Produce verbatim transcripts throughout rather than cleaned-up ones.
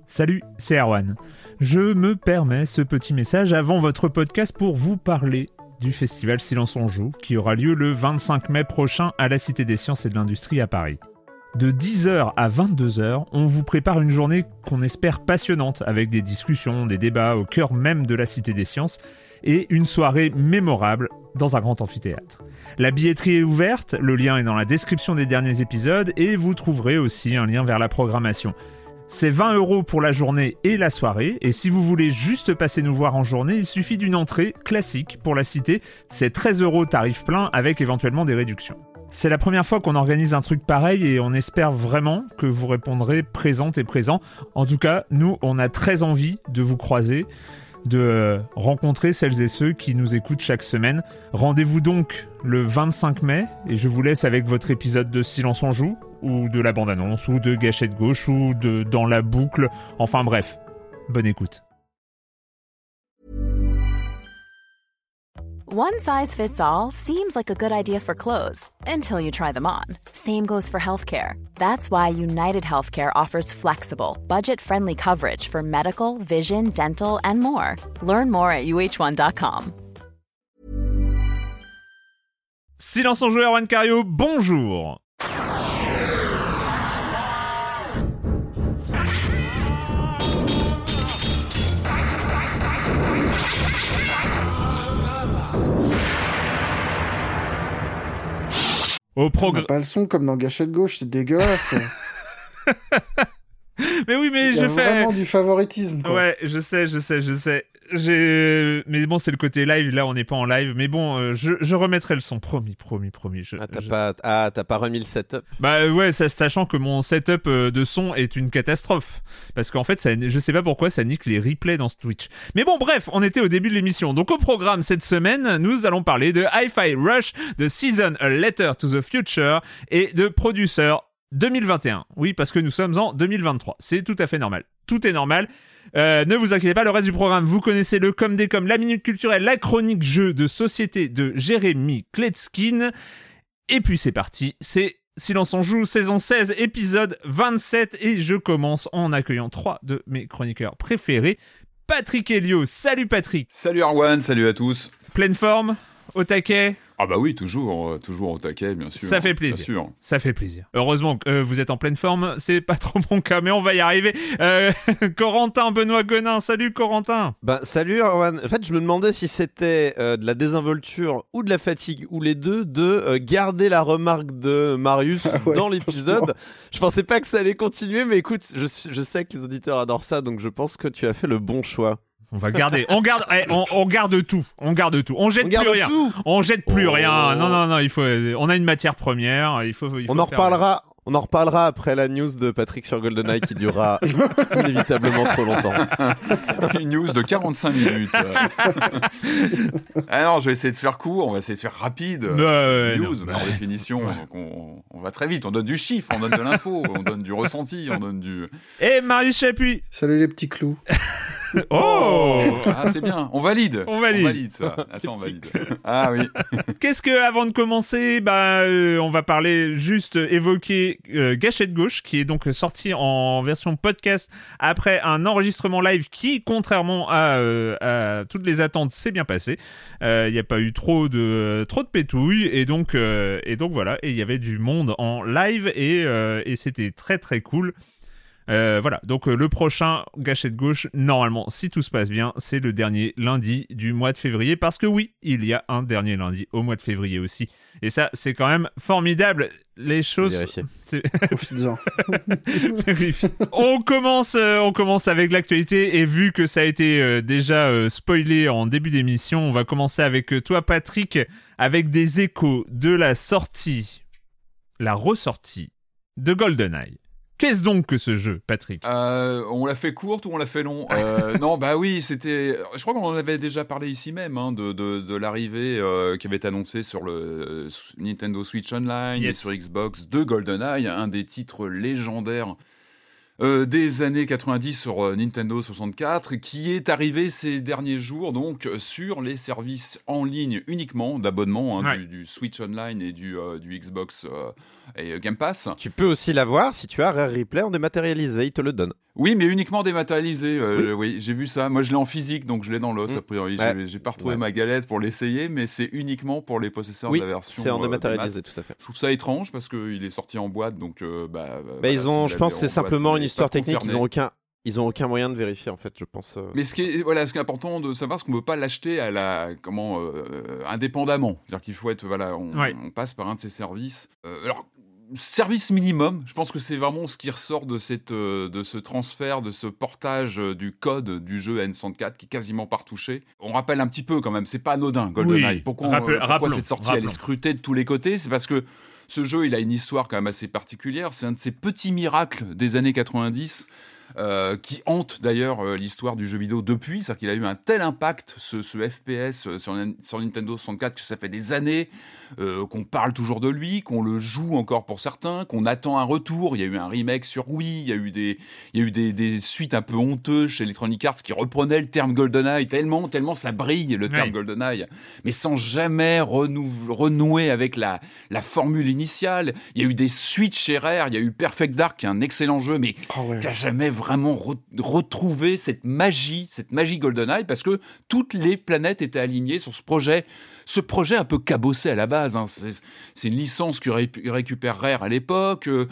Salut, c'est Erwan. Je me permets ce petit message avant votre podcast pour vous parler du festival Silence on Joue qui aura lieu le vingt-cinq mai prochain à la Cité des Sciences et de l'Industrie à Paris. De dix heures à vingt-deux heures, on vous prépare une journée qu'on espère passionnante avec des discussions, des débats au cœur même de la Cité des Sciences et une soirée mémorable dans un grand amphithéâtre. La billetterie est ouverte, le lien est dans la description des derniers épisodes et vous trouverez aussi un lien vers la programmation. C'est vingt euros pour la journée et la soirée, et si vous voulez juste passer nous voir en journée, il suffit d'une entrée classique pour la Cité, c'est treize euros tarif plein avec éventuellement des réductions. C'est la première fois qu'on organise un truc pareil et on espère vraiment que vous répondrez présente et présent. En tout cas, nous, on a très envie de vous croiser, de rencontrer celles et ceux qui nous écoutent chaque semaine. Rendez-vous donc le vingt-cinq mai et je vous laisse avec votre épisode de Silence on Joue, ou de la bande-annonce, ou de Gâchette Gauche, ou de Dans la boucle. Enfin bref, bonne écoute. One size fits all seems like a good idea for clothes until you try them on. Same goes for healthcare. That's why United Healthcare offers flexible, budget-friendly coverage for medical, vision, dental, and more. Learn more at U H one dot com. Silence on Joue, Erwan Cario, bonjour. Au progr... pas le son comme dans Gâchette Gauche, c'est dégueulasse. Mais oui, mais Il y je a fais vraiment du favoritisme, quoi. Ouais, je sais, je sais, je sais. J'ai... Mais bon, c'est le côté live, là on n'est pas en live, mais bon, euh, je, je remettrai le son, promis, promis, promis. Je, ah, t'as je... pas... ah, t'as pas remis le setup? Bah ouais, sachant que mon setup de son est une catastrophe. Parce qu'en fait, ça, je sais pas pourquoi, ça nique les replays dans ce Twitch. Mais bon, bref, on était au début de l'émission. Donc au programme cette semaine, nous allons parler de Hi-Fi Rush, de Season A Letter to the Future et de Producer deux mille vingt et un. Oui, parce que nous sommes en deux mille vingt-trois. C'est tout à fait normal. Tout est normal. Euh, ne vous inquiétez pas, le reste du programme, vous connaissez le comme des comme, la minute culturelle, la chronique jeu de société de Jérémy Kletskin. Et puis c'est parti, c'est Silence on Joue, saison seize, épisode vingt-sept. Et je commence en accueillant trois de mes chroniqueurs préférés. Patrick Helio, salut Patrick. Salut Erwan, salut à tous. Pleine forme, au taquet? Ah bah oui, toujours, euh, toujours au taquet, bien sûr. Ça fait plaisir. Bien sûr. Ça fait plaisir. Heureusement que euh, vous êtes en pleine forme, c'est pas trop mon cas, mais on va y arriver. Euh, Corentin, Benoît Gonin, salut Corentin. Bah salut Erwan. En fait, je me demandais si c'était euh, de la désinvolture ou de la fatigue, ou les deux, de euh, garder la remarque de Marius ah ouais, dans l'épisode. Franchement. Je pensais pas que ça allait continuer, mais écoute, je, je sais que les auditeurs adorent ça, donc je pense que tu as fait le bon choix. On va garder, on garde, eh, on, on garde tout, on garde tout, on jette on plus rien, tout. on jette plus oh. rien. Non non non, il faut, on a une matière première, il faut. Il faut on en faire reparlera. On en reparlera après la news de Patrick sur GoldenEye qui durera inévitablement trop longtemps. Une news de quarante-cinq minutes. Ah non, je vais essayer de faire court, on va essayer de faire rapide. Bah, ouais, news, non, mais bah, en définition, ouais. donc on, on va très vite. On donne du chiffre, on donne de l'info, on donne du ressenti, on donne du... Et Marius Chapuis. Salut les petits clous. Oh ah, c'est bien, on valide. On valide. On valide ça. Ah, ça on valide. Ah oui. Qu'est-ce que, avant de commencer, bah, euh, on va parler, juste évoquer euh, Gâchette Gauche, qui est donc sorti en version podcast après un enregistrement live qui, contrairement à, euh, à toutes les attentes, s'est bien passé. Il euh, n'y a pas eu trop de, trop de pétouilles, et donc, euh, et donc voilà. Et il y avait du monde en live, et, euh, et c'était très très cool. Euh, voilà, donc euh, le prochain Gâchette Gauche, normalement, si tout se passe bien, c'est le dernier lundi du mois de février, parce que oui, il y a un dernier lundi au mois de février aussi. Et ça, c'est quand même formidable. Les choses... C'est... on, commence, euh, on commence avec l'actualité, et vu que ça a été euh, déjà euh, spoilé en début d'émission, on va commencer avec euh, toi, Patrick, avec des échos de la sortie, la ressortie de GoldenEye. Qu'est-ce donc que ce jeu, Patrick ? euh, On l'a fait courte ou on l'a fait long euh, Non, bah oui, c'était... Je crois qu'on en avait déjà parlé ici même, hein, de, de, de l'arrivée euh, qui avait été annoncée sur le euh, Nintendo Switch Online yes. et sur Xbox de GoldenEye, un des titres légendaires euh, des années quatre-vingt-dix sur euh, Nintendo soixante-quatre, qui est arrivé ces derniers jours donc sur les services en ligne uniquement d'abonnement hein, ouais. du, du Switch Online et du, euh, du Xbox euh, et Game Pass. Tu peux aussi l'avoir si tu as Rare Replay en dématérialisé, il te le donne. Oui, mais uniquement dématérialisé. Euh, oui. oui, j'ai vu ça. Moi, je l'ai en physique, donc je l'ai dans l'os. Mmh. A priori, ouais. j'ai, j'ai pas retrouvé ouais. ma galette pour l'essayer, mais c'est uniquement pour les possesseurs oui, de la version. C'est en dématérialisé, euh, tout à fait. Je trouve ça étrange parce qu'il est sorti en boîte, donc euh, bah. bah voilà, ils ont, je pense, que c'est simplement une histoire technique. Concerné. Ils ont aucun. Ils ont aucun moyen de vérifier en fait, je pense. Euh... Mais ce qui est voilà, ce qui est important de savoir, c'est qu'on ne peut pas l'acheter à la comment euh, indépendamment. C'est-à-dire qu'il faut être voilà, on, ouais. on passe par un de ces services. Euh, alors service minimum, je pense que c'est vraiment ce qui ressort de cette euh, de ce transfert, de ce portage euh, du code du jeu N soixante-quatre qui est quasiment pas retouché. On rappelle un petit peu quand même, c'est pas anodin GoldenEye. Oui. Pourquoi, Rappel, euh, pourquoi rappelons, cette sortie rappelons. elle est scrutée de tous les côtés? C'est parce que ce jeu, il a une histoire quand même assez particulière. C'est un de ces petits miracles des années quatre-vingt-dix. Euh, qui hante d'ailleurs euh, l'histoire du jeu vidéo depuis, c'est-à-dire qu'il a eu un tel impact, ce, ce F P S euh, sur, sur Nintendo soixante-quatre, que ça fait des années euh, qu'on parle toujours de lui, qu'on le joue encore pour certains, qu'on attend un retour. Il y a eu un remake sur Wii, il y a eu des, il y a eu des, des suites un peu honteuses chez Electronic Arts qui reprenaient le terme GoldenEye, tellement, tellement ça brille le terme ouais. GoldenEye, mais sans jamais renou- renouer avec la, la formule initiale. Il y a eu des suites chez Rare, il y a eu Perfect Dark, qui est un excellent jeu, mais oh ouais. qui n'a jamais vraiment re- retrouver cette magie, cette magie GoldenEye, parce que toutes les planètes étaient alignées sur ce projet, ce projet un peu cabossé à la base. Hein. C'est, c'est une licence que ré- récupère Rare à l'époque. Euh,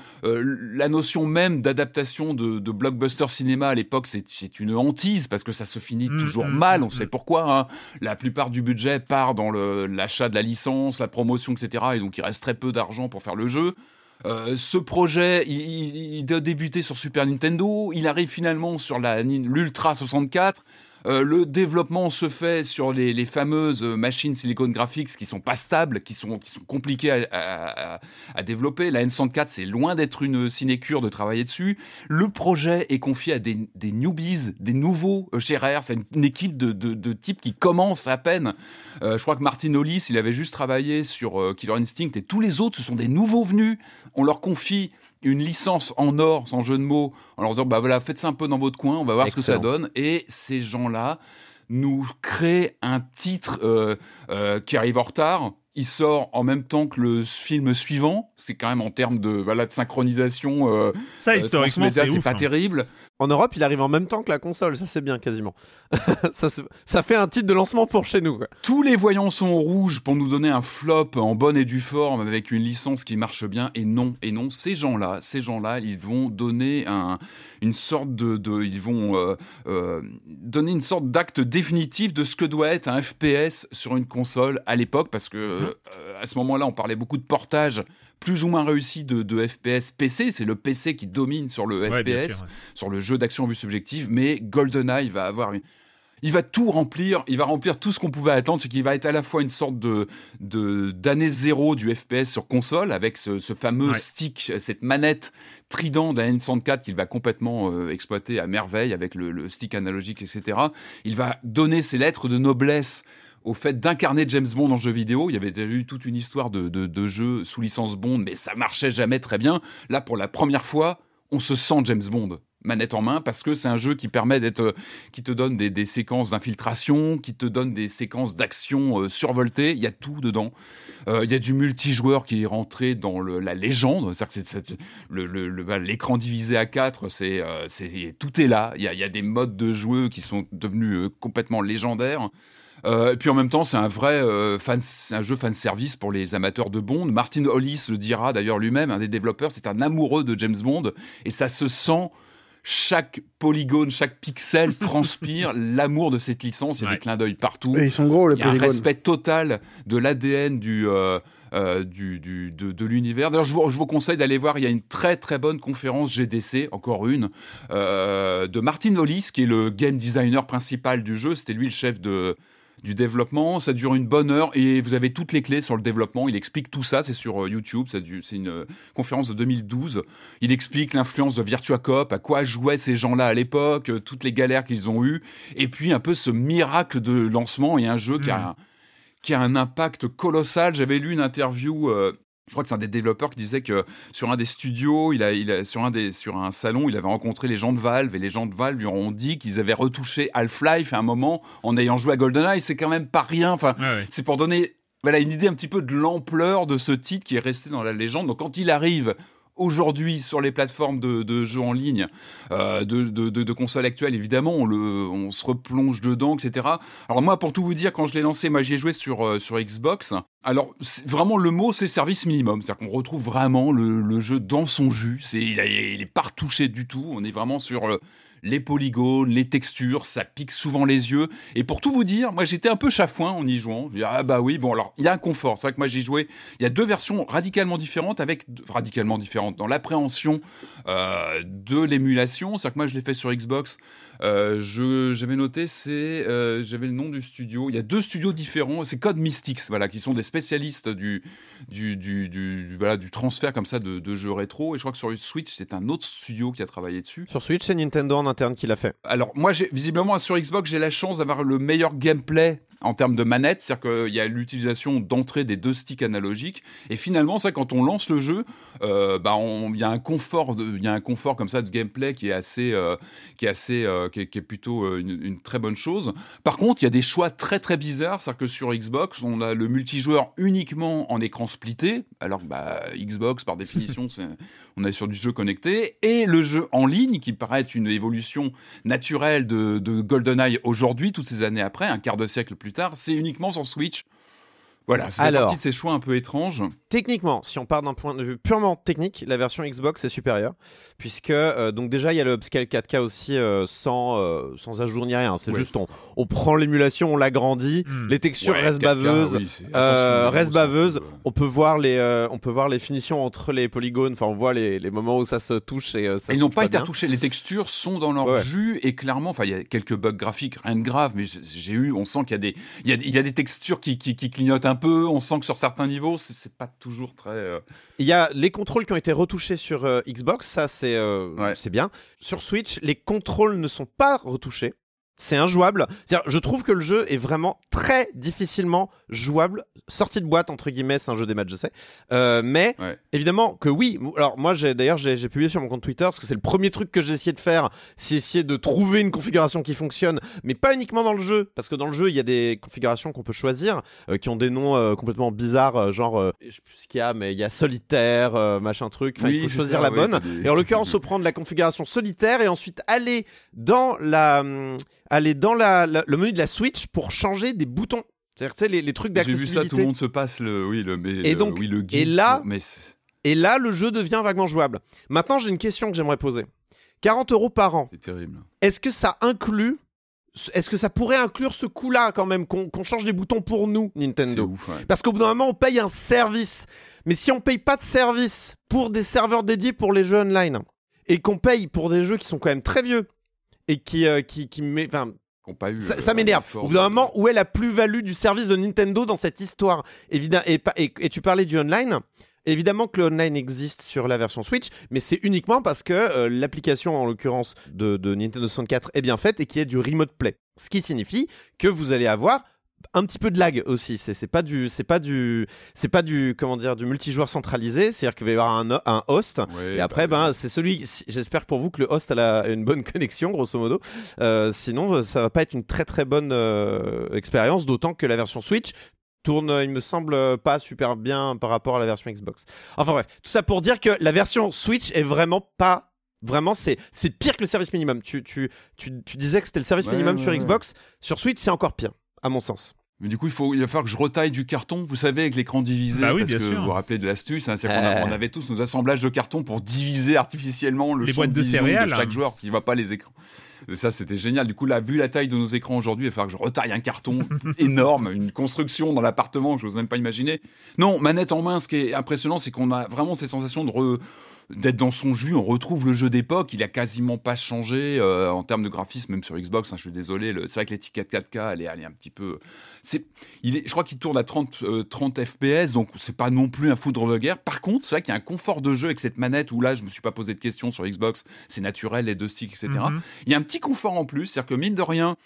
la notion même d'adaptation de, de blockbuster cinéma à l'époque, c'est, c'est une hantise, parce que ça se finit mmh, toujours mmh, mal, on mmh. sait pourquoi. Hein. La plupart du budget part dans le, l'achat de la licence, la promotion, et cetera. Et donc il reste très peu d'argent pour faire le jeu. Euh, ce projet, il, il doit débuter sur Super Nintendo, il arrive finalement sur la, l'Ultra soixante-quatre. Euh, le développement se fait sur les, les fameuses machines Silicon Graphics qui sont pas stables, qui sont, qui sont compliquées à, à, à développer. La N soixante-quatre, c'est loin d'être une sinécure de travailler dessus. Le projet est confié à des, des newbies, des nouveaux chez Rare. C'est une, une équipe de, de, de types qui commencent à peine. Euh, je crois que Martin Hollis, il avait juste travaillé sur euh, Killer Instinct, et tous les autres, ce sont des nouveaux venus. On leur confie une licence en or, sans jeu de mots, en leur disant bah voilà, faites ça un peu dans votre coin, on va voir Excellent. Ce que ça donne. Et ces gens-là nous créent un titre euh, euh, qui arrive en retard. Il sort en même temps que le film suivant. C'est quand même en termes de voilà de synchronisation. Euh, ça historiquement, euh, c'est, c'est c'est ouf, pas hein. terrible. En Europe, il arrive en même temps que la console, ça c'est bien quasiment. ça, ça fait un titre de lancement pour chez nous. Quoi. Tous les voyants sont rouges pour nous donner un flop en bonne et due forme avec une licence qui marche bien. Et non, et non, ces gens-là, ces gens-là, ils vont donner un, une sorte de, de ils vont euh, euh, donner une sorte d'acte définitif de ce que doit être un F P S sur une console à l'époque, parce que mmh. euh, à ce moment-là, on parlait beaucoup de portage plus ou moins réussi de, de F P S P C, c'est le P C qui domine sur le ouais, F P S, sûr, ouais. sur le jeu d'action vue subjective, mais GoldenEye va avoir une... Il va tout remplir, il va remplir tout ce qu'on pouvait attendre, c'est qu'il va être à la fois une sorte de, de, d'année zéro du F P S sur console, avec ce, ce fameux ouais. stick, cette manette trident de la N soixante-quatre qu'il va complètement euh, exploiter à merveille, avec le, le stick analogique, et cetera. Il va donner ses lettres de noblesse au fait d'incarner James Bond en jeu vidéo. Il y avait déjà eu toute une histoire de, de, de jeux sous licence Bond, mais ça marchait jamais très bien. Là, pour la première fois, on se sent James Bond, manette en main, parce que c'est un jeu qui permet d'être, qui te donne des, des séquences d'infiltration, qui te donne des séquences d'action euh, survoltées. Il y a tout dedans. Euh, il y a du multijoueur qui est rentré dans le, la légende. C'est-à-dire que c'est, c'est, le, le, le, l'écran divisé à quatre, c'est, euh, c'est, tout est là. Il y a, il y a des modes de jeu qui sont devenus euh, complètement légendaires. Euh, et puis en même temps, c'est un vrai euh, fan, c'est un jeu fan service pour les amateurs de Bond. Martin Hollis le dira d'ailleurs lui-même, un des développeurs, c'est un amoureux de James Bond, et ça se sent. Chaque polygone, chaque pixel transpire l'amour de cette licence. Il y a ouais. des clins d'œil partout. Et ils sont gros, les polygones. Il y a un respect total de l'A D N du, euh, euh, du, du, de, de l'univers. D'ailleurs, je vous, je vous conseille d'aller voir. Il y a une très très bonne conférence G D C, encore une, euh, de Martin Hollis, qui est le game designer principal du jeu. C'était lui le chef de... du développement. Ça dure une bonne heure et vous avez toutes les clés sur le développement. Il explique tout ça, c'est sur euh, YouTube, c'est, du, c'est une euh, conférence de deux mille douze. Il explique l'influence de Virtua Cop, à quoi jouaient ces gens-là à l'époque, euh, toutes les galères qu'ils ont eues, et puis un peu ce miracle de lancement et un jeu mmh. qui, a, qui a un impact colossal. J'avais lu une interview... Euh, Je crois que c'est un des développeurs qui disait que sur un des studios, il a, il a, sur, un des, sur un salon, il avait rencontré les gens de Valve, et les gens de Valve lui ont dit qu'ils avaient retouché Half-Life à un moment en ayant joué à GoldenEye. C'est quand même pas rien. Enfin, ouais, ouais. C'est pour donner voilà, une idée un petit peu de l'ampleur de ce titre qui est resté dans la légende. Donc quand il arrive aujourd'hui sur les plateformes de, de jeux en ligne, euh, de, de, de, de consoles actuelles, évidemment, on, le, on se replonge dedans, et cetera. Alors moi, pour tout vous dire, quand je l'ai lancé, moi j'y ai joué sur, euh, sur Xbox. Alors vraiment, le mot, c'est service minimum. C'est-à-dire qu'on retrouve vraiment le, le jeu dans son jus. C'est, il, a, il est pas retouché du tout. On est vraiment sur... Euh, les polygones, les textures, ça pique souvent les yeux. Et pour tout vous dire, moi j'étais un peu chafouin en y jouant. Je dis, ah bah oui, bon alors, il y a un confort. C'est vrai que moi j'ai joué, il y a deux versions radicalement différentes, avec radicalement différentes dans l'appréhension euh, de l'émulation. C'est-à-dire que moi je l'ai fait sur Xbox. Euh, je, j'avais noté, c'est, euh, j'avais le nom du studio. Il y a deux studios différents. C'est Code Mystics, voilà, qui sont des spécialistes du, du, du, du, voilà, du transfert comme ça de, de jeux rétro. Et je crois que sur Switch, c'est un autre studio qui a travaillé dessus. Sur Switch, c'est Nintendo en interne qui l'a fait. Alors moi, j'ai, visiblement sur Xbox, j'ai la chance d'avoir le meilleur gameplay en termes de manette, c'est-à-dire qu'il y a l'utilisation d'entrée des deux sticks analogiques. Et finalement, ça, quand on lance le jeu, euh, bah, il y a un confort, il y a un confort comme ça de gameplay qui est assez, euh, qui est assez, euh, qui, est, qui est plutôt euh, une, une très bonne chose. Par contre, il y a des choix très très bizarres, c'est-à-dire que sur Xbox, on a le multijoueur uniquement en écran splitté, alors que bah, Xbox, par définition, c'est, on est sur du jeu connecté, et le jeu en ligne, qui paraît être une évolution naturelle de, de GoldenEye aujourd'hui, toutes ces années après, un quart de siècle plus tard, c'est uniquement sur Switch. Voilà, c'est partie de ces choix un peu étranges. Techniquement, si on part d'un point de vue purement technique, la version Xbox est supérieure, puisque euh, donc déjà il y a le upscale quatre K aussi euh, sans euh, sans ajour ni rien. C'est ouais. juste on on prend l'émulation, on l'agrandit, mmh. les textures ouais, restent baveuses, oui, euh, restent baveuses. On peut voir les euh, on peut voir les finitions entre les polygones. Enfin, on voit les les moments où ça se touche et euh, ça. Et ils se n'ont pas, pas été retouchés. Les textures sont dans leur ouais. jus et clairement, enfin il y a quelques bugs graphiques, rien de grave, mais j'ai eu, on sent qu'il y a des il y a il y a des textures qui qui, qui clignotent un peu. On sent que sur certains niveaux, c'est, c'est pas toujours très... Euh... Il y a les contrôles qui ont été retouchés sur euh, Xbox, ça c'est, euh, ouais. c'est bien. Sur Switch, les contrôles ne sont pas retouchés. C'est injouable. C'est-à-dire, je trouve que le jeu est vraiment très difficilement jouable. Sortie de boîte, entre guillemets, c'est un jeu des maths, je sais. Euh, mais ouais. évidemment que oui. Alors moi, j'ai, d'ailleurs, j'ai, j'ai publié sur mon compte Twitter, parce que c'est le premier truc que j'ai essayé de faire, c'est essayer de trouver une configuration qui fonctionne, mais pas uniquement dans le jeu. Parce que dans le jeu, il y a des configurations qu'on peut choisir, euh, qui ont des noms euh, complètement bizarres, euh, genre, euh, je sais plus ce qu'il y a, mais il y a solitaire, euh, machin truc. Enfin, oui, il faut choisir ça, la oui, bonne. Des... Et en l'occurrence, il faut prendre la configuration solitaire et ensuite aller dans la... Hum, aller dans la, la, le menu de la Switch pour changer des boutons. C'est-à-dire, tu sais, les, les trucs d'accessibilité. J'ai vu ça, tout le monde se passe le, oui, le, mais, et donc, le, oui, le guide. Et là, mais et là, le jeu devient vaguement jouable. Maintenant, j'ai une question que j'aimerais poser. quarante euros par an. C'est terrible. Est-ce que ça inclut... Est-ce que ça pourrait inclure ce coup-là quand même, qu'on, qu'on change des boutons pour nous, Nintendo ? C'est ouf, ouais. Parce qu'au bout d'un moment, on paye un service. Mais si on paye pas de service pour des serveurs dédiés pour les jeux online, et qu'on paye pour des jeux qui sont quand même très vieux, et qui, euh, qui, qui met, enfin, pas eu, ça, euh, ça m'énerve. Au bout d'un moment, où est la plus-value du service de Nintendo dans cette histoire ? Évidemment, et, et, et tu parlais du online. Évidemment que le online existe sur la version Switch, mais c'est uniquement parce que euh, l'application, en l'occurrence de, de Nintendo soixante-quatre, est bien faite et qu'il y a du remote play. Ce qui signifie que vous allez avoir un petit peu de lag aussi. C'est, c'est pas du, c'est pas du, c'est pas du, comment dire, du multijoueur centralisé. C'est-à-dire qu'il va y avoir un, un host. Oui, et après, bah, ben, c'est celui. J'espère pour vous que le host a la, une bonne connexion, grosso modo. Euh, sinon, ça va pas être une très très bonne euh, expérience. D'autant que la version Switch tourne, il me semble, pas super bien par rapport à la version Xbox. Enfin bref, tout ça pour dire que la version Switch est vraiment pas. Vraiment, c'est, c'est pire que le service minimum. Tu, tu, tu, tu disais que c'était le service ouais, minimum ouais, sur ouais. Xbox. Sur Switch, c'est encore pire, à mon sens. Mais du coup, il, faut, il va falloir que je retaille du carton, vous savez, avec l'écran divisé. Bah oui, parce bien que sûr. vous vous rappelez de l'astuce, hein, c'est qu'on a, on avait tous nos assemblages de carton pour diviser artificiellement le les champ boîtes de de vision céréales de chaque joueur qui ne voit pas les écrans. Et ça, c'était génial. Du coup, là, vu la taille de nos écrans aujourd'hui, il va falloir que je retaille un carton énorme, une construction dans l'appartement que je n'ose même pas imaginer. Non, manette en main, ce qui est impressionnant, c'est qu'on a vraiment cette sensation de re... d'être dans son jus. On retrouve le jeu d'époque, il a quasiment pas changé euh, en termes de graphisme, même sur Xbox, hein, je suis désolé, le... c'est vrai que l'étiquette quatre K elle est, elle est un petit peu c'est... Il est... je crois qu'il tourne à trente, euh, trente F P S, donc c'est pas non plus un foudre de guerre. Par contre, c'est vrai qu'il y a un confort de jeu avec cette manette où là je me suis pas posé de questions. Sur Xbox c'est naturel, les deux sticks, etc. Mm-hmm. Il y a un petit confort en plus, c'est-à-dire que mine de rien,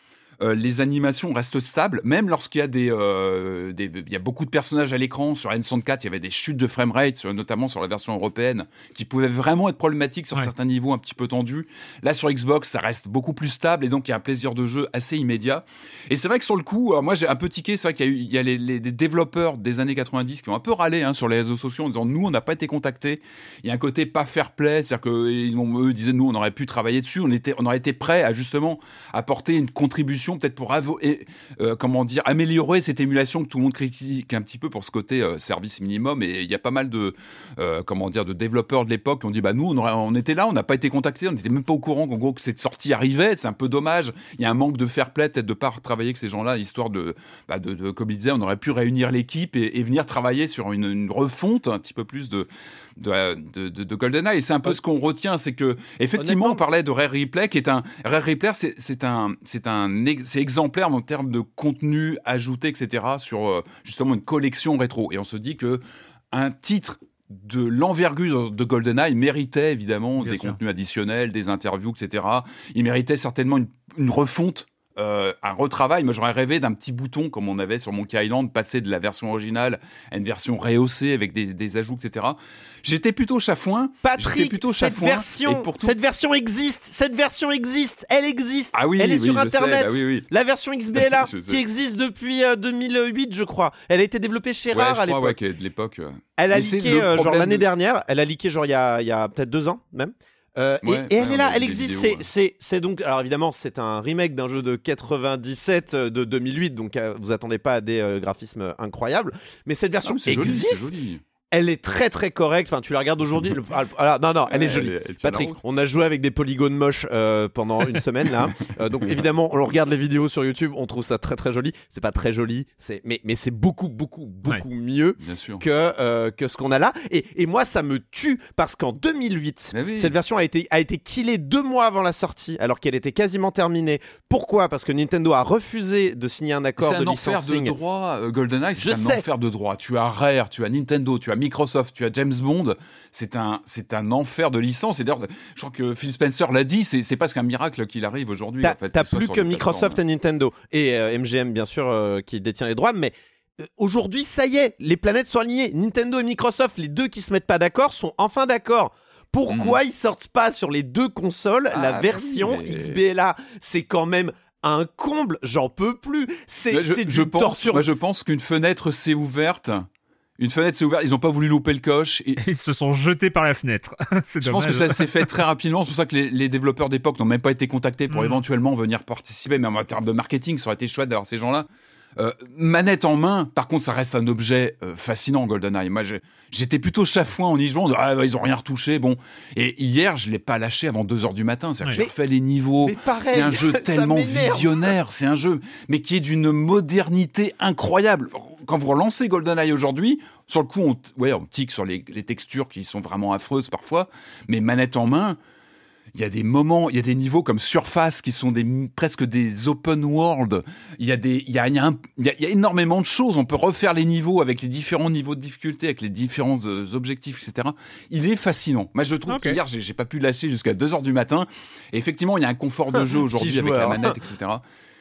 euh, les animations restent stables, même lorsqu'il y a des, euh, des, il y a beaucoup de personnages à l'écran. Sur N soixante-quatre, il y avait des chutes de framerate, sur, notamment sur la version européenne, qui pouvaient vraiment être problématiques sur ouais. certains niveaux un petit peu tendus. Là, sur Xbox, ça reste beaucoup plus stable et donc il y a un plaisir de jeu assez immédiat. Et c'est vrai que sur le coup, moi j'ai un peu tiqué, c'est vrai qu'il y a, eu, il y a les, les, les développeurs des années quatre-vingt-dix qui ont un peu râlé hein, sur les réseaux sociaux en disant nous on n'a pas été contactés. Il y a un côté pas fair play, c'est-à-dire qu'eux disaient nous on aurait pu travailler dessus, on, était, on aurait été prêts à justement apporter une contribution peut-être pour avo- et, euh, comment dire, améliorer cette émulation que tout le monde critique un petit peu pour ce côté euh, service minimum. Et il y a pas mal de, euh, comment dire, de développeurs de l'époque qui ont dit bah nous on, aurait, on était là, on n'a pas été contactés, on n'était même pas au courant qu'en gros que cette sortie arrivait, c'est un peu dommage. Il y a un manque de fair play peut-être de pas travailler avec ces gens-là, histoire de, bah de, de comme il disait, on aurait pu réunir l'équipe et, et venir travailler sur une, une refonte un petit peu plus de de, de, de, de GoldenEye. Et c'est un peu ce qu'on retient, c'est que effectivement on parlait de Rare Replay qui est un Rare Replay, c'est, c'est un c'est un c'est exemplaire en termes de contenu ajouté, et cetera sur euh, justement une collection rétro. Et on se dit que un titre de l'envergure de GoldenEye méritait évidemment Bien des sûr. contenus additionnels, des interviews, et cetera. Il méritait certainement une, une refonte. Euh, un retravail. Moi j'aurais rêvé d'un petit bouton comme on avait sur Monkey Island, passer de la version originale à une version rehaussée avec des, des ajouts, et cetera. J'étais plutôt chafouin. Patrick, plutôt cette chafouin, version, tout... cette version existe. Cette version existe. Elle existe. Ah oui, elle est oui, sur Internet. Sais, bah oui, oui. La version X B L A qui existe depuis euh, deux mille huit, je crois. Elle a été développée chez ouais, Rare à crois, l'époque. Ouais, de l'époque. Euh... Elle a leaké euh, genre l'année de... dernière. Elle a leaké genre il y a, y a peut-être deux ans même. Euh, ouais, et, et elle ouais, est là, elle vidéos, existe. C'est, ouais. c'est, c'est donc, alors évidemment, c'est un remake d'un jeu de quatre-vingt-dix-sept de deux mille huit, donc euh, vous attendez pas à des euh, graphismes incroyables. Mais cette version ah, existe. Joli, joli. Elle est très très correcte. Enfin, tu la regardes aujourd'hui. Le... Alors, non, non, elle ouais, est jolie. Elle, elle Patrick, on a joué avec des polygones moches euh, pendant une semaine là. Euh, donc évidemment, on regarde les vidéos sur YouTube, on trouve ça très très joli. C'est pas très joli, c'est mais mais c'est beaucoup beaucoup beaucoup ouais. mieux que euh, que ce qu'on a là. Et et moi, ça me tue parce qu'en deux mille huit, oui. cette version a été a été killée deux mois avant la sortie, alors qu'elle était quasiment terminée. Pourquoi ? Parce que Nintendo a refusé de signer un accord c'est de licensing. C'est un enfer de droit. Euh, GoldenEye, c'est Je un sais. enfer de droit. Tu as Rare, tu as Nintendo, tu as Microsoft, tu as James Bond, c'est un, c'est un enfer de licence. Et d'ailleurs, je crois que Phil Spencer l'a dit, c'est, c'est presque un miracle qu'il arrive aujourd'hui. T'as, en fait, t'as plus que Microsoft et Nintendo. Et euh, M G M, bien sûr, euh, qui détient les droits. Mais euh, aujourd'hui, ça y est, les planètes sont alignées. Nintendo et Microsoft, les deux qui se mettent pas d'accord, sont enfin d'accord. Pourquoi mmh. ils sortent pas sur les deux consoles ah, la version oui, mais... X B L A ? C'est quand même... un comble, j'en peux plus. C'est, je, c'est je une pense, torture. Moi, je pense qu'une fenêtre s'est ouverte. Une fenêtre s'est ouverte, ils n'ont pas voulu louper le coche. Et... Ils se sont jetés par la fenêtre. C'est je dommage. pense que ça s'est fait très rapidement. C'est pour ça que les, les développeurs d'époque n'ont même pas été contactés pour mmh. éventuellement venir participer. Mais en termes de marketing, ça aurait été chouette d'avoir ces gens-là. Euh, manette en main, par contre, ça reste un objet euh, fascinant, GoldenEye. Moi, j'ai, j'étais plutôt chafouin en y jouant. Ah, bah, ils ont rien retouché. Bon. Et hier, je l'ai pas lâché avant deux heures du matin. C'est-à-dire que j'ai refait les niveaux. Pareil, c'est un jeu tellement visionnaire. C'est un jeu, mais qui est d'une modernité incroyable. Quand vous relancez GoldenEye aujourd'hui, sur le coup, on, t- ouais, on tique sur les, les textures qui sont vraiment affreuses parfois. Mais manette en main, il y a des moments, il y a des niveaux comme Surface qui sont des, presque des open world. Il y a des, il y a, il y a, un, il y a, il y a énormément de choses. On peut refaire les niveaux avec les différents niveaux de difficulté, avec les différents euh, objectifs, et cetera. Il est fascinant. Moi, je trouve okay. qu'hier, j'ai, j'ai pas pu lâcher jusqu'à deux heures du matin. Et effectivement, il y a un confort de jeu aujourd'hui avec la manette, et cetera.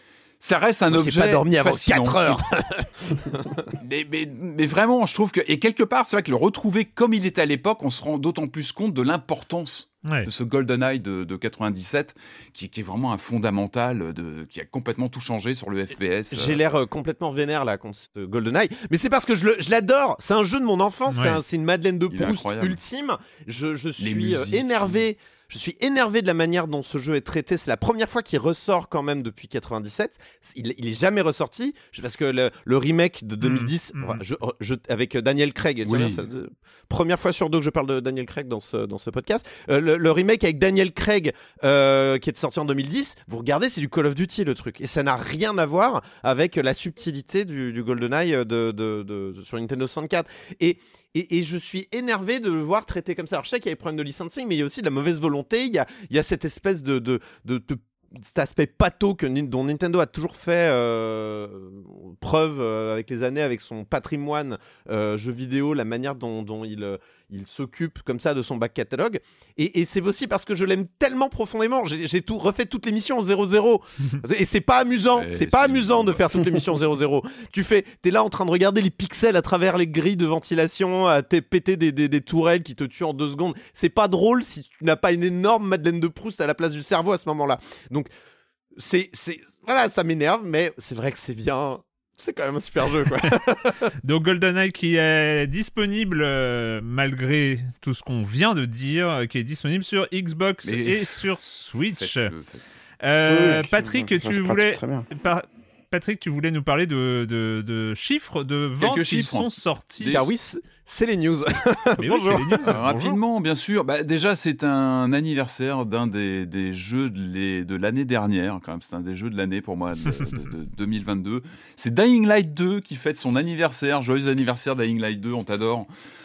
Ça reste un Moi, objet j'ai pas dormi avant fascinant. quatre heures. mais, mais, mais vraiment, je trouve que... Et quelque part, c'est vrai que le retrouver comme il était à l'époque, on se rend d'autant plus compte de l'importance ouais. de ce GoldenEye de, de quatre-vingt-dix-sept, qui, qui est vraiment un fondamental, de, qui a complètement tout changé sur le F P S. J'ai l'air euh, complètement vénère là contre ce GoldenEye, mais c'est parce que je, le, je l'adore. C'est un jeu de mon enfance, ouais. c'est, un, c'est une Madeleine de Proust ultime. Je, je suis euh, énervé... Je suis énervé de la manière dont ce jeu est traité. C'est la première fois qu'il ressort quand même depuis quatre-vingt-dix-sept. Il, il est jamais ressorti parce que le, le remake de deux mille dix, mmh, mmh. Je, je, avec Daniel Craig, oui. c'est la première fois sur deux que je parle de Daniel Craig dans ce, dans ce podcast. Euh, le, le remake avec Daniel Craig euh, qui est sorti en deux mille dix, vous regardez, c'est du Call of Duty le truc. Et ça n'a rien à voir avec la subtilité du, du GoldenEye de, de, de, de, sur Nintendo soixante-quatre. Et Et, et je suis énervé de le voir traité comme ça. Alors je sais qu'il y a des problèmes de licensing, mais il y a aussi de la mauvaise volonté. Il y a, il y a cette espèce de, de, de, de cet aspect pâteau que, dont Nintendo a toujours fait euh, preuve euh, avec les années, avec son patrimoine euh, jeux vidéo, la manière dont, dont il, il s'occupe comme ça de son back catalogue. Et, et c'est aussi parce que je l'aime tellement profondément. J'ai, j'ai tout refait toute l'émission zéro zéro. Et c'est pas amusant. C'est, c'est pas c'est amusant de faire toute l'émission zéro zéro. Tu fais, t'es là en train de regarder les pixels à travers les grilles de ventilation, à t'es péter des, des, des tourelles qui te tuent en deux secondes. C'est pas drôle si tu n'as pas une énorme Madeleine de Proust à la place du cerveau à ce moment-là. Donc, c'est, c'est, voilà, ça m'énerve, mais c'est vrai que c'est bien. C'est quand même un super jeu, quoi. Donc GoldenEye qui est disponible, euh, malgré tout ce qu'on vient de dire, qui est disponible sur Xbox mais... et sur Switch. Faites-le, faites-le. Euh, oui, Patrick, tu voulais... Par... Patrick, tu voulais nous parler de, de, de chiffres de ventes qui chiffres. sont sortis. Car oui, c'est les news. Mais Bonjour. Oui, c'est les news. Euh, rapidement, bien sûr. Bah, déjà, c'est un anniversaire d'un des, des jeux de, les, de l'année dernière. Quand même, c'est un des jeux de l'année pour moi, de, de, de deux mille vingt-deux. C'est Dying Light deux qui fête son anniversaire. Joyeux anniversaire Dying Light deux, on t'adore.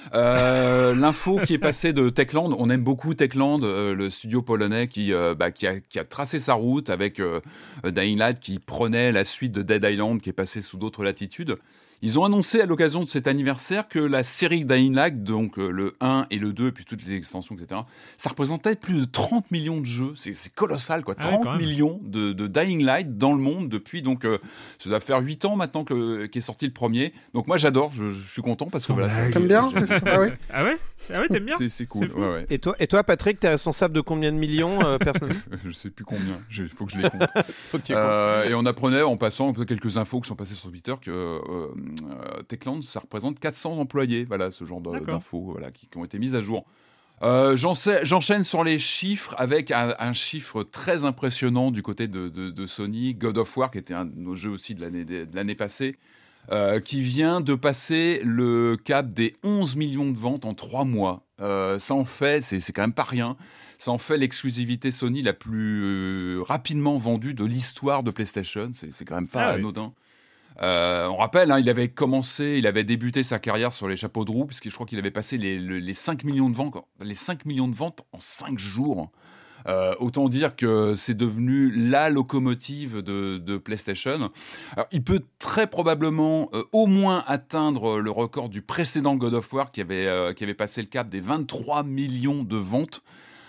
Euh, l'info qui est passée de Techland, on aime beaucoup Techland, euh, le studio polonais qui, euh, bah, qui, a, qui a tracé sa route avec euh, Dying Light qui prenait la suite de Dead Island qui est passée sous d'autres latitudes. Ils ont annoncé à l'occasion de cet anniversaire que la série Dying Light, donc euh, le un et le deux, puis toutes les extensions, et cetera, ça représentait plus de trente millions de jeux. C'est, c'est colossal, quoi. Ah, trente millions de, de Dying Light dans le monde depuis, donc, euh, ça doit faire huit ans maintenant que le, qu'est sorti le premier. Donc moi, j'adore, je, je suis content parce que voilà. Ça, T'aimes bien ah ouais ah ouais Ah ouais, t'aimes bien C'est, c'est cool. C'est ouais, ouais. Et, toi, et toi, Patrick, t'es responsable de combien de millions euh, personnellement? Je sais plus combien, il faut que je les compte. Faut que tu euh, et on apprenait en passant quelques infos qui sont passées sur Twitter que euh, euh, Techland, ça représente quatre cents employés, voilà, ce genre de, d'infos voilà, qui, qui ont été mises à jour. Euh, j'en sais, j'enchaîne sur les chiffres avec un, un chiffre très impressionnant du côté de, de, de Sony, God of War, qui était un de nos jeux aussi de l'année, de l'année passée, euh, qui vient de passer le cap des onze millions de ventes en trois mois. Euh, ça en fait, c'est, c'est quand même pas rien, ça en fait l'exclusivité Sony la plus euh, rapidement vendue de l'histoire de PlayStation, c'est, c'est quand même pas ah, anodin. Oui. Euh, on rappelle, hein, il avait commencé, il avait débuté sa carrière sur les chapeaux de roue, puisque je crois qu'il avait passé les, les, les cinq millions de ventes, les cinq millions de ventes en cinq jours. Euh, autant dire que c'est devenu la locomotive de, de PlayStation. Alors, il peut très probablement euh, au moins atteindre le record du précédent God of War qui avait, euh, qui avait passé le cap des vingt-trois millions de ventes.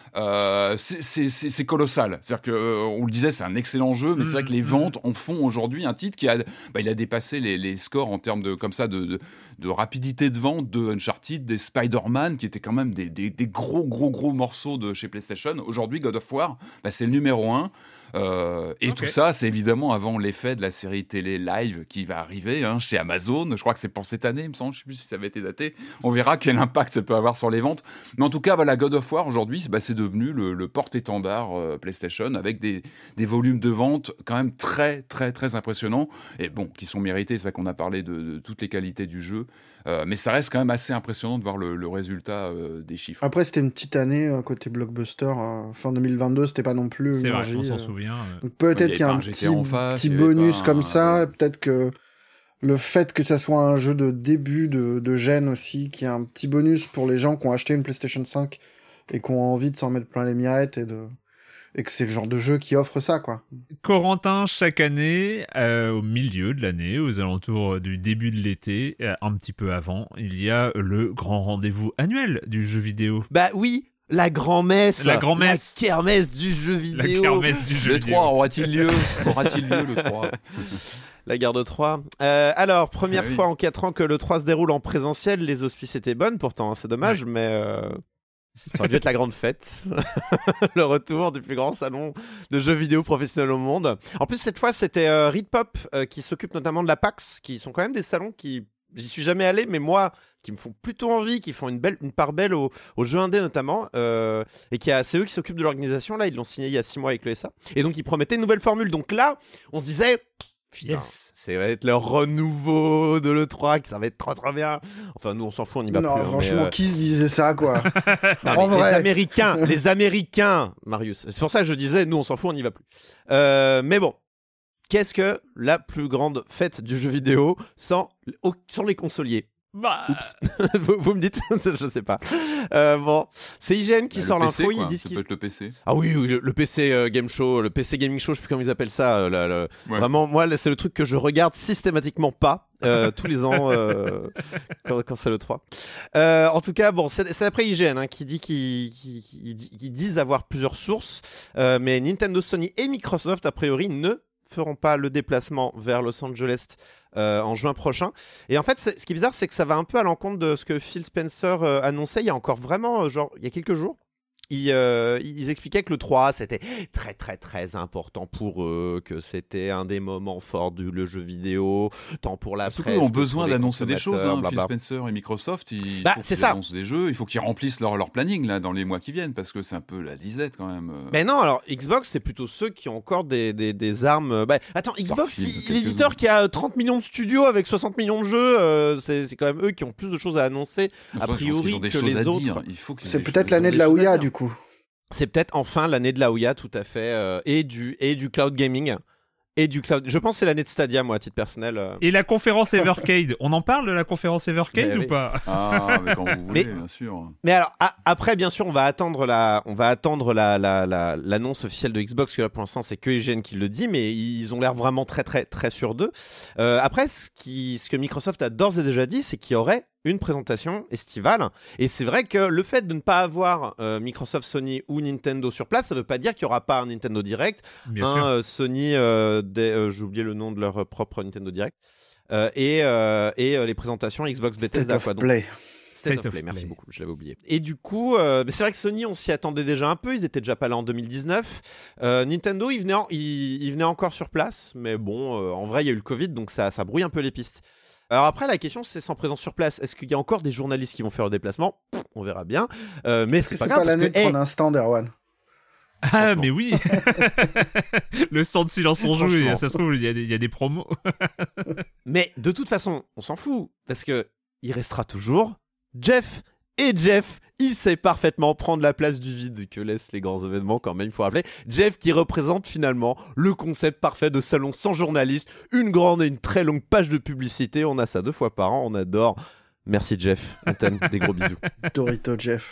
Euh, c'est, c'est, c'est, c'est colossal. C'est-à-dire que, euh, on le disait, c'est un excellent jeu, mais mmh, c'est vrai que les ventes en font aujourd'hui un titre qui a, bah, il a dépassé les, les scores en termes de, comme ça, de, de, de rapidité de vente de Uncharted, des Spider-Man, qui étaient quand même des, des, des gros, gros, gros morceaux de chez PlayStation. Aujourd'hui, God of War, bah, c'est le numéro un. Euh, et okay. tout ça, c'est évidemment avant l'effet de la série télé live qui va arriver hein, chez Amazon. Je crois que c'est pour cette année, il me semble. Je ne sais plus si ça avait été daté. On verra quel impact ça peut avoir sur les ventes. Mais en tout cas, voilà, God of War aujourd'hui, bah, c'est devenu le, le porte-étendard euh, PlayStation avec des, des volumes de vente quand même très, très, très impressionnants et bon, qui sont mérités. C'est vrai qu'on a parlé de, de toutes les qualités du jeu. Euh, mais ça reste quand même assez impressionnant de voir le, le résultat euh, des chiffres. Après, c'était une petite année euh, côté blockbuster. Euh, fin deux mille vingt-deux, c'était pas non plus. C'est une vrai, on s'en euh... souvient. Euh... Donc peut-être qu'il y a un petit, face, petit bonus comme un... ça. Ouais. Peut-être que le fait que ça soit un jeu de début de, de gène aussi, qu'il y a un petit bonus pour les gens qui ont acheté une PlayStation cinq et qui ont envie de s'en mettre plein les mirettes et de... et que c'est le genre de jeu qui offre ça, quoi. Corentin, chaque année, euh, au milieu de l'année, aux alentours du début de l'été, euh, un petit peu avant, il y a le grand rendez-vous annuel du jeu vidéo. Bah oui, la grand-messe, la grand-messe, la kermesse du jeu vidéo. La kermesse du jeu le vidéo. trois, aura-t-il lieu Aura-t-il lieu le trois La guerre de Troie. Euh, alors, première ah, oui. fois en quatre ans que le trois se déroule en présentiel, les auspices étaient bonnes, pourtant, hein, c'est dommage, ouais. mais... Euh... Ça aurait dû être la grande fête, le retour du plus grand salon de jeux vidéo professionnel au monde. En plus, cette fois, c'était euh, Ritpop euh, qui s'occupe notamment de la PAX, qui sont quand même des salons qui, j'y suis jamais allé, mais moi, qui me font plutôt envie, qui font une, belle, une part belle aux, aux jeux indés notamment, euh, et qui a, c'est eux qui s'occupent de l'organisation. Là, ils l'ont signé il y a six mois avec l'E S A, et donc ils promettaient une nouvelle formule. Donc là, on se disait... Putain, yes. Ça va être le renouveau de l'E trois, que ça va être trop trop bien. Enfin, nous on s'en fout, on y va non, plus. Non, franchement, mais, euh... qui se disait ça, quoi? non, en vrai. Les Américains, les Américains, Marius. C'est pour ça que je disais, nous on s'en fout, on n'y va plus. Euh, mais bon, qu'est-ce que la plus grande fête du jeu vidéo sans, sans les consoliers? Bah... Oups. vous, vous me dites, je sais pas. Euh, bon, c'est I G N qui bah, sort P C, l'info. Quoi. Ils disent ça qu'ils... peut être le P C. Ah oui, oui le, le P C euh, Game Show, le P C Gaming Show, je sais plus comment ils appellent ça. Euh, là, là. Ouais. Vraiment, moi, là, c'est le truc que je regarde systématiquement pas euh, tous les ans euh, quand, quand c'est le trois. Euh, en tout cas, bon, c'est, c'est après I G N hein, qui dit qu'ils, qu'ils, qu'ils, qu'ils disent avoir plusieurs sources, euh, mais Nintendo, Sony et Microsoft, a priori, ne feront pas le déplacement vers Los Angeles euh, en juin prochain. Et en fait, ce qui est bizarre, c'est que ça va un peu à l'encontre de ce que Phil Spencer euh, annonçait il y a encore vraiment, euh, genre, il y a quelques jours. Ils, euh, ils expliquaient que le trois, c'était très très très important pour eux, que c'était un des moments forts du le jeu vidéo, tant pour la Surtout presse. Ils ont besoin d'annoncer des choses, hein, Phil Spencer et Microsoft, ils, bah, faut c'est qu'ils ça. annoncent des jeux, il faut qu'ils remplissent leur, leur planning là, dans les mois qui viennent, parce que c'est un peu la disette quand même. Mais non, alors Xbox, c'est plutôt ceux qui ont encore des, des, des armes... Bah, attends, Xbox, c'est l'éditeur qui a trente millions de studios avec soixante millions de jeux, euh, c'est, c'est quand même eux qui ont plus de choses à annoncer, donc, a priori, que les autres. Il faut c'est peut-être l'année de la Ouya, du coup. C'est peut-être enfin l'année de la Ouya, tout à fait, euh, et, du, et du cloud gaming. Et du cloud. Je pense que c'est l'année de Stadia, moi, à titre personnel. Euh... Et la conférence Evercade, on en parle de la conférence Evercade mais ou oui. pas? Ah, mais quand vous voulez, mais, bien sûr. Mais alors, a, après, bien sûr, on va attendre la, on va attendre la, la, la, l'annonce officielle de Xbox, parce que là, pour l'instant, c'est que I G N qui le dit, mais ils ont l'air vraiment très, très, très sûrs d'eux. Euh, après, ce, qui, ce que Microsoft a d'ores et déjà dit, c'est qu'il y aurait une présentation estivale. Et c'est vrai que le fait de ne pas avoir euh, Microsoft, Sony ou Nintendo sur place, ça ne veut pas dire qu'il n'y aura pas un Nintendo Direct, bien un sûr. Euh, Sony, euh, des, euh, j'ai oublié le nom de leur propre Nintendo Direct, euh, et, euh, et euh, les présentations Xbox Bethesda. State of quoi. Donc, Play. State, State of Play, merci play. beaucoup, je l'avais oublié. Et du coup, euh, c'est vrai que Sony, on s'y attendait déjà un peu, ils étaient déjà pas là en deux mille dix-neuf. Euh, Nintendo, ils venaient, en, ils, ils venaient encore sur place, mais bon, euh, en vrai, il y a eu le Covid, donc ça, ça brouille un peu les pistes. Alors après, la question, c'est sans présence sur place. Est-ce qu'il y a encore des journalistes qui vont faire le déplacement ? On verra bien. Euh, mais c'est, c'est pas pas grave. C'est pas l'année que, de prendre hey, un stand, Erwan. Ah, mais oui. Le stand Silence on joue, ça se trouve, il y, y a des promos. Mais de toute façon, on s'en fout, parce que il restera toujours Jeff. Et Jeff, il sait parfaitement prendre la place du vide que laissent les grands événements quand même, il faut rappeler. Jeff qui représente finalement le concept parfait de salon sans journaliste, une grande et une très longue page de publicité, on a ça deux fois par an, on adore. Merci Jeff, on t'aime, des gros bisous. Dorito Jeff.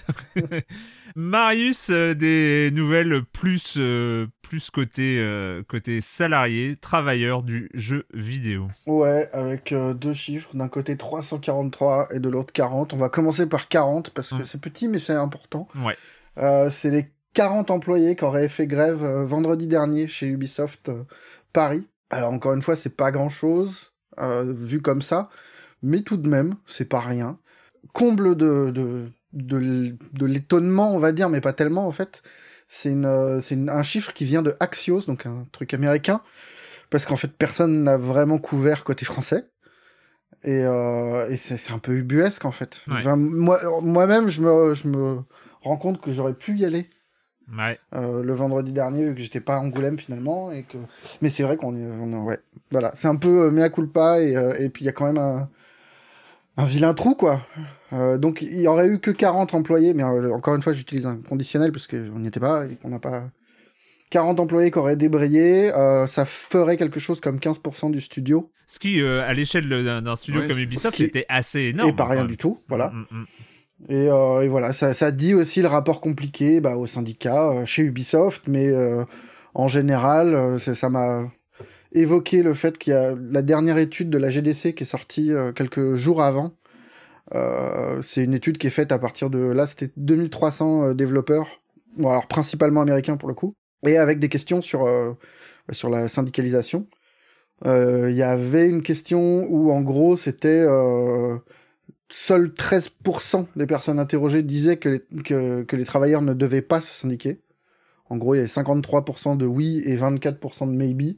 Marius, euh, des nouvelles plus, euh, plus côté, euh, côté salarié, travailleur du jeu vidéo. Ouais, avec euh, deux chiffres, d'un côté trois cent quarante-trois et de l'autre quarante. On va commencer par quarante parce que mmh. c'est petit mais c'est important. Ouais. Euh, c'est les quarante employés qui auraient fait grève euh, vendredi dernier chez Ubisoft euh, Paris. Alors encore une fois, c'est pas grand-chose euh, vu comme ça, mais tout de même, c'est pas rien. Comble de... de De, de l'étonnement, on va dire, mais pas tellement en fait. C'est, une, c'est une, un chiffre qui vient de Axios, donc un truc américain, parce qu'en fait personne n'a vraiment couvert côté français. Et, euh, et c'est, c'est un peu ubuesque en fait. Ouais. Enfin, moi, moi-même, je me, je me rends compte que j'aurais pu y aller ouais. euh, le vendredi dernier, vu que j'étais pas à Angoulême finalement. Et que... Mais c'est vrai qu'on est. On est ouais. Voilà, c'est un peu euh, mea culpa, et, euh, et puis il y a quand même un. Un vilain trou, quoi. Euh, donc, il y aurait eu que quarante employés, mais euh, encore une fois, j'utilise un conditionnel parce qu'on n'y était pas et qu'on n'a pas... quarante employés qui auraient débrayé, euh, ça ferait quelque chose comme quinze pour cent du studio. Ce qui, euh, à l'échelle d'un, d'un studio ouais, comme Ubisoft, qui... était assez énorme. Et pas rien du tout, voilà. Mm-hmm. Et, euh, et voilà, ça, ça dit aussi le rapport compliqué bah, au syndicat, euh, chez Ubisoft, mais euh, en général, euh, ça m'a... évoquer le fait qu'il y a la dernière étude de la G D C qui est sortie euh, quelques jours avant. Euh, c'est une étude qui est faite à partir de... Là, c'était deux mille trois cents euh, développeurs, bon, alors principalement américains pour le coup, et avec des questions sur, euh, sur la syndicalisation. Il euh, y avait une question où, en gros, c'était... Euh, seuls treize pour cent des personnes interrogées disaient que les, que, que les travailleurs ne devaient pas se syndiquer. En gros, il y avait cinquante-trois pour cent de oui et vingt-quatre pour cent de maybe.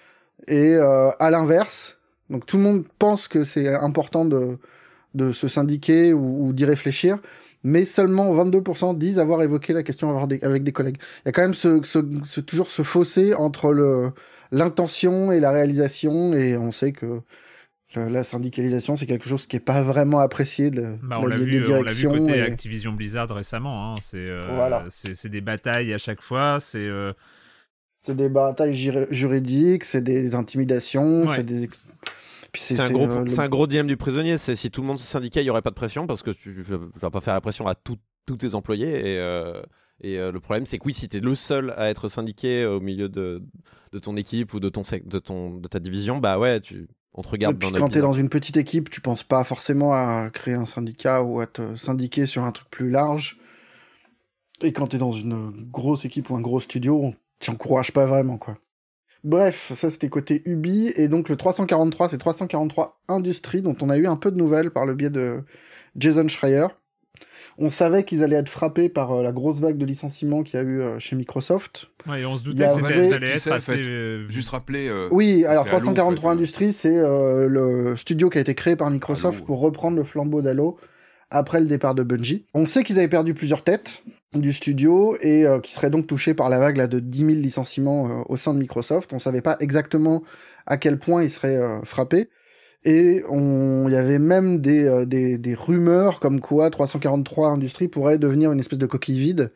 Et euh, à l'inverse, donc tout le monde pense que c'est important de, de se syndiquer ou, ou d'y réfléchir, mais seulement vingt-deux pour cent disent avoir évoqué la question avec des, avec des collègues. Il y a quand même ce, ce, ce, toujours ce fossé entre le, l'intention et la réalisation, et on sait que le, la syndicalisation, c'est quelque chose qui n'est pas vraiment apprécié de, bah, on la, l'a des, vu, des directions. On l'a vu côté et... Activision Blizzard récemment, hein. c'est, euh, voilà. c'est, c'est des batailles à chaque fois, c'est... Euh... C'est des batailles juridiques, c'est des intimidations, ouais. c'est des... C'est, c'est, un gros, euh, c'est le... un gros dilemme du prisonnier. C'est si tout le monde se syndiquait, il n'y aurait pas de pression parce que tu ne vas pas faire la pression à tout, tous tes employés. Et, euh, et euh, le problème, c'est que oui, si tu es le seul à être syndiqué au milieu de, de ton équipe ou de, ton, de, ton, de ta division, bah ouais, tu, on te regarde. Et puis quand tu es dans une petite équipe, tu penses pas forcément à créer un syndicat ou à te syndiquer sur un truc plus large. Et quand tu es dans une grosse équipe ou un gros studio, on t'y encourage pas vraiment, quoi. Bref, ça c'était côté Ubi, et donc le trois cent quarante-trois, c'est trois cent quarante-trois Industries, dont on a eu un peu de nouvelles par le biais de Jason Schreier. On savait qu'ils allaient être frappés par euh, la grosse vague de licenciements qu'il y a eu euh, chez Microsoft. Ouais, et on se doutait que c'était, ça allait être sais, assez... En fait, juste rappeler... Euh, oui, alors trois cent quarante-trois Halo, en fait, Industries, c'est euh, le studio qui a été créé par Microsoft Halo. Pour reprendre le flambeau d'Halo après le départ de Bungie. On sait qu'ils avaient perdu plusieurs têtes du studio et euh, qui seraient donc touchés par la vague là, de dix mille licenciements euh, au sein de Microsoft. On savait pas exactement à quel point ils seraient euh, frappés. Et on... il y avait même des, euh, des, des rumeurs comme quoi trois cent quarante-trois Industries pourrait devenir une espèce de coquille vide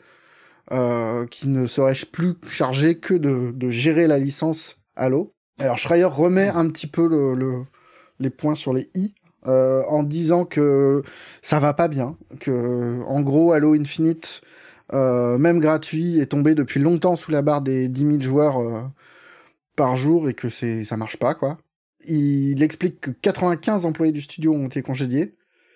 euh, qui ne serait plus chargée que de, de gérer la licence Halo. Alors Schreier remet un petit peu le, le, les points sur les i euh, en disant que ça va pas bien, que en gros Halo Infinite, euh, même gratuit, est tombé depuis longtemps sous la barre des dix mille joueurs euh, par jour et que c'est, ça marche pas, quoi. Il explique que quatre-vingt-quinze employés du studio ont été congédiés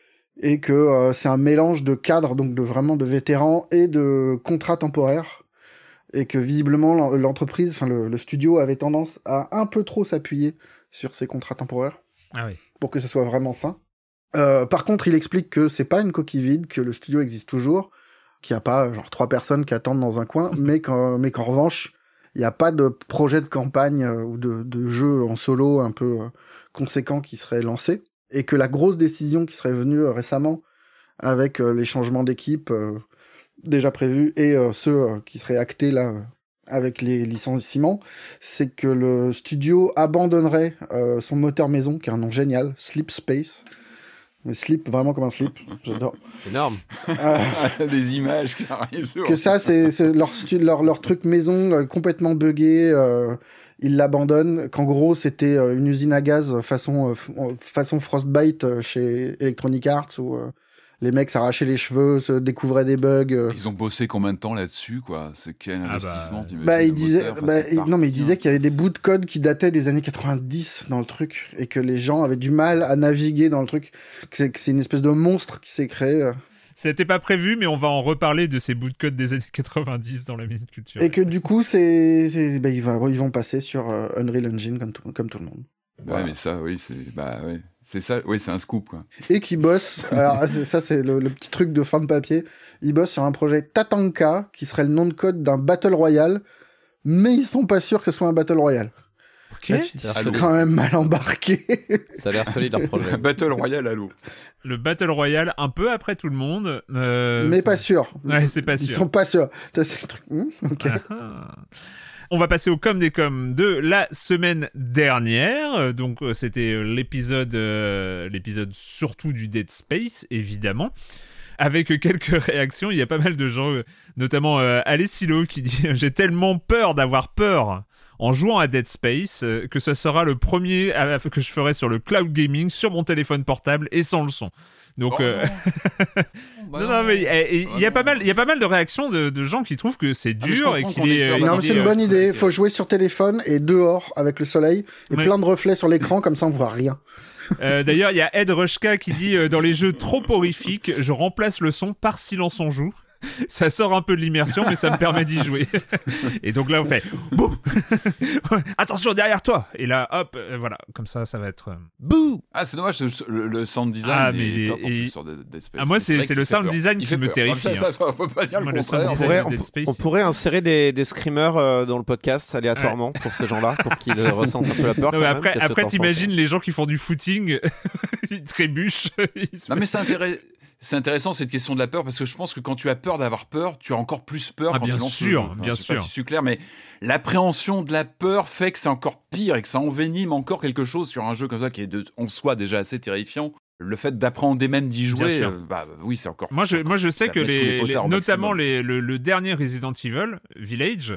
et que euh, c'est un mélange de cadres, donc de vraiment de vétérans et de contrats temporaires, et que visiblement l'entreprise, enfin le, le studio avait tendance à un peu trop s'appuyer sur ces contrats temporaires ah oui. pour que ce soit vraiment sain. Euh, par contre, il explique que c'est pas une coquille vide, que le studio existe toujours, qu'il n'y a pas genre trois personnes qui attendent dans un coin, mais qu'en, mais qu'en revanche, il n'y a pas de projet de campagne euh, ou de, de jeu en solo un peu euh, conséquent qui serait lancé, et que la grosse décision qui serait venue euh, récemment avec euh, les changements d'équipe euh, déjà prévus et euh, ceux euh, qui seraient actés là euh, avec les licenciements, c'est que le studio abandonnerait euh, son moteur maison, qui a un nom génial, Sleep Space. Mais slip, vraiment comme un slip, j'adore. C'est énorme. Euh, Des images qui arrivent sur... Que ça, c'est, c'est leur, leur, leur truc maison euh, complètement buggé, euh, ils l'abandonnent, qu'en gros, c'était euh, une usine à gaz façon, euh, f- façon Frostbite euh, chez Electronic Arts, où euh, les mecs s'arrachaient les cheveux, se découvraient des bugs. Euh. Ils ont bossé combien de temps là-dessus, quoi? C'est quel Ah investissement, bah, tu Bah, il disait, bah, il, non, mais il disait qu'il y avait des bouts de code qui dataient des années quatre-vingt-dix dans le truc, et que les gens avaient du mal à naviguer dans le truc, que c'est, que c'est une espèce de monstre qui s'est créé. Euh. C'était pas prévu, mais on va en reparler de ces bouts de code des années quatre-vingt-dix dans la Minute Culture. Et que du coup, c'est, c'est bah, ils, va, ils vont passer sur euh, Unreal Engine comme tout, comme tout le monde. Voilà. Ouais, mais ça, oui, c'est, bah, ouais. C'est ça, oui, c'est un scoop, quoi. Et qui bosse, alors c'est, ça c'est le, le petit truc de fin de papier, il bosse sur un projet Tatanka, qui serait le nom de code d'un Battle Royale, mais ils sont pas sûrs que ce soit un Battle Royale. Ok. Là, c'est quand même mal embarqué. Ça a l'air solide leur projet. Battle Royale à l'eau. Le Battle Royale, un peu après tout le monde. Euh, mais c'est... pas sûr. Ouais, c'est pas sûr. Ils sont pas sûrs. Ça, c'est le truc. Mmh, ok. Ah. On va passer au com des coms de la semaine dernière. Donc c'était l'épisode, euh, l'épisode surtout du Dead Space, évidemment. Avec quelques réactions, il y a pas mal de gens, notamment euh, Alessilo qui dit « J'ai tellement peur d'avoir peur en jouant à Dead Space euh, que ce sera le premier à, à, que je ferai sur le cloud gaming, sur mon téléphone portable et sans le son. » Donc, oh, euh... non. bah non, non, mais il y, y a pas mal, il y a pas mal de réactions de, de gens qui trouvent que c'est dur ah, et qu'il est. Non, mais c'est une bonne idée. Il faut jouer sur téléphone et dehors avec le soleil et ouais. plein de reflets sur l'écran, comme ça on voit rien. Euh, d'ailleurs, il y a Ed Rushka qui dit euh, dans les jeux trop horrifiques, je remplace le son par silence on joue. Ça sort un peu de l'immersion, mais ça me permet d'y jouer. Et donc là, on fait bouh. Attention derrière toi. Et là, hop, euh, voilà, comme ça, ça va être euh, bouh. Ah, c'est dommage, le, le sound design ah, mais est top et... en plus sur Dead Space. Ah, moi, c'est, c'est, c'est le sound peur. design il qui me peur. terrifie. Ça, ça, ça, on peut pas dire moi, le contraire. On pourrait, on, on pourrait insérer des, des screamers euh, dans le podcast aléatoirement ouais. pour ces gens-là, pour qu'ils ressentent un peu la peur. Non, mais après, même, après t'imagines les gens qui font du footing, ils trébuchent. Ils non, mais c'est intéressant. C'est intéressant cette question de la peur parce que je pense que quand tu as peur d'avoir peur, tu as encore plus peur ah, quand bien tu lances sûr, le jeu. Enfin, bien je sais sûr. pas si c'est clair, mais l'appréhension de la peur fait que c'est encore pire et que ça envenime encore quelque chose sur un jeu comme ça qui est de, en soi déjà assez terrifiant. Le fait d'appréhender même d'y jouer, euh, bah oui, c'est encore. Moi, je, encore, moi, je sais que les, les, les notamment les, le, le dernier Resident Evil Village.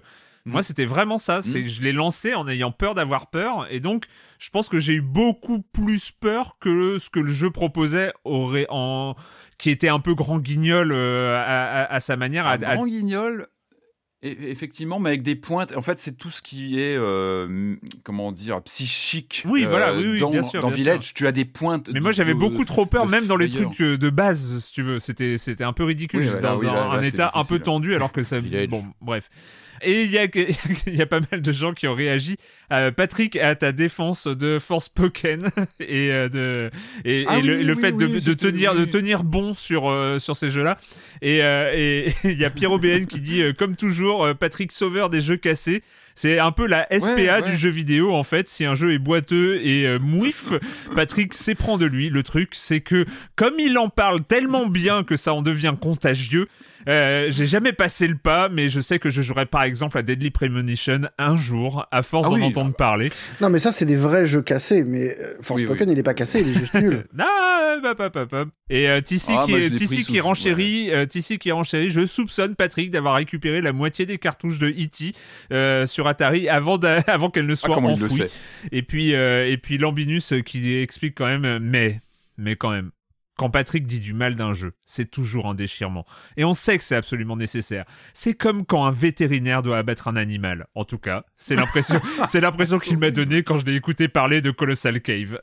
Moi, mmh. c'était vraiment ça. Mmh. C'est, je l'ai lancé en ayant peur d'avoir peur. Et donc, je pense que j'ai eu beaucoup plus peur que ce que le jeu proposait aurait en... qui était un peu grand guignol euh, à, à, à sa manière. Un à, grand à... guignol, effectivement, mais avec des pointes. En fait, c'est tout ce qui est, euh, comment dire, psychique. Oui, euh, voilà, oui, oui, dans, bien sûr. Dans bien Village, sûr. tu as des pointes. Mais moi, j'avais de, beaucoup trop peur, même dans les frayeur. trucs de base, si tu veux. C'était, c'était un peu ridicule. Oui, J'étais voilà, dans oui, un, là, là, un état un peu tendu, alors que ça. Bon, bref. Et il y a, il y a pas mal de gens qui ont réagi. Euh, Patrick, à ta défense de Forspoken et euh, de et, ah et oui, le, oui, le oui, fait oui, de, oui, de tenir oui. de tenir bon sur euh, sur ces jeux-là. Et euh, et il y a Pierrot B N qui dit euh, comme toujours, euh, Patrick sauveur des jeux cassés. C'est un peu la S P A ouais, du ouais. jeu vidéo en fait. Si un jeu est boiteux et euh, mouif, Patrick s'éprend de lui. Le truc, c'est que comme il en parle tellement bien que ça en devient contagieux. Euh, j'ai jamais passé le pas, mais je sais que je jouerai par exemple à Deadly Premonition un jour, à force ah d'en oui. entendre parler. Non, mais ça, c'est des vrais jeux cassés, mais Forspoken, oui, oui. il est pas cassé, il est juste nul. Non, bah, bah, bah, bah. Et euh, Tissi ah, qui, moi, Tissi qui renchérit, ouais. euh, Tissi qui renchérit, je soupçonne Patrick d'avoir récupéré la moitié des cartouches de E T euh, sur Atari avant, avant qu'elle ne soit ah, enfouie. Et puis, euh, et puis Lambinus qui explique quand même, mais, mais quand même. Quand Patrick dit du mal d'un jeu, c'est toujours un déchirement. Et on sait que c'est absolument nécessaire. C'est comme quand un vétérinaire doit abattre un animal. En tout cas, c'est l'impression, c'est l'impression qu'il m'a donnée quand je l'ai écouté parler de Colossal Cave.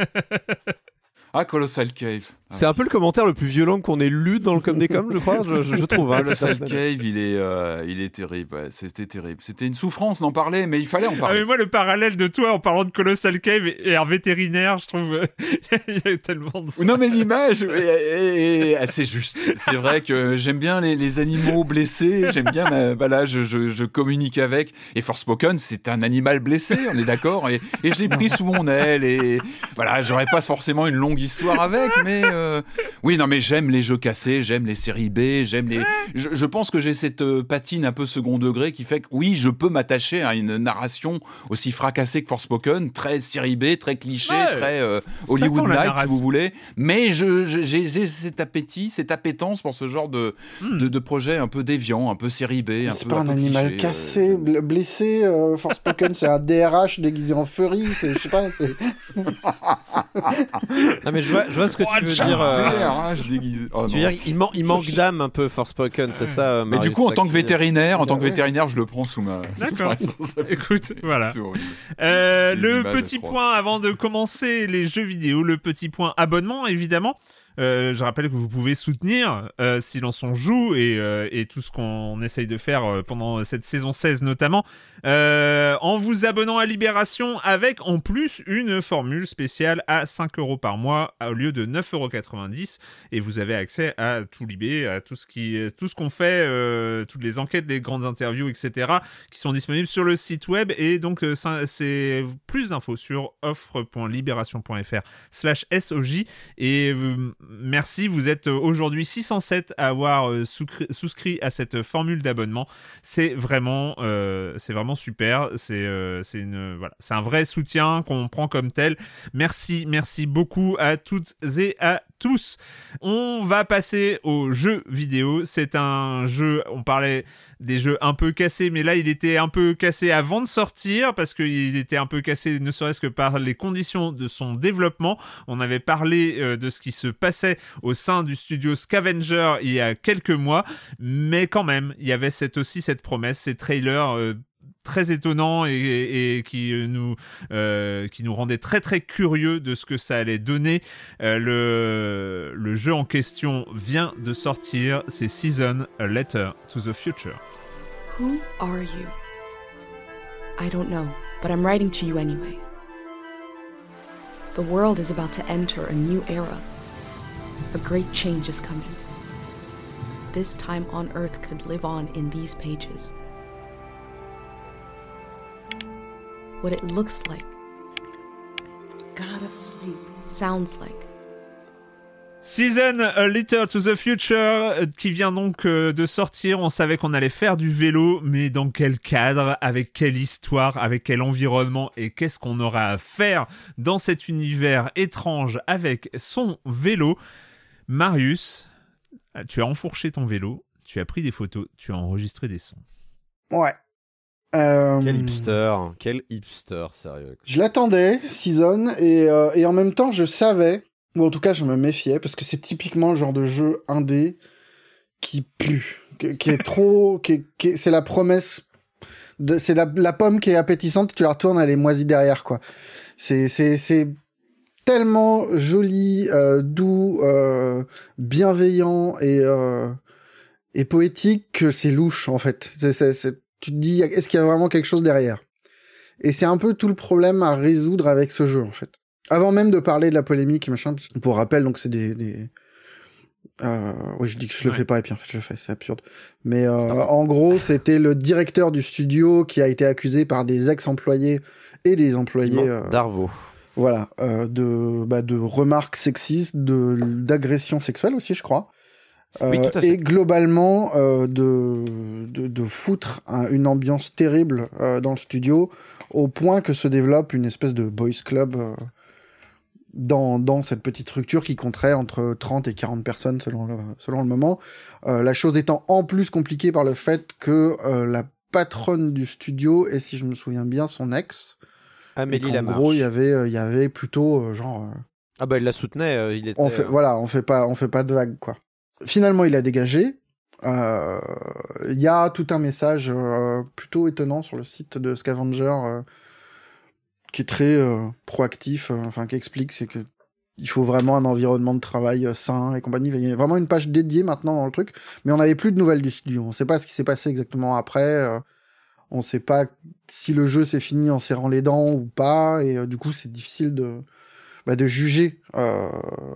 Ah, Colossal Cave. Ah. C'est un peu le commentaire le plus violent qu'on ait lu dans le Com des Com, je crois, je, je, je trouve. Hein, Colossal Cave, il est, euh, il est terrible. Ouais, c'était terrible. C'était une souffrance d'en parler, mais il fallait en parler. Ah, mais moi, le parallèle de toi en parlant de Colossal Cave et un vétérinaire, je trouve, il y a tellement de ça. Non, mais l'image est, est, est assez juste. C'est vrai que j'aime bien les, les animaux blessés. J'aime bien, bah, bah là, je, je, je communique avec. Et Forspoken, c'est un animal blessé, on est d'accord. Et, et je l'ai pris sous mon aile. Et voilà, j'aurais pas forcément une longue histoire avec, mais euh... oui, non, mais j'aime les jeux cassés, j'aime les séries B, j'aime les. Je, je pense que j'ai cette euh, patine un peu second degré qui fait que oui, je peux m'attacher à une narration aussi fracassée que Forspoken, très série B, très cliché, ouais, très euh, Hollywood Night si vous voulez. Mais je, je, j'ai, j'ai cet appétit, cette appétence pour ce genre de hmm. de, de projet un peu déviant, un peu série B, un c'est peu. C'est pas un, un animal cliché, cassé, euh... blessé. Euh, Forspoken, c'est un D R H déguisé en furry. C'est, je sais pas. C'est... non mais je vois, je vois ce que oh, tu veux dire. Euh... Ah, je oh, tu veux dire, il, man- il manque d'âme un peu Forspoken, c'est ça. Mais Marius, du coup, en tant que vétérinaire, en tant que ouais. vétérinaire, je le prends sous ma. D'accord. Écoute, voilà. Euh, le petit point avant de commencer les jeux vidéo, le petit point abonnement, évidemment. Euh, je rappelle que vous pouvez soutenir euh, Silence on joue et, euh, et tout ce qu'on essaye de faire euh, pendant cette saison seize notamment euh, en vous abonnant à Libération avec en plus une formule spéciale à cinq euros par mois au lieu de neuf euros quatre-vingt-dix et vous avez accès à tout Libé, à tout ce, qui, tout ce qu'on fait, euh, toutes les enquêtes, les grandes interviews, et cetera qui sont disponibles sur le site web et donc euh, c'est plus d'infos sur offre.libération.fr slash SOJ et euh, merci, vous êtes aujourd'hui six cent sept à avoir euh, souscrit, souscrit à cette formule d'abonnement. C'est vraiment, euh, c'est vraiment super. C'est, euh, c'est une, voilà, c'est un vrai soutien qu'on prend comme tel. Merci, merci beaucoup à toutes et à tous. On va passer aux jeux vidéo. C'est un jeu, on parlait des jeux un peu cassés, mais là il était un peu cassé avant de sortir parce qu'il était un peu cassé ne serait-ce que par les conditions de son développement. On avait parlé euh, de ce qui se passait au sein du studio Scavenger il y a quelques mois, mais quand même il y avait cette, aussi cette promesse, ces trailers euh, très étonnant et, et, et qui nous euh, qui nous rendait très très curieux de ce que ça allait donner. Euh, le le jeu en question vient de sortir, c'est Season, A Letter to the Future. Who are you? I don't know, but I'm writing to you anyway. The world is about to enter a new era. A great change is coming. This time on Earth could live on in these pages. What it looks like, God of sleep, sounds like. Season, A Letter to the Future, qui vient donc de sortir. On savait qu'on allait faire du vélo, mais dans quel cadre, avec quelle histoire, avec quel environnement, et qu'est-ce qu'on aura à faire dans cet univers étrange avec son vélo. Marius, tu as enfourché ton vélo, tu as pris des photos, tu as enregistré des sons. Ouais. Euh... Quel hipster, quel hipster, sérieux. Je l'attendais, Season, et, euh, et en même temps, je savais, ou en tout cas, je me méfiais, parce que c'est typiquement le genre de jeu indé qui pue, qui, qui est trop... qui, qui, c'est la promesse... De, c'est la, la pomme qui est appétissante, tu la retournes, elle est moisie derrière, quoi. C'est, c'est, c'est tellement joli, euh, doux, euh, bienveillant et, euh, et poétique que c'est louche, en fait. C'est, c'est, c'est, tu te dis, est-ce qu'il y a vraiment quelque chose derrière ? Et c'est un peu tout le problème à résoudre avec ce jeu, en fait. Avant même de parler de la polémique, machin, pour rappel, donc c'est des... des... Euh, oui, je dis que je le ouais. fais pas et puis en fait je le fais, c'est absurde. Mais euh, en gros, c'était le directeur du studio qui a été accusé par des ex-employés et des employés euh, d'Arvo. Voilà, euh, de bah, de remarques sexistes, de d'agressions sexuelles aussi, je crois. Euh, oui, tout à fait. Et globalement euh, de, de de foutre un, une ambiance terrible euh, dans le studio au point que se développe une espèce de boys club. Euh, Dans, dans cette petite structure qui compterait entre trente et quarante personnes selon le, selon le moment. Euh, la chose étant en plus compliquée par le fait que euh, la patronne du studio est, si je me souviens bien, son ex. Amélie Lamarche. En gros, il y avait, euh, il y avait plutôt euh, genre... Euh, ah bah il la soutenait, euh, il était... On fait, euh... Voilà, on fait pas, on fait pas de vagues, quoi. Finalement, il a dégagé. Il euh, y a tout un message euh, plutôt étonnant sur le site de Scavenger euh, qui est très euh, proactif, euh, enfin qui explique, c'est que il faut vraiment un environnement de travail euh, sain et compagnie. Il y a vraiment une page dédiée maintenant dans le truc, mais on n'avait plus de nouvelles du studio. On ne sait pas ce qui s'est passé exactement après. Euh, on ne sait pas si le jeu s'est fini en serrant les dents ou pas, et euh, du coup c'est difficile de bah, de juger euh,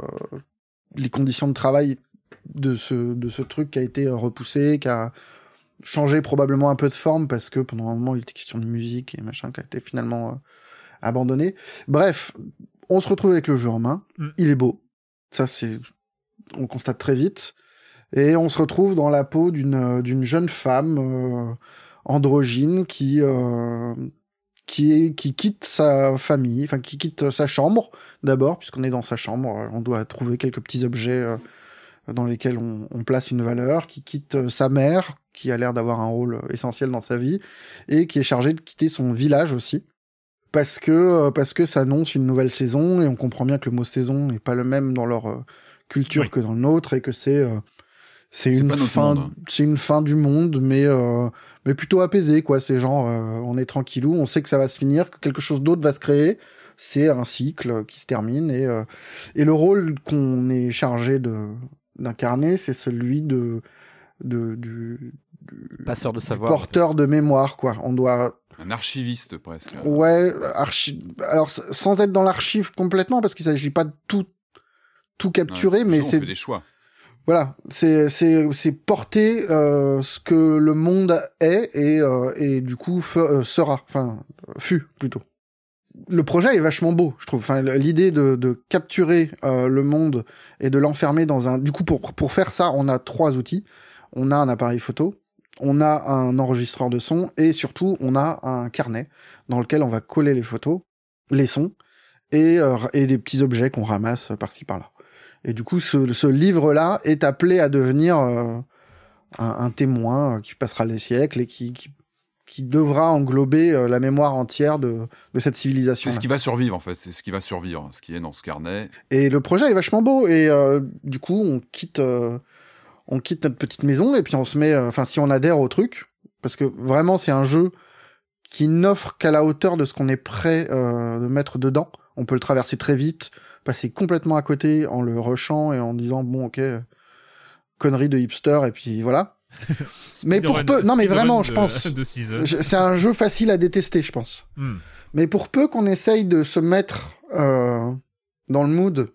les conditions de travail de ce de ce truc qui a été repoussé, qui a changé probablement un peu de forme parce que pendant un moment il était question de musique et machin, qui a été finalement euh, abandonné. Bref, on se retrouve avec le jeu en main. Mm. Il est beau. Ça, c'est... on constate très vite. Et on se retrouve dans la peau d'une, d'une jeune femme euh, androgyne qui, euh, qui, est, qui quitte sa famille, enfin, qui quitte sa chambre, d'abord, puisqu'on est dans sa chambre. On doit trouver quelques petits objets euh, dans lesquels on, on place une valeur, qui quitte sa mère, qui a l'air d'avoir un rôle essentiel dans sa vie, et qui est chargée de quitter son village aussi. Parce que, parce que ça annonce une nouvelle saison, et on comprend bien que le mot saison n'est pas le même dans leur euh, culture oui. que dans le nôtre, et que c'est, euh, c'est, c'est une fin, monde, hein. c'est une fin du monde, mais, euh, mais plutôt apaisée, quoi. C'est genre, euh, on est tranquillou, on sait que ça va se finir, que quelque chose d'autre va se créer. C'est un cycle qui se termine, et, euh, et le rôle qu'on est chargé de, d'incarner, c'est celui de, de, du, du, passeur de savoir, du porteur de mémoire, quoi. On doit, un archiviste, presque. Ouais, archi... alors sans être dans l'archive complètement, parce qu'il ne s'agit pas de tout, tout capturer, ouais, mais c'est... On fait des choix. Voilà, c'est, c'est, c'est porter euh, ce que le monde est et, euh, et du coup fe, euh, sera, enfin, fut plutôt. Le projet est vachement beau, je trouve. Enfin, l'idée de, de capturer euh, le monde et de l'enfermer dans un... Du coup, pour, pour faire ça, on a trois outils. On a un appareil photo, on a un enregistreur de son, et surtout, on a un carnet dans lequel on va coller les photos, les sons, et, euh, et des petits objets qu'on ramasse par-ci, par-là. Et du coup, ce, ce livre-là est appelé à devenir euh, un, un témoin qui passera les siècles et qui, qui, qui devra englober euh, la mémoire entière de, de cette civilisation. C'est ce qui va survivre, en fait. C'est ce qui va survivre, ce qui est dans ce carnet. Et le projet est vachement beau, et euh, du coup, on quitte... Euh, on quitte notre petite maison et puis on se met, enfin, euh, si on adhère au truc, parce que vraiment c'est un jeu qui n'offre qu'à la hauteur de ce qu'on est prêt euh, de mettre dedans. On peut le traverser très vite, passer complètement à côté en le rushant et en disant bon ok, connerie de hipster et puis voilà. Mais pour peu, non mais vraiment, je pense, c'est un jeu facile à détester, je pense. Mm. Mais pour peu qu'on essaye de se mettre euh, dans le mood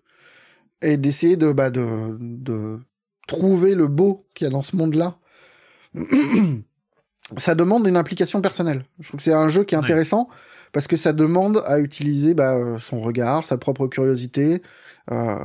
et d'essayer de bah de de trouver le beau qu'il y a dans ce monde-là, ça demande une implication personnelle. Je trouve que c'est un jeu qui est intéressant ouais. parce que ça demande à utiliser bah, son regard, sa propre curiosité. Euh,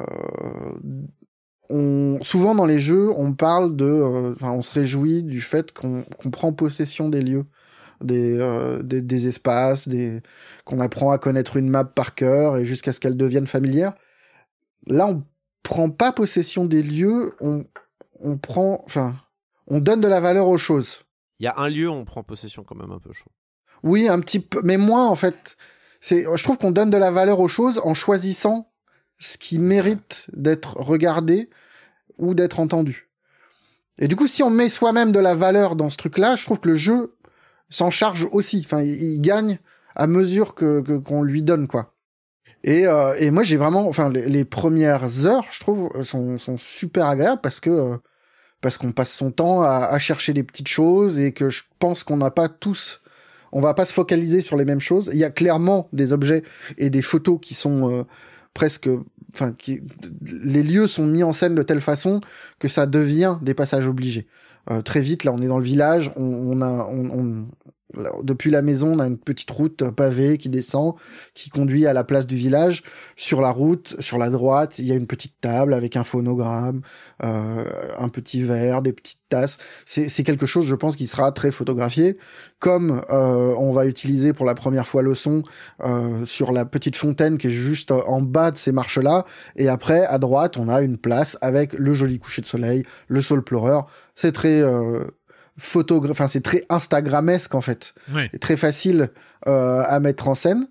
on, souvent dans les jeux, on parle de, euh, enfin, on se réjouit du fait qu'on, qu'on prend possession des lieux, des, euh, des, des espaces, des, qu'on apprend à connaître une map par cœur et jusqu'à ce qu'elle devienne familière. Là, on prend pas possession des lieux, on, on prend, enfin, on donne de la valeur aux choses. Il y a un lieu où on prend possession quand même un peu chaud. Oui, un petit peu, mais moins en fait. C'est, je trouve qu'on donne de la valeur aux choses en choisissant ce qui mérite d'être regardé ou d'être entendu. Et du coup, si on met soi-même de la valeur dans ce truc-là, je trouve que le jeu s'en charge aussi. Enfin, il, il gagne à mesure que, que qu'on lui donne, quoi. Et, euh, et moi, j'ai vraiment, enfin, les, les premières heures, je trouve, sont, sont super agréables parce que euh, parce qu'on passe son temps à, à chercher des petites choses et que je pense qu'on n'a pas tous, on va pas se focaliser sur les mêmes choses. Il y a clairement des objets et des photos qui sont euh, presque, enfin, qui, les lieux sont mis en scène de telle façon que ça devient des passages obligés. Euh, très vite, là, on est dans le village, on, on a, on, on depuis la maison, on a une petite route pavée qui descend, qui conduit à la place du village. Sur la route, sur la droite, il y a une petite table avec un phonogramme, euh, un petit verre, des petites tasses. C'est, c'est quelque chose, je pense, qui sera très photographié. Comme euh, on va utiliser pour la première fois le son euh, sur la petite fontaine qui est juste en bas de ces marches-là. Et après, à droite, on a une place avec le joli coucher de soleil, le saule pleureur. C'est très... Euh, photographe, enfin c'est très instagramesque en fait, oui. Et très facile euh, à mettre en scène,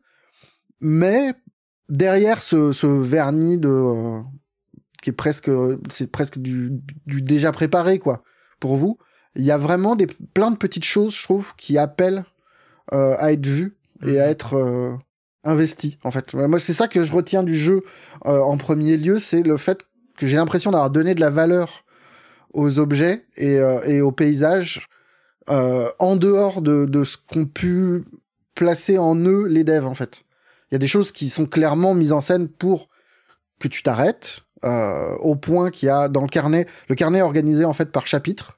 mais derrière ce, ce vernis de euh, qui est presque, c'est presque du, du déjà préparé quoi. Pour vous, il y a vraiment des plein de petites choses, je trouve, qui appellent euh, à être vues et mmh. à être euh, investies en fait. Moi, c'est ça que je retiens du jeu euh, en premier lieu, c'est le fait que j'ai l'impression d'avoir donné de la valeur aux objets et, euh, et aux paysages euh, en dehors de, de ce qu'ont pu placer en eux les devs en fait. Il y a des choses qui sont clairement mises en scène pour que tu t'arrêtes euh, au point qu'il y a dans le carnet, le carnet est organisé en fait par chapitre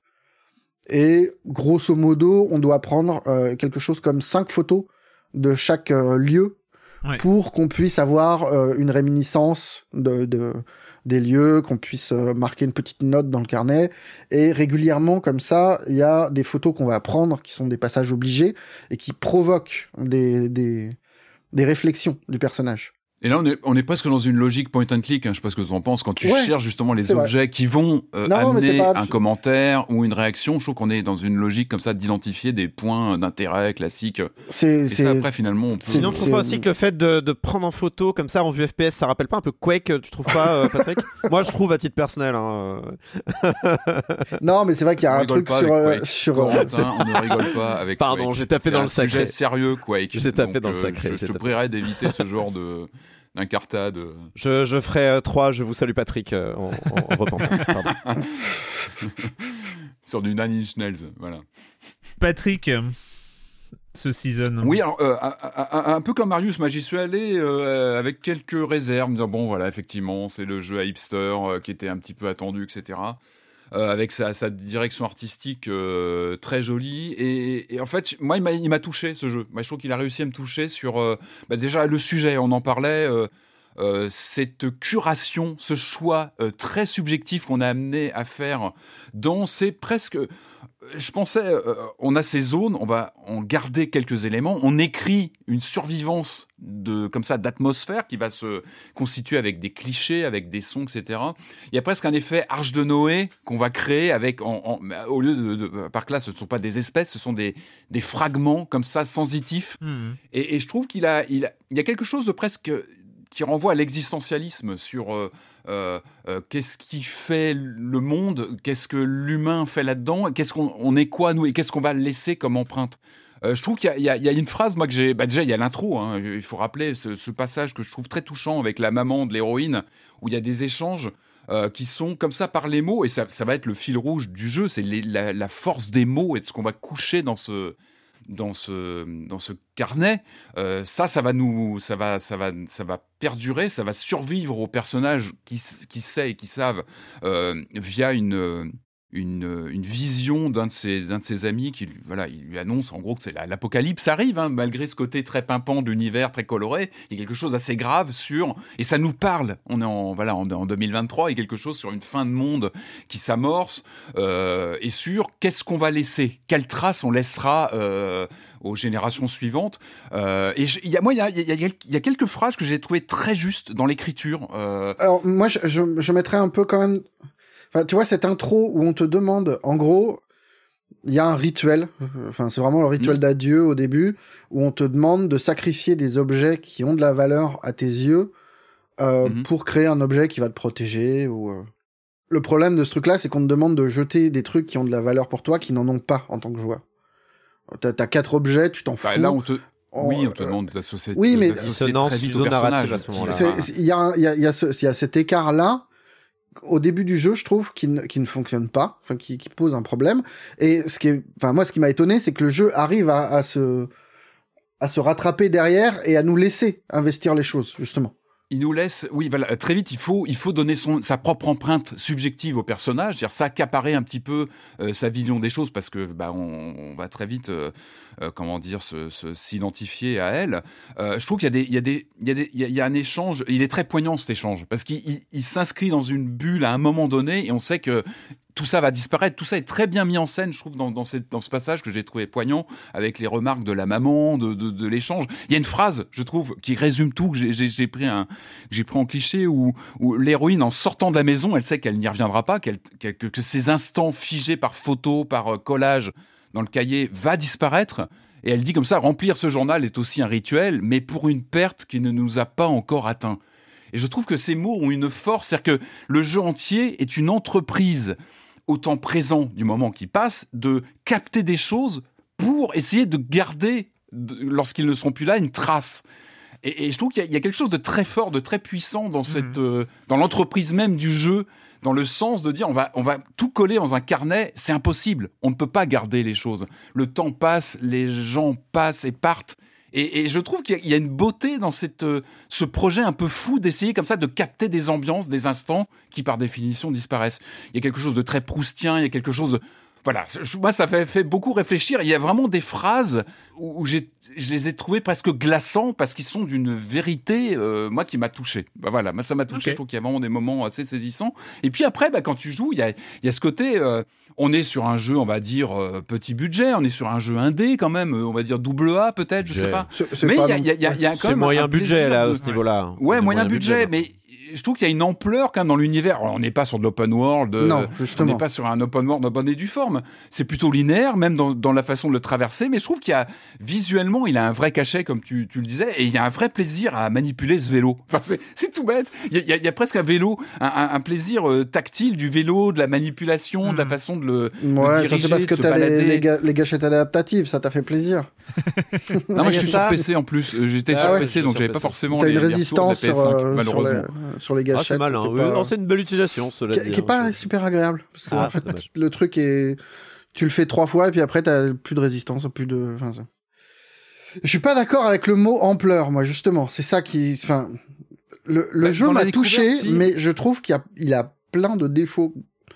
et grosso modo on doit prendre euh, quelque chose comme cinq photos de chaque euh, lieu ouais. pour qu'on puisse avoir euh, une réminiscence de, de des lieux, qu'on puisse euh, marquer une petite note dans le carnet, et régulièrement, comme ça, il y a des photos qu'on va prendre, qui sont des passages obligés, et qui provoquent des, des, des réflexions du personnage. Et là, on est, on est presque dans une logique point and click, hein, je sais pas ce que tu en penses, quand tu ouais, cherches justement les objets vrai. qui vont euh, non, amener pas... un commentaire ou une réaction, je trouve qu'on est dans une logique comme ça d'identifier des points d'intérêt classiques. C'est, et c'est... ça, après, finalement, on peut... Sinon, tu trouves pas aussi que le fait de, de prendre en photo comme ça en vue F P S, ça rappelle pas un peu Quake, tu trouves pas, euh, Patrick? Moi, je trouve à titre personnel. Hein. Non, mais c'est vrai qu'il y a on un truc sur... Euh, sur Corentin, on ne rigole pas avec Pardon, Quake. j'ai tapé c'est dans le sacré. C'est un sujet sérieux, Quake. J'ai tapé dans le sacré. Je, je te prierais d'éviter ce genre de... d'incartade. Je, je ferai euh, trois, je vous salue Patrick, euh, en, en, en repentance. Sur du Nine Inch Nails, voilà. Patrick, ce season. Oui, alors, euh, un, un, un peu comme Marius, moi j'y suis allé euh, avec quelques réserves, me disant bon voilà, effectivement, c'est le jeu à hipster euh, qui était un petit peu attendu, et cetera. Euh, avec sa, sa direction artistique euh, très jolie et, et en fait moi il m'a, il m'a touché ce jeu. Moi je trouve qu'il a réussi à me toucher sur euh, bah, déjà le sujet, on en parlait, euh, euh, cette curation, ce choix euh, très subjectif qu'on a amené à faire dans ces presque... Je pensais, euh, on a ces zones, on va en garder quelques éléments, on écrit une survivance de, comme ça, d'atmosphère qui va se constituer avec des clichés, avec des sons, et cetera. Il y a presque un effet Arche de Noé qu'on va créer avec, en, en, au lieu de, de, par là, ce ne sont pas des espèces, ce sont des, des fragments comme ça, sensitifs. Mmh. Et, et je trouve qu'il a, il a, il y a quelque chose de presque qui renvoie à l'existentialisme sur euh, euh, euh, qu'est-ce qui fait le monde, qu'est-ce que l'humain fait là-dedans, qu'est-ce qu'on on est quoi nous et qu'est-ce qu'on va laisser comme empreinte. Euh, je trouve qu'il y a, il y a, il y a une phrase moi que j'ai, bah déjà il y a l'intro, hein, il faut rappeler ce, ce passage que je trouve très touchant avec la maman de l'héroïne où il y a des échanges euh, qui sont comme ça par les mots et ça, ça va être le fil rouge du jeu, c'est les, la, la force des mots et de ce qu'on va coucher dans ce dans ce dans ce carnet. Euh, ça ça va nous ça va ça va ça va perdurer, ça va survivre aux personnages qui qui sait et qui savent euh, via une Une, une vision d'un de ses, d'un de ses amis qui voilà, il lui annonce en gros que c'est la, l'apocalypse arrive, hein, malgré ce côté très pimpant d'univers, très coloré. Il y a quelque chose d'assez grave sur... Et ça nous parle, on est en, voilà, en, en deux mille vingt-trois, il y a quelque chose sur une fin de monde qui s'amorce euh, et sur qu'est-ce qu'on va laisser, quelle trace on laissera euh, aux générations suivantes. Euh, et il y a, moi, il y a, y, a, y a quelques phrases que j'ai trouvées très justes dans l'écriture. Euh... Alors moi, je, je, je mettrais un peu quand même... Enfin, tu vois, cette intro où on te demande, en gros, il y a un rituel, enfin c'est vraiment le rituel mmh. d'adieu au début, où on te demande de sacrifier des objets qui ont de la valeur à tes yeux euh, mmh. pour créer un objet qui va te protéger. Ou, euh... Le problème de ce truc-là, c'est qu'on te demande de jeter des trucs qui ont de la valeur pour toi, qui n'en ont pas en tant que joueur. T'as, t'as quatre objets, tu t'en fous. Bah, là, on te... On, oui, on te demande d'associer, oui, mais d'associer très vite au personnage. À ce moment-là. Il y a, y a, y a, ce, y a cet écart-là, au début du jeu, je trouve, qui ne, qui ne fonctionne pas, enfin, qui, qui pose un problème. Et ce qui est, enfin, moi, ce qui m'a étonné, c'est que le jeu arrive à, à se, à se rattraper derrière et à nous laisser investir les choses, justement. Il nous laisse, oui, voilà, très vite, il faut, il faut donner son, sa propre empreinte subjective au personnage, c'est-à-dire s'accaparer un petit peu euh, sa vision des choses, parce que bah, on, on va très vite, euh, euh, comment dire, se, se, s'identifier à elle. Euh, je trouve qu'il y a des, il y a des, il y a des, il y a, il y a un échange. Il est très poignant cet échange, parce qu'il il, il s'inscrit dans une bulle à un moment donné, et on sait que tout ça va disparaître. Tout ça est très bien mis en scène, je trouve, dans, dans, cette, dans ce passage que j'ai trouvé poignant, avec les remarques de la maman, de, de, de l'échange. Il y a une phrase, je trouve, qui résume tout, que j'ai, j'ai, j'ai, pris, un, j'ai pris en cliché, où, où l'héroïne, en sortant de la maison, elle sait qu'elle n'y reviendra pas, qu'elle, qu'elle, que, que ces instants figés par photo, par euh, collage dans le cahier, va disparaître. Et elle dit comme ça, remplir ce journal est aussi un rituel, mais pour une perte qui ne nous a pas encore atteint. Et je trouve que ces mots ont une force, c'est-à-dire que le jeu entier est une entreprise au temps présent du moment qui passe, de capter des choses pour essayer de garder, de, lorsqu'ils ne sont plus là, une trace. Et, et je trouve qu'il y a, il y a quelque chose de très fort, de très puissant dans, cette, mmh. euh, dans l'entreprise même du jeu, dans le sens de dire on va, on va tout coller dans un carnet, c'est impossible, on ne peut pas garder les choses. Le temps passe, les gens passent et partent. Et, et je trouve qu'il y a, il y a une beauté dans cette, euh, ce projet un peu fou d'essayer comme ça de capter des ambiances, des instants qui par définition disparaissent. Il y a quelque chose de très proustien, il y a quelque chose de... Voilà, je, moi ça fait, fait beaucoup réfléchir. Il y a vraiment des phrases où, où j'ai, je les ai trouvées presque glaçants parce qu'ils sont d'une vérité, euh, moi, qui m'a touché. Bah voilà, moi ça m'a touché. Okay. Je trouve qu'il y a vraiment des moments assez saisissants. Et puis après, bah, quand tu joues, il y a, il y a ce côté... Euh, on est sur un jeu, on va dire, euh, petit budget, on est sur un jeu indé quand même, on va dire double A peut-être, je sais pas. C'est, c'est mais il y, y, y, y a quand c'est même moyen un budget là, de... à ce niveau-là. Ouais, moyen, moyen budget, budget mais je trouve qu'il y a une ampleur quand même dans l'univers. Alors, on n'est pas sur de l'open world, non, justement. On n'est pas sur un open world de bonne et due forme. C'est plutôt linéaire, même dans, dans la façon de le traverser, mais je trouve qu'il y a, visuellement, il a un vrai cachet, comme tu, tu le disais, et il y a un vrai plaisir à manipuler ce vélo. Enfin, c'est, c'est tout bête. Il y, a, il y a presque un vélo, un, un, un plaisir euh, tactile du vélo, de la manipulation, mmh. de la façon de le, ouais, de diriger, ça c'est parce que de t'as les, les, ga- les gâchettes adaptatives, ça t'a fait plaisir. Non, moi je suis sur P C en plus. J'étais ah sur ouais, P C, donc j'avais P C. Pas forcément. T'as les, une résistance les P S cinq, sur, malheureusement. sur, les, sur les gâchettes. Ah, c'est malin. Oui, pas... non, c'est une belle utilisation, cela qui, dit. Qui est pas super agréable. Parce que ah, en fait, le truc est. Tu le fais trois fois et puis après t'as plus de résistance, plus de. Enfin, ça... Je suis pas d'accord avec le mot ampleur, moi, justement. C'est ça qui. Enfin. Le, le bah, jeu m'a touché, si... mais je trouve qu'il a, il a plein de défauts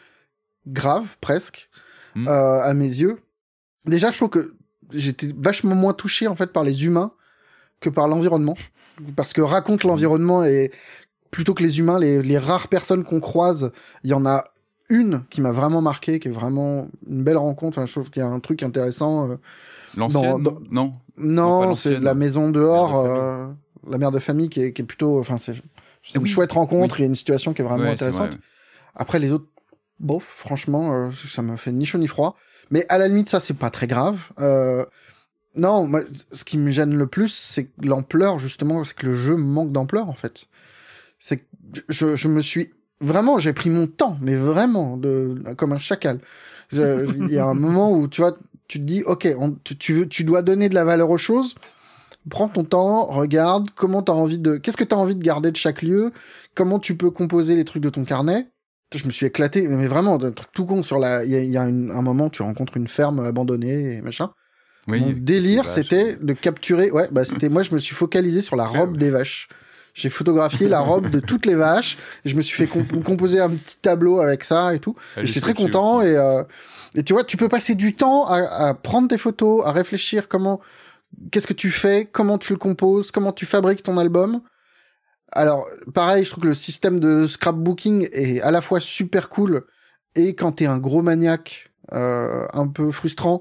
graves, presque, mmh. euh, à mes yeux. Déjà, je trouve que j'étais vachement moins touché, en fait, par les humains que par l'environnement. Parce que raconte l'environnement et plutôt que les humains, les, les rares personnes qu'on croise, il y en a une qui m'a vraiment marqué, qui est vraiment une belle rencontre. Enfin, je trouve qu'il y a un truc intéressant. Euh, L'ancienne, dans, dans... non Non, non c'est la maison dehors, mère de euh, la mère de famille qui est, qui est plutôt... Enfin, c'est, c'est une oui. chouette rencontre, oui. Il y a une situation qui est vraiment ouais, intéressante. Vrai, ouais. Après, les autres, bof, franchement, euh, ça m'a fait ni chaud ni froid. Mais à la limite, ça, c'est pas très grave. Euh, non, moi, ce qui me gêne le plus, c'est l'ampleur, justement, c'est que le jeu manque d'ampleur, en fait. C'est que je, je me suis... Vraiment, j'ai pris mon temps, mais vraiment, de, comme un chacal. Il y a un moment où, tu vois, tu te dis, OK, on, tu, tu, veux, tu dois donner de la valeur aux choses, prends ton temps, regarde, comment t'as envie de... Qu'est-ce que t'as envie de garder de chaque lieu, comment tu peux composer les trucs de ton carnet. Je me suis éclaté, mais vraiment, un truc tout con sur la... Il y a, il y a une, un moment, tu rencontres une ferme abandonnée et machin. Oui, mon délire, c'était de capturer... Ouais, bah c'était... Moi, je me suis focalisé sur la robe des vaches. J'ai photographié la robe de toutes les vaches, et je me suis fait comp- composer un petit tableau avec ça et tout. Et j'étais très content, et, euh, et tu vois, tu peux passer du temps à, à prendre tes photos, à réfléchir comment... Qu'est-ce que tu fais, comment tu le composes, comment tu fabriques ton album. Alors, pareil, je trouve que le système de scrapbooking est à la fois super cool et quand t'es un gros maniaque, euh, un peu frustrant,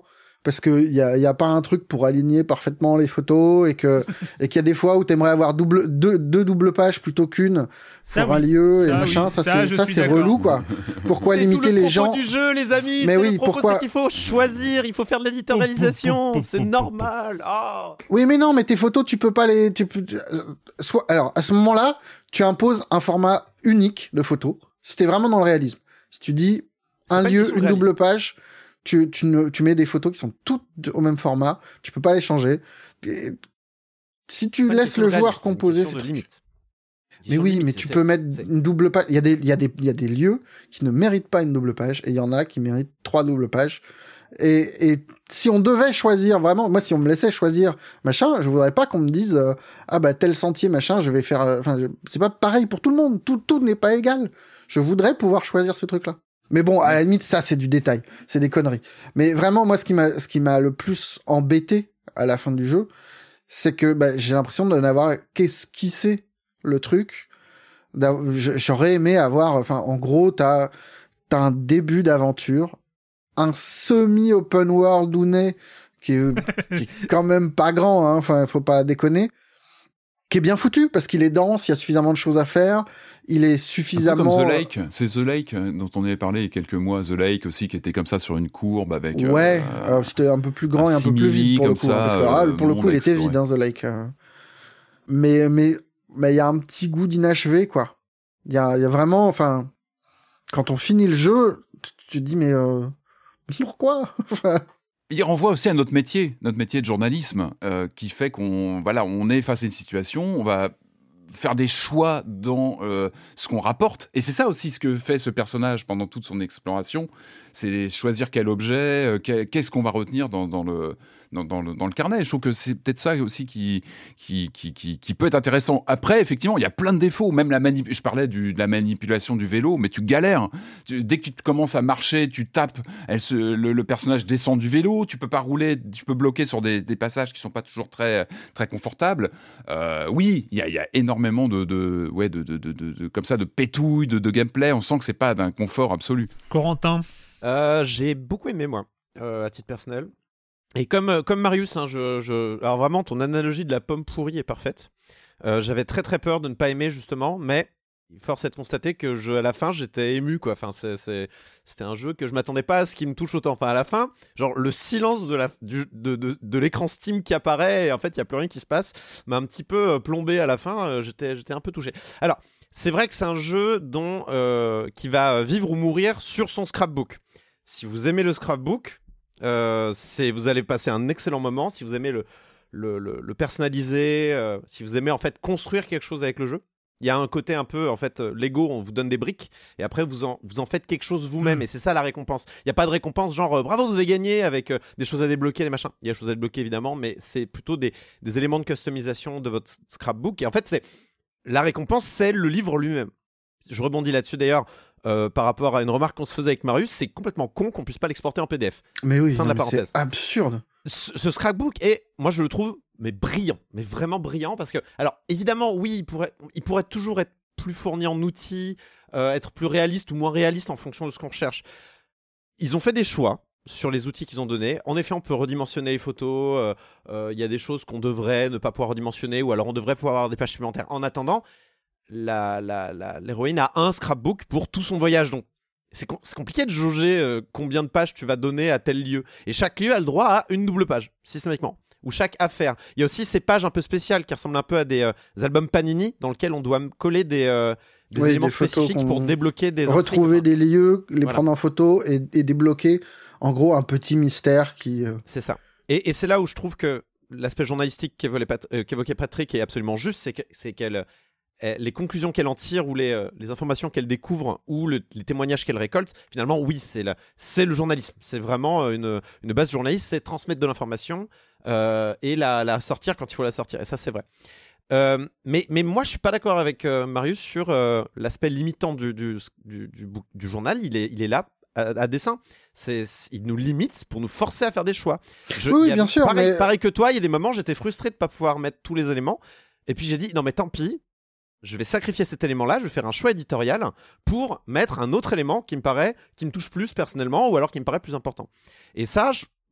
parce qu'il n'y a, y a pas un truc pour aligner parfaitement les photos et que et qu'il y a des fois où tu aimerais avoir double, deux, deux doubles pages plutôt qu'une ça, pour oui. un lieu ça, et machin. Oui. Ça, ça, c'est, ça, c'est relou, quoi. Pourquoi c'est limiter tout le les gens du jeu, les amis. Mais c'est oui, le propos, pourquoi c'est qu'il faut choisir, il faut faire de l'éditorialisation. C'est normal. Oh. Oui, mais non, mais tes photos, tu peux pas les. Tu peux... Soit, alors, à ce moment-là, tu imposes un format unique de photos. Si t'es vraiment dans le réalisme. Si tu dis c'est un lieu, une double page. Tu, tu, ne, tu mets des photos qui sont toutes au même format, tu peux pas les changer. Et si tu laisses le joueur composer ces trucs... Mais oui, mais tu peux mettre une double page. Il y a des, il y a des, il y a des lieux qui ne méritent pas une double page, et il y en a qui méritent trois doubles pages. Et, et si on devait choisir vraiment, moi, si on me laissait choisir machin, je voudrais pas qu'on me dise euh, ah bah tel sentier machin, je vais faire. Enfin, euh, c'est pas pareil pour tout le monde. Tout, tout n'est pas égal. Je voudrais pouvoir choisir ce truc-là. Mais bon, à la limite, ça, c'est du détail. C'est des conneries. Mais vraiment, moi, ce qui m'a, ce qui m'a le plus embêté à la fin du jeu, c'est que bah, j'ai l'impression de n'avoir qu'esquissé le truc. J'aurais aimé avoir... Enfin, en gros, t'as, t'as un début d'aventure, un semi-open world Dooney, qui est, qui est quand même pas grand, hein. Enfin, faut pas déconner, qui est bien foutu, parce qu'il est dense, il y a suffisamment de choses à faire, il est suffisamment... Un peu comme The Lake, c'est The Lake dont on avait parlé il y a quelques mois, The Lake aussi, qui était comme ça sur une courbe avec... Ouais, euh, alors c'était un peu plus grand et un peu plus vide pour le coup, ça, parce que ah, pour le coup il était vide, hein, The Lake. Mais mais mais il y a un petit goût d'inachevé, quoi. Il y a, y a vraiment, enfin, quand on finit le jeu, tu te dis mais euh, pourquoi? Il renvoie aussi à notre métier, notre métier de journalisme, euh, qui fait qu'on voilà, on est face à une situation, on va faire des choix dans euh, ce qu'on rapporte. Et c'est ça aussi ce que fait ce personnage pendant toute son exploration, c'est choisir quel objet, euh, qu'est-ce qu'on va retenir dans, dans, le, dans, dans, le, dans le carnet. Je trouve que c'est peut-être ça aussi qui, qui, qui, qui, qui peut être intéressant. Après, effectivement, il y a plein de défauts. Même la manip- je parlais du, de la manipulation du vélo, mais tu galères. Tu, dès que tu commences à marcher, tu tapes, elle se, le, le personnage descend du vélo, tu peux pas rouler, tu peux bloquer sur des, des passages qui sont pas toujours très, très confortables. Euh, oui, il y a, y a énormément de, de, ouais, de, de, de, de, de, comme ça, de pétouilles, de, de gameplay. On sent que c'est pas d'un confort absolu. Corentin. Euh, j'ai beaucoup aimé, moi, euh, à titre personnel. Et comme, euh, comme Marius, hein, je, je... alors vraiment, ton analogie de la pomme pourrie est parfaite. Euh, j'avais très très peur de ne pas aimer, justement, mais force est de constater que je, à la fin, j'étais ému, quoi. Enfin, c'est, c'est... c'était un jeu que je m'attendais pas à ce qui me touche autant. Enfin, à la fin, genre le silence de, la... du... de, de, de l'écran Steam qui apparaît, et en fait, il n'y a plus rien qui se passe, m'a un petit peu plombé à la fin. Euh, j'étais, j'étais un peu touché. Alors, c'est vrai que c'est un jeu dont, euh, qui va vivre ou mourir sur son scrapbook. Si vous aimez le scrapbook, euh, c'est, vous allez passer un excellent moment. Si vous aimez le, le, le, le personnaliser, euh, si vous aimez en fait construire quelque chose avec le jeu, il y a un côté un peu, en fait, Lego, on vous donne des briques et après vous en, vous en faites quelque chose vous-même, mmh. et c'est ça la récompense. Il n'y a pas de récompense genre euh, bravo, vous avez gagné avec euh, des choses à débloquer, les machins. Il y a des choses à débloquer évidemment, mais c'est plutôt des, des éléments de customisation de votre scrapbook. Et en fait, c'est la récompense, c'est le livre lui-même. Je rebondis là-dessus d'ailleurs. Euh, par rapport à une remarque qu'on se faisait avec Marius, c'est complètement con qu'on puisse pas l'exporter en P D F. Mais oui, fin non, de la parenthèse. C'est absurde. Ce, ce scrapbook est, moi je le trouve, mais brillant, mais vraiment brillant, parce que, alors évidemment, oui, il pourrait, il pourrait toujours être plus fourni en outils, euh, être plus réaliste ou moins réaliste en fonction de ce qu'on recherche. Ils ont fait des choix sur les outils qu'ils ont donnés. En effet, on peut redimensionner les photos. Il euh, euh, y a des choses qu'on devrait ne pas pouvoir redimensionner, ou alors on devrait pouvoir avoir des pages supplémentaires. En attendant, La, la, la, l'héroïne a un scrapbook pour tout son voyage, donc c'est, com- c'est compliqué de jauger euh, combien de pages tu vas donner à tel lieu, et chaque lieu a le droit à une double page systématiquement, ou chaque affaire. Il y a aussi ces pages un peu spéciales qui ressemblent un peu à des, euh, des albums Panini dans lesquels on doit coller des, euh, des oui, éléments des spécifiques pour débloquer des retrouver intrigues, des lieux, les voilà. prendre en photo et, et débloquer en gros un petit mystère qui euh... c'est ça. Et, et c'est là où je trouve que l'aspect journalistique qu'évoquait, Pat- euh, qu'évoquait Patrick est absolument juste, c'est, que, c'est qu'elle les conclusions qu'elle en tire, ou les, euh, les informations qu'elle découvre, ou le, les témoignages qu'elle récolte, finalement, oui, c'est, la, c'est le journalisme. C'est vraiment une, une base journaliste, c'est transmettre de l'information euh, et la, la sortir quand il faut la sortir. Et ça, c'est vrai. Euh, mais, mais moi, je suis pas d'accord avec euh, Marius sur euh, l'aspect limitant du, du, du, du, du journal. Il est, il est là à, à dessein. C'est, il nous limite pour nous forcer à faire des choix. Je, oui, a, bien sûr. Pareil, mais... pareil que toi, il y a des moments, j'étais frustré de pas pouvoir mettre tous les éléments. Et puis j'ai dit, non mais tant pis. Je vais sacrifier cet élément-là, je vais faire un choix éditorial pour mettre un autre élément qui me paraît, qui me touche plus personnellement, ou alors qui me paraît plus important. Et ça, je,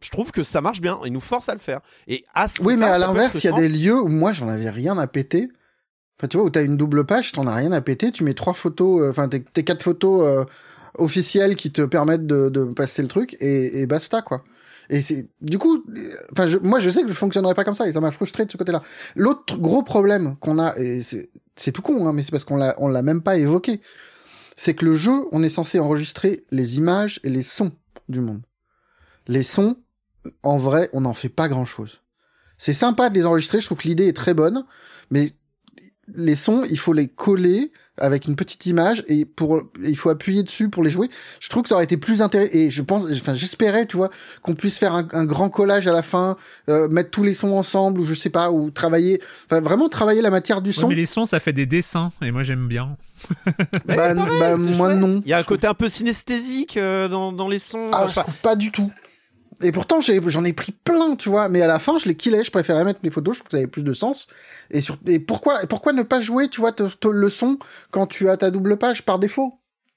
je trouve que ça marche bien. Il nous force à le faire. Et à ce oui, mais à l'inverse, il y a des lieux où moi, j'en avais rien à péter. Enfin, tu vois, où t'as une double page, t'en as rien à péter. Tu mets trois photos, enfin, euh, tes, tes quatre photos euh, officielles qui te permettent de, de passer le truc et, et basta, quoi. Et c'est, du coup, enfin, je, moi, je sais que je fonctionnerais pas comme ça et ça m'a frustré de ce côté-là. L'autre gros problème qu'on a, et c'est, c'est tout con, hein, mais c'est parce qu'on l'a, on l'a même pas évoqué, c'est que le jeu, on est censé enregistrer les images et les sons du monde. Les sons, en vrai, on n'en fait pas grand-chose. C'est sympa de les enregistrer, je trouve que l'idée est très bonne, mais les sons, il faut les coller avec une petite image et pour il faut appuyer dessus pour les jouer. Je trouve que ça aurait été plus intéressant et je pense, enfin j'espérais, tu vois, qu'on puisse faire un, un grand collage à la fin, euh, mettre tous les sons ensemble ou je sais pas, ou travailler, enfin vraiment travailler la matière du son. Ouais, mais les sons, ça fait des dessins et moi j'aime bien. bah, pareil, bah moi chouette. Non. Il y a un côté un peu synesthésique euh, dans dans les sons. Ah, je trouve pas du tout. Et pourtant, j'ai, j'en ai pris plein, tu vois. Mais à la fin, je les killais. Je préférais mettre mes photos. Je trouve que ça avait plus de sens. Et, sur, et pourquoi, pourquoi ne pas jouer, tu vois, te, te, le son quand tu as ta double page par défaut?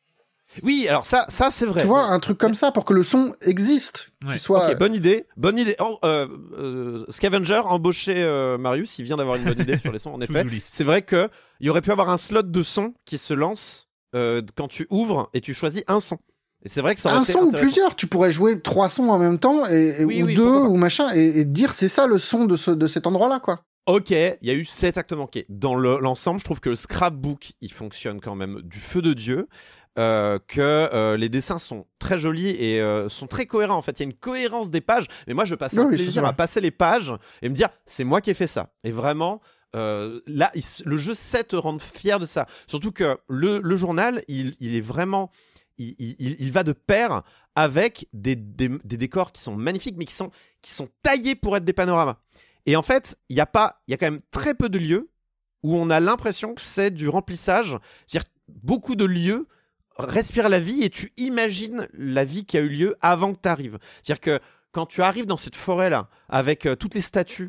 Oui, alors ça, ça c'est vrai. Tu vois, un truc comme ça pour que le son existe. Ouais. Qu'il soit... Ok, bonne idée. Bonne idée. Oh, euh, euh, Scavenger, embauché euh, Marius, il vient d'avoir une bonne idée sur les sons, en effet. C'est vrai qu'il y aurait pu avoir un slot de son qui se lance euh, quand tu ouvres et tu choisis un son. Et c'est vrai que ça aurait un été son ou plusieurs, tu pourrais jouer trois sons en même temps et, et oui, ou oui, deux ou machin et, et dire c'est ça le son de ce de cet endroit-là quoi. Ok, il y a eu sept actes manqués. Dans le, l'ensemble, je trouve que le scrapbook il fonctionne quand même du feu de Dieu, euh, que euh, les dessins sont très jolis et euh, sont très cohérents. En fait, il y a une cohérence des pages. Mais moi, je passe un oui, plaisir à passer les pages et me dire c'est moi qui ai fait ça. Et vraiment. Euh, là, il, le jeu sait te rendre fier de ça. Surtout que le, le journal, il, il est vraiment. Il, il, il va de pair avec des, des, des décors qui sont magnifiques, mais qui sont, qui sont taillés pour être des panoramas. Et en fait, il y a pas, il y a quand même très peu de lieux où on a l'impression que c'est du remplissage. C'est-à-dire beaucoup de lieux respirent la vie et tu imagines la vie qui a eu lieu avant que tu arrives. C'est-à-dire que quand tu arrives dans cette forêt-là, avec euh, toutes les statues,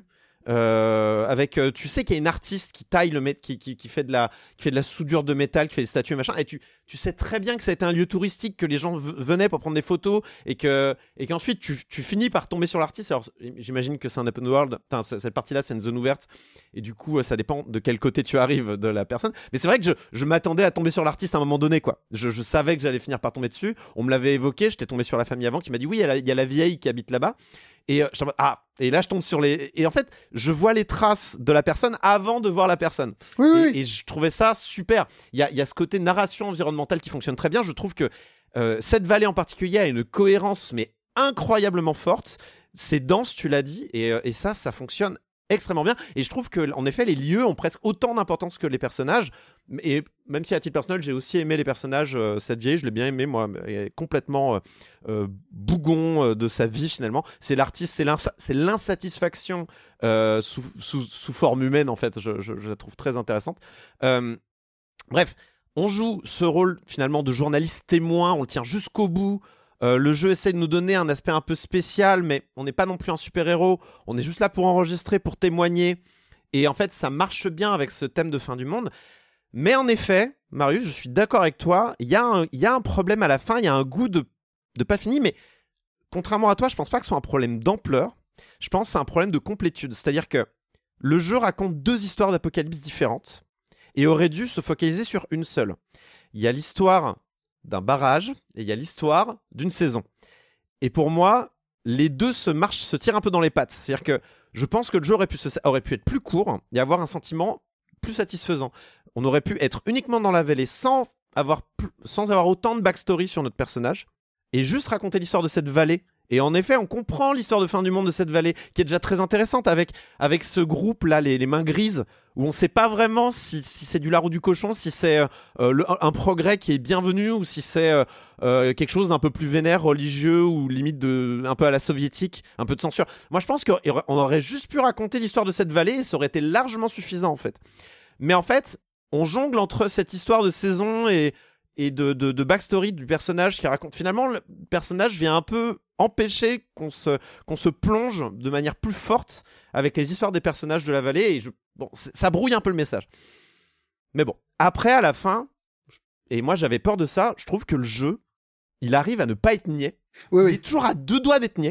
Euh, avec euh, tu sais qu'il y a une artiste qui taille le mét- qui, qui, qui fait de la qui fait de la soudure de métal, qui fait des statues et machin, et tu tu sais très bien que ça a été un lieu touristique, que les gens v- venaient pour prendre des photos et que et qu'ensuite tu tu finis par tomber sur l'artiste. Alors j'imagine que c'est un open world, enfin cette partie-là c'est une zone ouverte et du coup ça dépend de quel côté tu arrives de la personne. Mais c'est vrai que je je m'attendais à tomber sur l'artiste à un moment donné quoi. Je je savais que j'allais finir par tomber dessus. On me l'avait évoqué, j'étais tombé sur la famille avant qui m'a dit oui il y a la, il y a la vieille qui habite là-bas. Et, euh, je ah, et là, je tombe sur les. Et en fait, je vois les traces de la personne avant de voir la personne. Oui, et, oui. et je trouvais ça super. Il y a, il y a ce côté narration environnementale qui fonctionne très bien. Je trouve que euh, cette vallée en particulier a une cohérence, mais incroyablement forte. C'est dense, tu l'as dit. Et, euh, et ça, ça fonctionne extrêmement bien. Et je trouve que, en effet, les lieux ont presque autant d'importance que les personnages. Et même si à titre personnel, j'ai aussi aimé les personnages, euh, cette vieille, je l'ai bien aimé, moi, complètement euh, euh, bougon euh, de sa vie finalement. C'est l'artiste, c'est, l'ins- c'est l'insatisfaction euh, sous, sous, sous forme humaine en fait. Je, je, je la trouve très intéressante. Euh, bref, on joue ce rôle finalement de journaliste témoin, on le tient jusqu'au bout. Euh, le jeu essaie de nous donner un aspect un peu spécial, mais on n'est pas non plus un super-héros. On est juste là pour enregistrer, pour témoigner. Et en fait, ça marche bien avec ce thème de fin du monde. Mais en effet, Marius, je suis d'accord avec toi, il y, y a un problème à la fin, il y a un goût de, de pas fini, mais contrairement à toi, je pense pas que ce soit un problème d'ampleur, je pense que c'est un problème de complétude. C'est-à-dire que le jeu raconte deux histoires d'apocalypse différentes et aurait dû se focaliser sur une seule. Il y a l'histoire d'un barrage et il y a l'histoire d'une saison. Et pour moi, les deux se marchent, se tirent un peu dans les pattes. C'est-à-dire que je pense que le jeu aurait pu, se, aurait pu être plus court et avoir un sentiment plus satisfaisant. On aurait pu être uniquement dans la vallée sans avoir, plus, sans avoir autant de backstory sur notre personnage et juste raconter l'histoire de cette vallée. Et en effet, on comprend l'histoire de fin du monde de cette vallée qui est déjà très intéressante avec, avec ce groupe-là, les, les mains grises, où on ne sait pas vraiment si, si c'est du lard ou du cochon, si c'est euh, le, un progrès qui est bienvenu ou si c'est euh, euh, quelque chose d'un peu plus vénère, religieux ou limite de, un peu à la soviétique, un peu de censure. Moi, je pense qu'on aurait juste pu raconter l'histoire de cette vallée et ça aurait été largement suffisant en fait. Mais en fait, on jongle entre cette histoire de saison et, et de, de, de backstory du personnage qui raconte. Finalement, le personnage vient un peu empêcher qu'on se, qu'on se plonge de manière plus forte avec les histoires des personnages de la vallée. Et je, bon, ça brouille un peu le message. Mais bon, après, à la fin, et moi j'avais peur de ça, je trouve que le jeu, il arrive à ne pas être niais. Oui, il oui. est toujours à deux doigts d'être niais.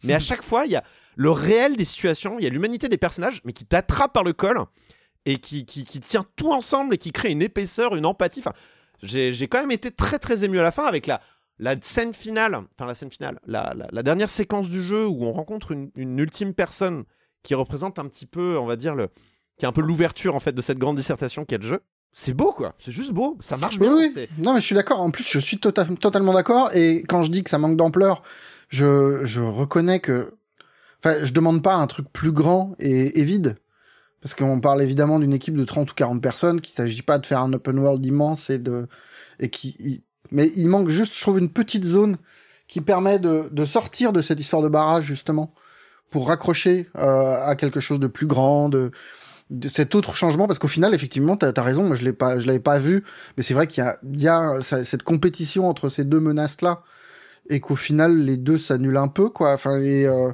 Mais à chaque fois, il y a le réel des situations, il y a l'humanité des personnages, mais qui t'attrape par le col et qui, qui, qui tient tout ensemble et qui crée une épaisseur, une empathie. Enfin, j'ai, j'ai quand même été très très ému à la fin avec la, la scène finale, enfin la scène finale, la, la, la dernière séquence du jeu où on rencontre une, une ultime personne qui représente un petit peu, on va dire, le, qui est un peu l'ouverture en fait de cette grande dissertation qu'est le jeu. C'est beau, quoi. C'est juste beau. Ça marche bien. Oui, oui. C'est... Non, mais je suis d'accord. En plus, je suis tota- totalement d'accord. Et quand je dis que ça manque d'ampleur, je, je reconnais que... Enfin, je demande pas un truc plus grand et, et vide. Parce qu'on parle évidemment d'une équipe de trente ou quarante personnes, qu'il s'agit pas de faire un open world immense et de... Et qui... Il... Mais il manque juste, je trouve, une petite zone qui permet de, de sortir de cette histoire de barrage, justement, pour raccrocher euh, à quelque chose de plus grand, de... de cet autre changement, parce qu'au final, effectivement, t'as, t'as raison, moi je l'ai pas, je l'avais pas vu, mais c'est vrai qu'il y a, il y a ça, cette compétition entre ces deux menaces-là, et qu'au final, les deux s'annulent un peu, quoi. Enfin, et, euh,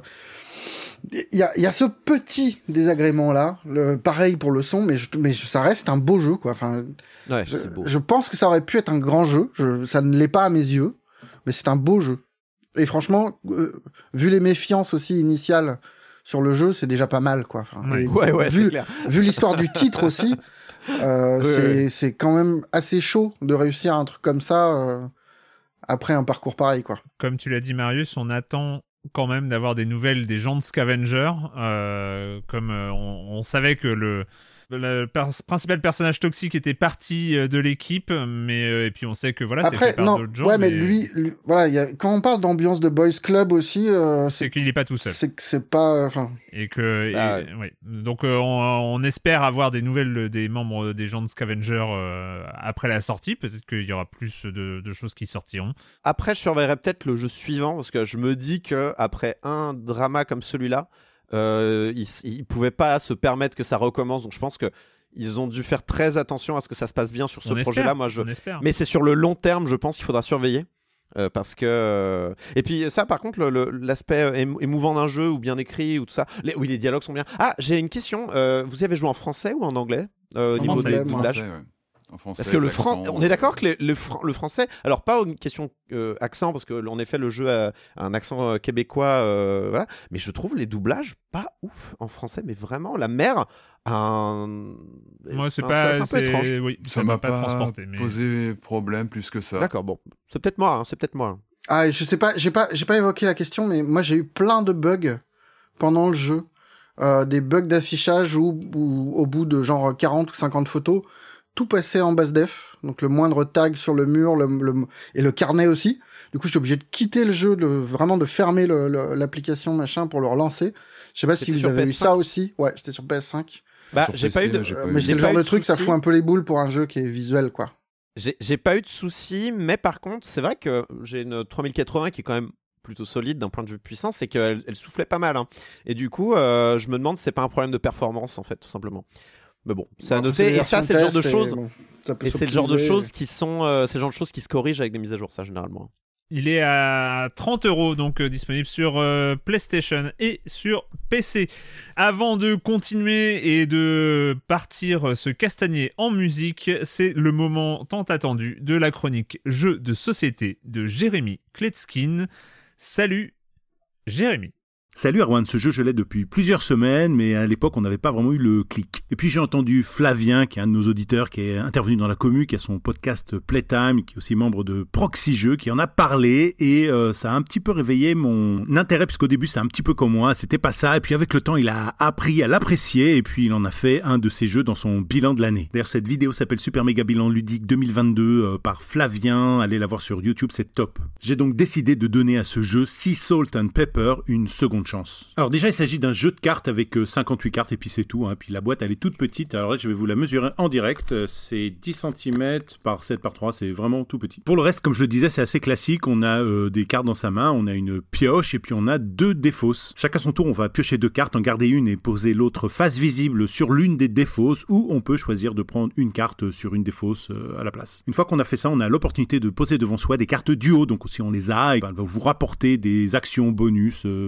il y a, il y a ce petit désagrément-là, le, pareil pour le son, mais, je, mais ça reste un beau jeu, quoi. Enfin, ouais, je, c'est beau. je pense que ça aurait pu être un grand jeu, je, ça ne l'est pas à mes yeux, mais c'est un beau jeu. Et franchement, euh, vu les méfiances aussi initiales sur le jeu, c'est déjà pas mal, quoi. Enfin, ouais, ouais, ouais, vu, c'est clair. Vu l'histoire du titre aussi, euh, ouais, c'est, ouais. c'est quand même assez chaud de réussir un truc comme ça euh, après un parcours pareil, quoi. Comme tu l'as dit, Marius, on attend quand même d'avoir des nouvelles des gens de Scavenger. Euh, comme euh, on, on savait que le... le per- principal personnage toxique était parti euh, de l'équipe, mais euh, et puis on sait que voilà, après, c'est fait par non, d'autres gens. Ouais, mais, mais lui, lui voilà, y a, quand on parle d'ambiance de boys club aussi, euh, c'est, c'est qu'il est pas tout seul. C'est que c'est pas, enfin. Et que, ah, et, ouais. Donc euh, on, on espère avoir des nouvelles des membres des gens de Scavenger euh, après la sortie. Peut-être qu'il y aura plus de, de choses qui sortiront. Après, je surveillerai peut-être le jeu suivant parce que je me dis que après un drama comme celui-là, euh, ils, ils pouvaient pas se permettre que ça recommence. Donc je pense que ils ont dû faire très attention à ce que ça se passe bien sur ce on projet-là. Espère, Moi, je... on espère. Mais c'est sur le long terme, je pense qu'il faudra surveiller. Euh, parce que et puis ça par contre le, le, l'aspect émouvant d'un jeu ou bien écrit ou tout ça les, oui les dialogues sont bien. Ah j'ai une question, euh, vous y avez joué en français ou en anglais euh, au en niveau français, des doublages? En français, parce que le fran... on est d'accord que les, le, fran... le français, alors pas une question euh, accent parce que en effet le jeu a un accent euh, québécois euh, voilà, mais je trouve les doublages pas ouf en français, mais vraiment la mère a un moi c'est un, pas c'est un c'est... peu étrange. Oui, ça, ça m'a m'a pas, pas transporté mais... posé problème plus que ça. D'accord, bon c'est peut-être moi hein, c'est peut-être moi Ah, je sais pas, j'ai pas, j'ai pas évoqué la question, mais moi j'ai eu plein de bugs pendant le jeu, euh, des bugs d'affichage où, où au bout de genre quarante ou cinquante photos, tout passait en basse def, donc le moindre tag sur le mur, le, le, et le carnet aussi. Du coup, j'étais obligé de quitter le jeu, de, vraiment de fermer le, le, l'application machin pour le relancer. Je sais pas c'était si vous avez eu ça aussi. Ouais, c'était sur P S cinq. Bah, sur j'ai P C, pas eu de... j'ai pas Euh, eu mais de- c'est le j'ai genre pas de eu de truc, ça soucis. fout un peu les boules pour un jeu qui est visuel, quoi. J'ai, j'ai pas eu de soucis, mais par contre, c'est vrai que j'ai une trois mille quatre-vingts qui est quand même plutôt solide d'un point de vue puissance, et qu'elle elle soufflait pas mal. Hein. Et du coup, euh, je me demande si c'est pas un problème de performance, en fait, tout simplement. Mais bon, c'est à Bon, noter. Et ça, c'est le genre de test, choses. et bon, ça peut Et c'est le genre de s'optimiser. choses qui sont, euh, c'est le genre de choses qui se corrigent avec des mises à jour, ça généralement. Il est à trente euros, donc euh, disponible sur euh, PlayStation et sur P C. Avant de continuer et de partir se castagner en musique, c'est le moment tant attendu de la chronique jeux de société de Jérémy Kletskin. Salut Jérémy. Salut Erwan, ce jeu je l'ai depuis plusieurs semaines, mais à l'époque on n'avait pas vraiment eu le clic. Et puis j'ai entendu Flavien, qui est un de nos auditeurs, qui est intervenu dans la commu, qui a son podcast Playtime, qui est aussi membre de Proxy Jeux, qui en a parlé, et euh, ça a un petit peu réveillé mon intérêt, puisqu'au début c'était un petit peu comme moi, c'était pas ça, et puis avec le temps il a appris à l'apprécier, et puis il en a fait un de ses jeux dans son bilan de l'année. D'ailleurs cette vidéo s'appelle Super Méga Bilan Ludique deux mille vingt-deux euh, par Flavien, allez la voir sur YouTube, c'est top. J'ai donc décidé de donner à ce jeu Sea Salt and Pepper une seconde chance. Alors déjà il s'agit d'un jeu de cartes avec cinquante-huit cartes et puis c'est tout, hein. Puis la boîte elle est toute petite, alors là je vais vous la mesurer en direct, c'est dix centimètres par sept par trois, c'est vraiment tout petit. Pour le reste comme je le disais c'est assez classique, on a euh, des cartes dans sa main, on a une pioche et puis on a deux défausses. Chacun son tour on va piocher deux cartes, en garder une et poser l'autre face visible sur l'une des défausses, ou on peut choisir de prendre une carte sur une défausse euh, à la place. Une fois qu'on a fait ça, on a l'opportunité de poser devant soi des cartes duo, donc si on les a, ben, elles vont vous rapporter des actions bonus euh, intéressantes.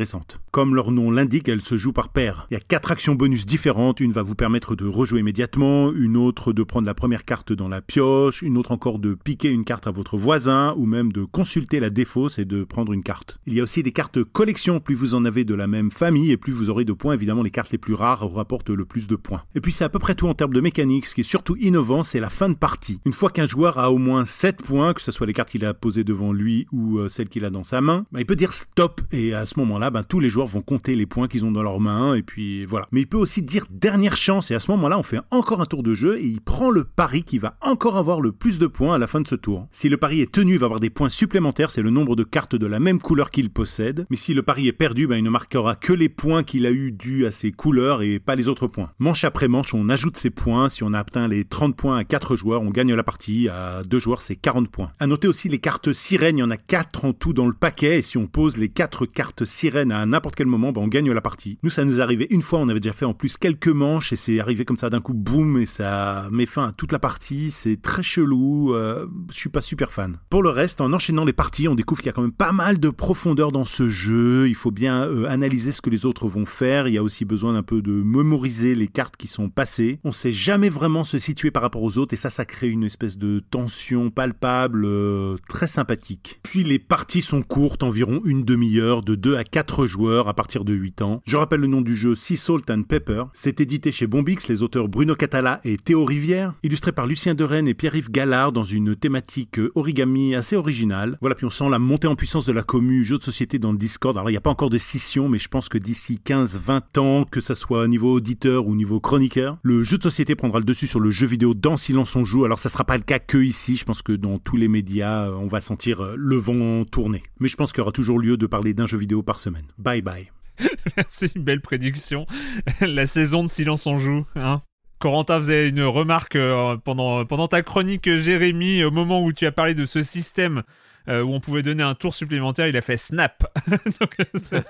intéressantes. Comme leur nom l'indique, elles se jouent par paire. Il y a quatre actions bonus différentes, une va vous permettre de rejouer immédiatement, une autre de prendre la première carte dans la pioche, une autre encore de piquer une carte à votre voisin, ou même de consulter la défausse et de prendre une carte. Il y a aussi des cartes collection, plus vous en avez de la même famille, et plus vous aurez de points. Évidemment, les cartes les plus rares rapportent le plus de points. Et puis c'est à peu près tout en termes de mécanique. Ce qui est surtout innovant, c'est la fin de partie. Une fois qu'un joueur a au moins sept points, que ce soit les cartes qu'il a posées devant lui ou euh, celles qu'il a dans sa main, bah, il peut dire stop, et à ce moment-là, bah, tous les joueurs vont compter les points qu'ils ont dans leurs mains, et puis voilà. Mais il peut aussi dire dernière chance, et à ce moment-là, on fait encore un tour de jeu, et il prend le pari qui va encore avoir le plus de points à la fin de ce tour. Si le pari est tenu, il va avoir des points supplémentaires, c'est le nombre de cartes de la même couleur qu'il possède, mais si le pari est perdu, bah, il ne marquera que les points qu'il a eu dus à ses couleurs et pas les autres points. Manche après manche, on ajoute ses points, si on a atteint les trente points à quatre joueurs, on gagne la partie, à deux joueurs c'est quarante points. À noter aussi les cartes sirènes, il y en a quatre en tout dans le paquet, et si on pose les quatre cartes sirènes à n'importe quel moment, bah on gagne la partie. Nous ça nous est arrivé une fois, on avait déjà fait en plus quelques manches, et c'est arrivé comme ça d'un coup, boum, et ça met fin à toute la partie, c'est très chelou, euh, je suis pas super fan. Pour le reste, en enchaînant les parties, on découvre qu'il y a quand même pas mal de profondeur dans ce jeu, il faut bien euh, analyser ce que les autres vont faire, il y a aussi besoin d'un peu de mémoriser les cartes qui sont passées, on sait jamais vraiment se situer par rapport aux autres, et ça, ça crée une espèce de tension palpable, euh, très sympathique. Puis les parties sont courtes, environ une demi-heure, de deux à quatre joueurs à partir de huit ans. Je rappelle le nom du jeu, Sea Salt and Pepper. C'est édité chez Bombix, les auteurs Bruno Catala et Théo Rivière, illustré par Lucien Deraine et Pierre-Yves Gallard dans une thématique origami assez originale. Voilà, puis on sent la montée en puissance de la commu jeu de société dans le Discord. Alors il n'y a pas encore de scission, mais je pense que d'ici quinze vingt ans, que ça soit au niveau auditeur ou au niveau chroniqueur, le jeu de société prendra le dessus sur le jeu vidéo dans Silence on joue. Alors ça sera pas le cas que ici, je pense que dans tous les médias, on va sentir le vent tourner. Mais je pense qu'il y aura toujours lieu de parler d'un jeu vidéo par semaine. Bye bye. C'est une belle prédiction. La saison de Silence on joue, hein. Corentin faisait une remarque euh, pendant, pendant ta chronique, Jérémy, au moment où tu as parlé de ce système euh, où on pouvait donner un tour supplémentaire, il a fait snap. Donc, ça,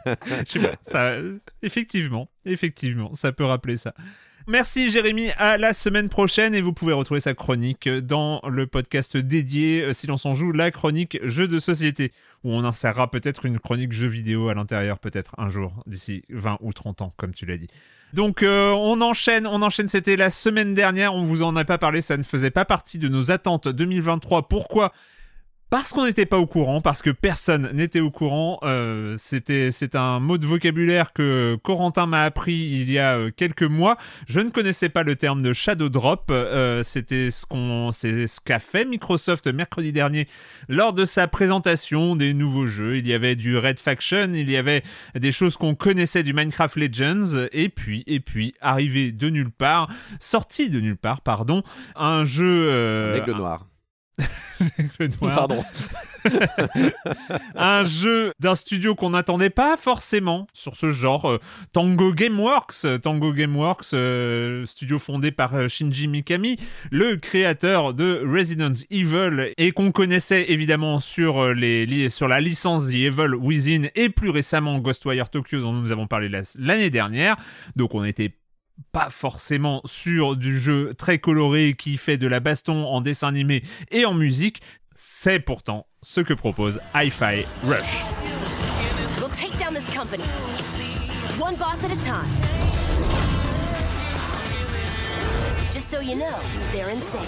je sais pas, ça, effectivement, effectivement, ça peut rappeler ça. Merci Jérémy, à la semaine prochaine, et vous pouvez retrouver sa chronique dans le podcast dédié Silence on joue, la chronique jeux de société, où on insérera peut-être une chronique jeux vidéo à l'intérieur, peut-être un jour, d'ici vingt ou trente ans, comme tu l'as dit. Donc euh, on enchaîne, on enchaîne, c'était la semaine dernière, on vous en a pas parlé, ça ne faisait pas partie de nos attentes deux mille vingt-trois. Pourquoi ? Parce qu'on n'était pas au courant, parce que personne n'était au courant. Euh, c'était, c'est un mot de vocabulaire que Corentin m'a appris il y a quelques mois. Je ne connaissais pas le terme de Shadow Drop. Euh, c'était ce qu'on, c'est ce qu'a fait Microsoft mercredi dernier lors de sa présentation des nouveaux jeux. Il y avait du Red Faction, il y avait des choses qu'on connaissait du Minecraft Legends, et puis, et puis, arrivé de nulle part, sorti de nulle part, pardon, un jeu. Euh, Avec le noir. Le noir. Pardon. Un jeu d'un studio qu'on n'attendait pas forcément sur ce genre, euh, Tango Gameworks. Tango Gameworks, euh, studio fondé par euh, Shinji Mikami, le créateur de Resident Evil, et qu'on connaissait évidemment sur, euh, les, li- sur la licence The Evil Within, et plus récemment Ghostwire Tokyo, dont nous avons parlé la- l'année dernière. Donc on était pas forcément sur du jeu très coloré qui fait de la baston en dessin animé et en musique. C'est pourtant ce que propose Hi-Fi Rush. We'll take down this company, one boss at a time. Just so you know, they're insane.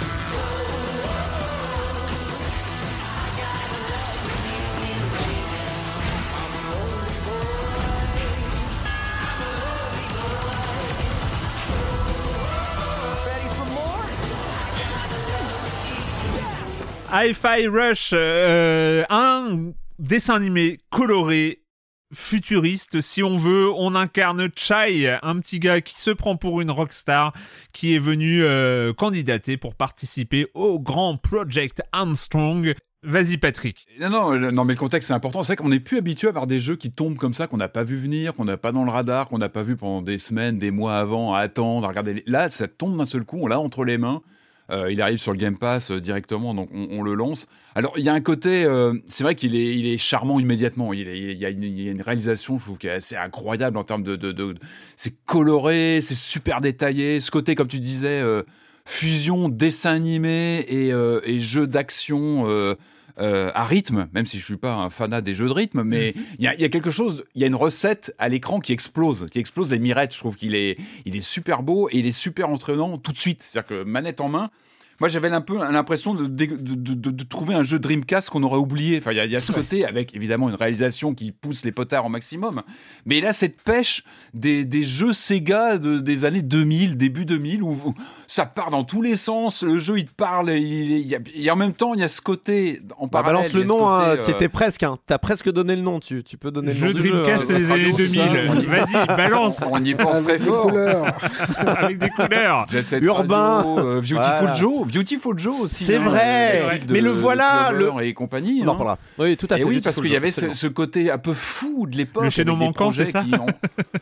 Hi-Fi Rush, euh, un dessin animé coloré, futuriste si on veut. On incarne Chai, un petit gars qui se prend pour une rockstar, qui est venu euh, candidater pour participer au grand Project Armstrong. Vas-y Patrick. Non, non, non, mais le contexte c'est important. C'est vrai qu'on n'est plus habitué à voir des jeux qui tombent comme ça, qu'on n'a pas vu venir, qu'on n'a pas dans le radar, qu'on n'a pas vu pendant des semaines, des mois avant, à attendre, à regarder. Les... Là, ça tombe d'un seul coup, on l'a entre les mains. Euh, il arrive sur le Game Pass euh, directement, donc on, on le lance. Alors, il y a un côté... Euh, c'est vrai qu'il est, il est charmant immédiatement. Il, est, il, y a une, il y a une réalisation, je trouve, qui est assez incroyable en termes de... de, de, de c'est coloré, c'est super détaillé. Ce côté, comme tu disais, euh, fusion, dessin animé et, euh, et jeu d'action... Euh, euh, à rythme, même si je suis pas un fanat des jeux de rythme, mais il mm-hmm. y, y a quelque chose, il y a une recette à l'écran qui explose, qui explose les mirettes. Je trouve qu'il est, il est super beau et il est super entraînant tout de suite. C'est-à-dire que manette en main. Moi, j'avais un peu l'impression de, de, de, de, de trouver un jeu Dreamcast qu'on aurait oublié. Enfin, il y, y a ce côté avec évidemment une réalisation qui pousse les potards au maximum. Mais là, cette pêche des, des jeux Sega de, des années deux mille, début deux mille, où, où ça part dans tous les sens. Le jeu, il te parle. Il, il y a, et en même temps, il y a ce côté en bah, parallèle. Balance le nom. Côté, hein, euh... tu étais presque. Hein, t'as presque donné le nom. Tu, tu peux donner le jeu nom du Dreamcast jeu. Jeu Dreamcast des années deux mille. Vas-y, balance. On y pense très fort. Avec des couleurs. Urbain. Radio, euh, Beautiful voilà. Joe. Beautiful Joe. C'est hein, vrai, de, mais le voilà, le et compagnie. On en parlera. Oui, tout à fait. Et oui, parce qu'il y avait ce, ce côté un peu fou de l'époque. Le chaînon manquant, c'est ça. Qui, ont...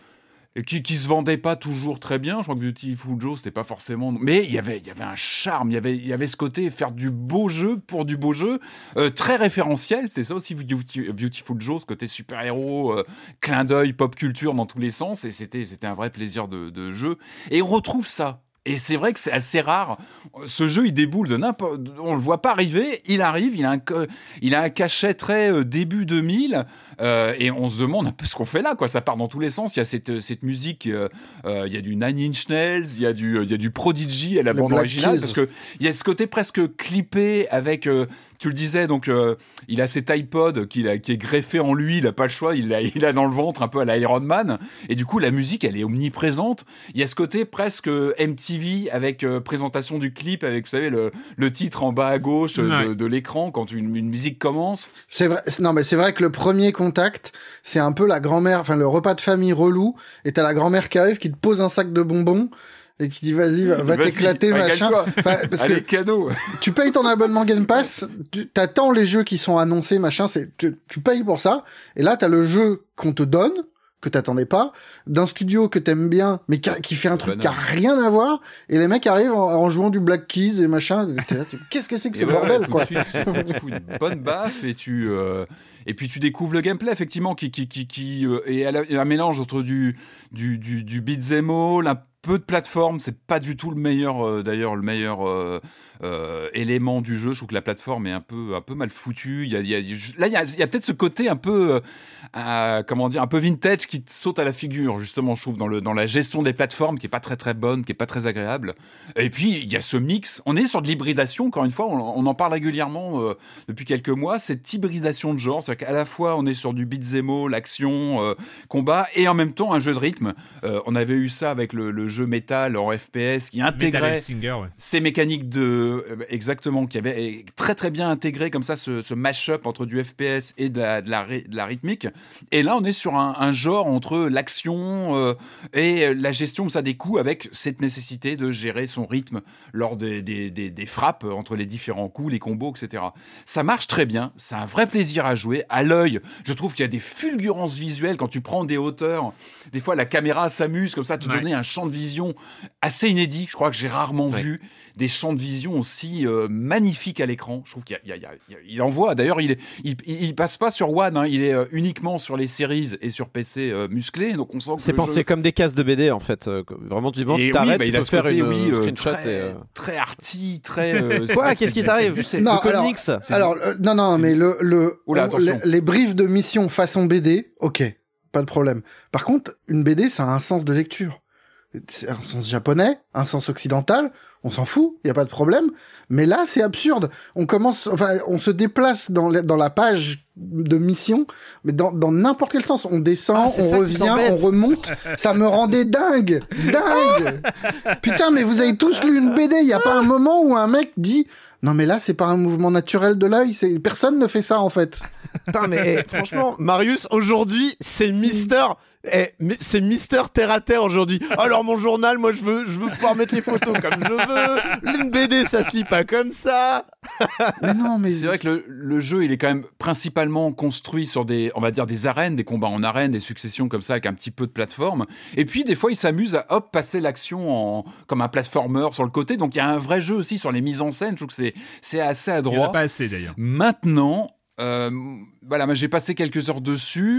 et qui, qui se vendait pas toujours très bien. Je crois que Beautiful Joe, c'était pas forcément. Mais il y avait, il y avait un charme. Il y avait, il y avait ce côté faire du beau jeu pour du beau jeu, euh, très référentiel. C'est ça aussi Beautiful Joe, ce côté super héros, euh, clin d'œil, pop culture dans tous les sens. Et c'était, c'était un vrai plaisir de, de jeu. Et on retrouve ça. Et c'est vrai que c'est assez rare. Ce jeu, il déboule de n'importe... On le voit pas arriver. Il arrive, il a un, il a un cachet très euh, début deux mille. Euh, et on se demande un peu ce qu'on fait là, quoi. Ça part dans tous les sens. Il y a cette, cette musique, euh, euh, il y a du Nine Inch Nails, il y a du, il y a du Prodigy à la bande originale. Parce que il y a ce côté presque clippé avec... Euh, tu le disais, donc euh, il a cet iPod qu'il a, qui est greffé en lui, il n'a pas le choix, il l'a il a dans le ventre un peu à la Iron Man, et du coup la musique elle est omniprésente. Il y a ce côté presque M T V avec euh, présentation du clip, avec vous savez le, le titre en bas à gauche euh, ouais. de, de l'écran quand une, une musique commence. C'est vrai, non mais c'est vrai que le premier contact, c'est un peu la grand-mère, enfin le repas de famille relou, et t'as la grand-mère qui arrive, qui te pose un sac de bonbons, et qui dit vas-y va, va vas-y, t'éclater machin enfin, parce Allez, que cadeau. Tu payes ton abonnement Game Pass, tu t'attends les jeux qui sont annoncés machin, c'est tu, tu payes pour ça et là t'as le jeu qu'on te donne que t'attendais pas d'un studio que t'aimes bien mais qui, qui fait un truc qui a rien à voir et les mecs arrivent en, en jouant du Black Keys et machin. Là, tu, qu'est-ce que c'est que ce bordel ouais, quoi. Suite, ça te fout une bonne baffe et tu euh... Et puis tu découvres le gameplay effectivement qui qui qui qui euh, est un mélange entre du du du, du beat'em all, un peu de plateforme. C'est pas du tout le meilleur euh, d'ailleurs le meilleur euh, euh, élément du jeu. Je trouve que la plateforme est un peu un peu mal foutue. Il y a, il y a là il y a, il y a peut-être ce côté un peu euh, comment dire un peu vintage qui te saute à la figure justement. Je trouve dans le dans la gestion des plateformes qui est pas très très bonne, qui est pas très agréable. Et puis il y a ce mix. On est sur de l'hybridation encore une fois. On, on en parle régulièrement euh, depuis quelques mois. Cette hybridation de genre. À la fois on est sur du beat'em all, l'action, euh, combat, et en même temps un jeu de rythme. Euh, on avait eu ça avec le, le jeu Metal en F P S qui intégrait Singer, ouais. ces mécaniques de euh, exactement qui avait très très bien intégré comme ça ce, ce mash-up entre du F P S et de la, de la, de la rythmique. Et là on est sur un, un genre entre l'action euh, et la gestion ça des coups avec cette nécessité de gérer son rythme lors des, des, des, des frappes entre les différents coups, les combos, et cetera. Ça marche très bien, c'est un vrai plaisir à jouer. À l'œil, je trouve qu'il y a des fulgurances visuelles quand tu prends des hauteurs. Des fois, la caméra s'amuse comme ça à te ouais. donner un champ de vision assez inédit. Je crois que j'ai rarement ouais. vu des champs de vision aussi euh, magnifiques à l'écran. Je trouve qu'il y a, il y a, il y a, il envoie. D'ailleurs, il, est, il, il passe pas sur One. Hein, il est euh, uniquement sur les séries et sur P C euh, musclés. Donc on sent que c'est pensé jeu... comme des cases de B D en fait. Euh, vraiment, tu tu t'arrêtes, oui, bah, tu peux faire côté, une oui, euh, screenshot. Très, et, euh... très arty, très. Euh, Quoi Qu'est-ce qui t'arrive? Non, le alors, comics. Alors, euh, non, non, mais le, le, Oula, on, les, les briefs de mission façon B D, ok, pas de problème. Par contre, une B D, ça a un sens de lecture. C'est un sens japonais, un sens occidental, on s'en fout, y a pas de problème. Mais là, c'est absurde. On commence, enfin, on se déplace dans la, dans la page de mission, mais dans, dans n'importe quel sens. On descend, ah, on revient, on remonte. Ça me rendait dingue, dingue. Putain, mais vous avez tous lu une B D. Y a pas un moment où un mec dit non mais là c'est pas un mouvement naturel de l'œil. C'est personne ne fait ça en fait. Putain, mais eh, franchement, Marius, aujourd'hui, c'est Mister. Eh, c'est Mister Terre à Terre aujourd'hui. Alors mon journal, moi je veux, je veux pouvoir mettre les photos comme je veux. Une B D, ça se lit pas comme ça. Mais non, mais c'est vrai que le, le jeu, il est quand même principalement construit sur des, on va dire des arènes, des combats en arène, des successions comme ça avec un petit peu de plateforme. Et puis des fois, il s'amuse à hop passer l'action en comme un platformer sur le côté. Donc il y a un vrai jeu aussi sur les mises en scène. Je trouve que c'est c'est assez adroit. Il n'y en a pas assez d'ailleurs. Maintenant, euh, voilà, moi j'ai passé quelques heures dessus.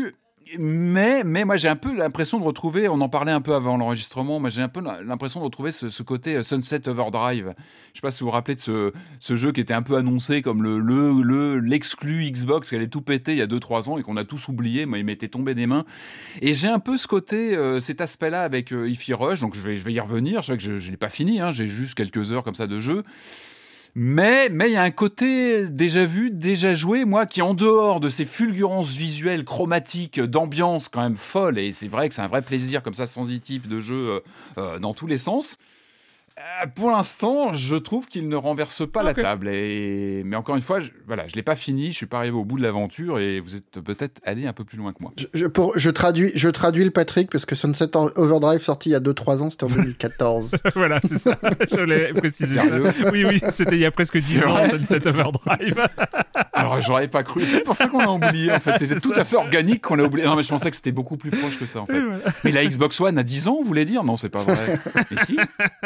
Mais, mais moi, j'ai un peu l'impression de retrouver, on en parlait un peu avant l'enregistrement, moi, j'ai un peu l'impression de retrouver ce, ce côté Sunset Overdrive. Je sais pas si vous vous rappelez de ce, ce jeu qui était un peu annoncé comme le, le, le, l'exclu Xbox, qui allait tout péter il y a deux trois ans et qu'on a tous oublié. Moi, il m'était tombé des mains. Et j'ai un peu ce côté, euh, cet aspect-là avec euh, Hi-Fi Rush, donc je vais, je vais y revenir. Je sais que je, je l'ai pas fini, hein, j'ai juste quelques heures comme ça de jeu. Mais mais il y a un côté déjà vu, déjà joué, moi qui en dehors de ces fulgurances visuelles, chromatiques, d'ambiance quand même folle, et c'est vrai que c'est un vrai plaisir comme ça sensitif de jeu euh, euh, dans tous les sens. Euh, pour l'instant, je trouve qu'il ne renverse pas okay. la table. Et... Mais encore une fois, je, voilà, je l'ai pas fini, je suis pas arrivé au bout de l'aventure, et vous êtes peut-être allé un peu plus loin que moi. Je, je, pour, je traduis, je traduis le Patrick parce que Sunset Overdrive sorti il y a deux trois ans, c'était en deux mille quatorze. Voilà, c'est ça. Je l'ai précisé. Oui, oui, c'était il y a presque dix ans, Sunset Overdrive. Alors, j'aurais pas cru. C'est pour ça qu'on l'a oublié. En fait, c'était c'est tout ça. à fait organique qu'on l'a oublié. Non, mais je pensais que c'était beaucoup plus proche que ça, en fait. Voilà. Mais la Xbox One a dix ans, vous voulez dire ? Non, c'est pas vrai. Mais si.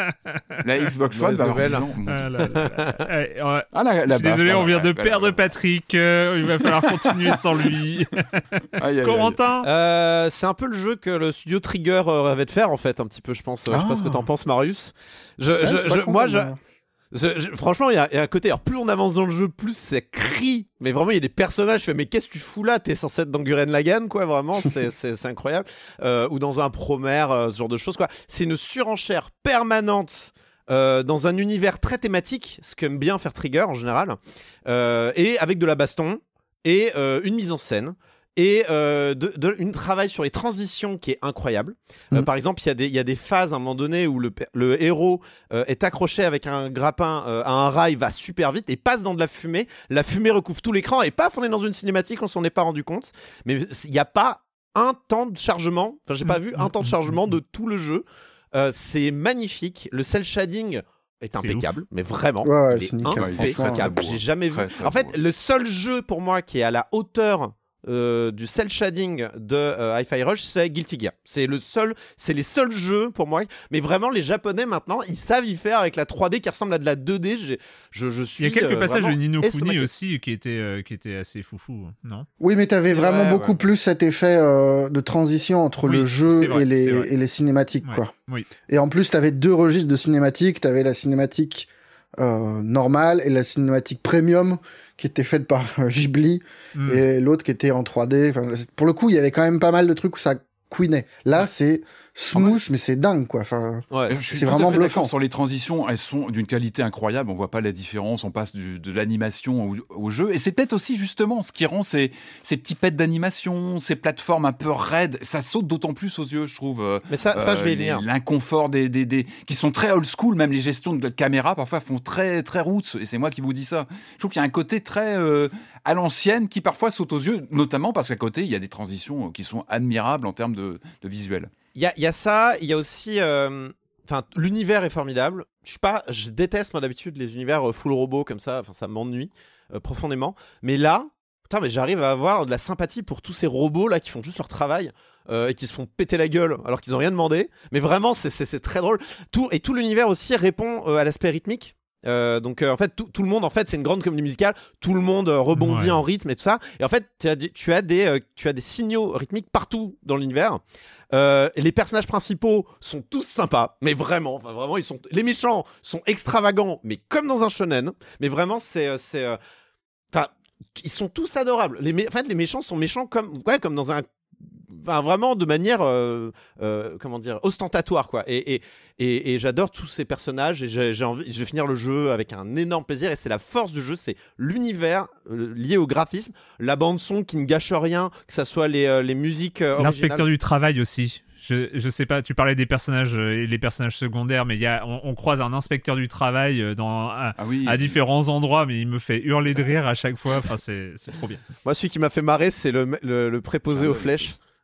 La Xbox One va avoir dix ans. Ah, là, là, là. Allez, on va... ah, là, là, désolé, là, on vient là, de là, perdre là, là. Patrick. Euh, il va falloir continuer sans lui. Aïe, aïe, Corentin euh, c'est un peu le jeu que le studio Trigger euh, rêvait de faire, en fait, un petit peu, je pense. Ah. Je sais pas ce que t'en penses, Marius. Je, ouais, je, je, moi, je... Je, je, franchement, il y, y a un côté. Alors, plus on avance dans le jeu, plus c'est crie. Mais vraiment, il y a des personnages. Je fais, mais qu'est-ce que tu fous là ? T'es censé être dans Gurren Lagann, quoi. Vraiment, c'est, c'est, c'est incroyable. Euh, ou dans un promère, euh, ce genre de choses, quoi. C'est une surenchère permanente. Euh, dans un univers très thématique, ce qu'aime bien faire Trigger en général, euh, et avec de la baston et euh, une mise en scène. Et euh, de, de, une travail sur les transitions qui est incroyable. Mmh. Euh, par exemple, il y a des il y a des phases à un moment donné où le le héros euh, est accroché avec un grappin euh, à un rail, va super vite et passe dans de la fumée. La fumée recouvre tout l'écran et paf, on est dans une cinématique, on s'en est pas rendu compte. Mais il n'y a pas un temps de chargement. Enfin, j'ai pas vu un temps de chargement de tout le jeu. Euh, c'est magnifique. Le cel shading est impeccable, ouf. Mais vraiment, ouais, ouais, il c'est est nickel, impeccable. J'ai jamais très, vu. Très en fait, beau. Le seul jeu pour moi qui est à la hauteur Euh, du cel shading de euh, Hi-Fi Rush, c'est Guilty Gear. C'est le seul, c'est les seuls jeux pour moi. Mais vraiment, les Japonais maintenant, ils savent y faire avec la trois D qui ressemble à de la deux D. J'ai, je, je suis. Il y a quelques euh, passages de Ni no Kuni aussi qui étaient, euh, qui étaient assez foufou, non ? Oui, mais t'avais vraiment ouais, beaucoup ouais. plus cet effet euh, de transition entre oui, le jeu vrai, et les et les cinématiques, ouais. quoi. Oui. Et en plus, t'avais deux registres de cinématiques. T'avais la cinématique euh, normale et la cinématique premium, qui était faite par euh, Ghibli, mm. et l'autre qui était en trois D. Enfin, pour le coup, il y avait quand même pas mal de trucs où ça couinait. Là, ouais. c'est smooth, mais c'est dingue, quoi. Enfin, ouais, je suis c'est vraiment bluffant. Sur les transitions, elles sont d'une qualité incroyable. On voit pas la différence. On passe du, de l'animation au, au jeu. Et c'est peut-être aussi justement ce qui rend ces, ces petits pets d'animation, ces plateformes un peu raides. Ça saute d'autant plus aux yeux, je trouve. Mais ça, euh, ça je vais y venir. L'inconfort des, des, des, qui sont très old school. Même les gestions de la caméra, parfois, font très, très roots. Et c'est moi qui vous dis ça. Je trouve qu'il y a un côté très, euh, à l'ancienne qui parfois saute aux yeux, notamment parce qu'à côté, il y a des transitions qui sont admirables en termes de, de visuel. Il y a, y a ça, il y a aussi... Enfin, euh, l'univers est formidable. Je suis pas, je déteste, moi, d'habitude, les univers full robot comme ça. Enfin, ça m'ennuie euh, profondément. Mais là, putain, mais j'arrive à avoir de la sympathie pour tous ces robots-là qui font juste leur travail euh, et qui se font péter la gueule alors qu'ils n'ont rien demandé. Mais vraiment, c'est, c'est, c'est très drôle. Tout, et tout l'univers aussi répond euh, à l'aspect rythmique. Euh, donc euh, en fait tout, tout le monde en fait c'est une grande comédie musicale, tout le monde euh, rebondit ouais. en rythme et tout ça, et en fait tu as, tu as des euh, tu as des signaux rythmiques partout dans l'univers. Euh, les personnages principaux sont tous sympas, mais vraiment, enfin vraiment ils sont, les méchants sont extravagants, mais comme dans un shonen, mais vraiment c'est c'est enfin euh, ils sont tous adorables. Les mé- en fait les méchants sont méchants comme ouais comme dans un Enfin, vraiment de manière euh, euh, comment dire ostentatoire, quoi. Et, et, et, et j'adore tous ces personnages et j'ai, j'ai envie, je vais finir le jeu avec un énorme plaisir. Et c'est la force du jeu, c'est l'univers euh, lié au graphisme, la bande son qui ne gâche rien, que ça soit les, euh, les musiques euh, originales. L'inspecteur du travail aussi. Je, je sais pas, tu parlais des personnages et les personnages secondaires, mais il y a, on, on croise un inspecteur du travail dans, à, ah oui. à différents endroits, mais il me fait hurler de rire à chaque fois. Enfin, c'est, c'est trop bien. Moi, celui qui m'a fait marrer, c'est le, le, le préposé ah, aux ouais, flèches.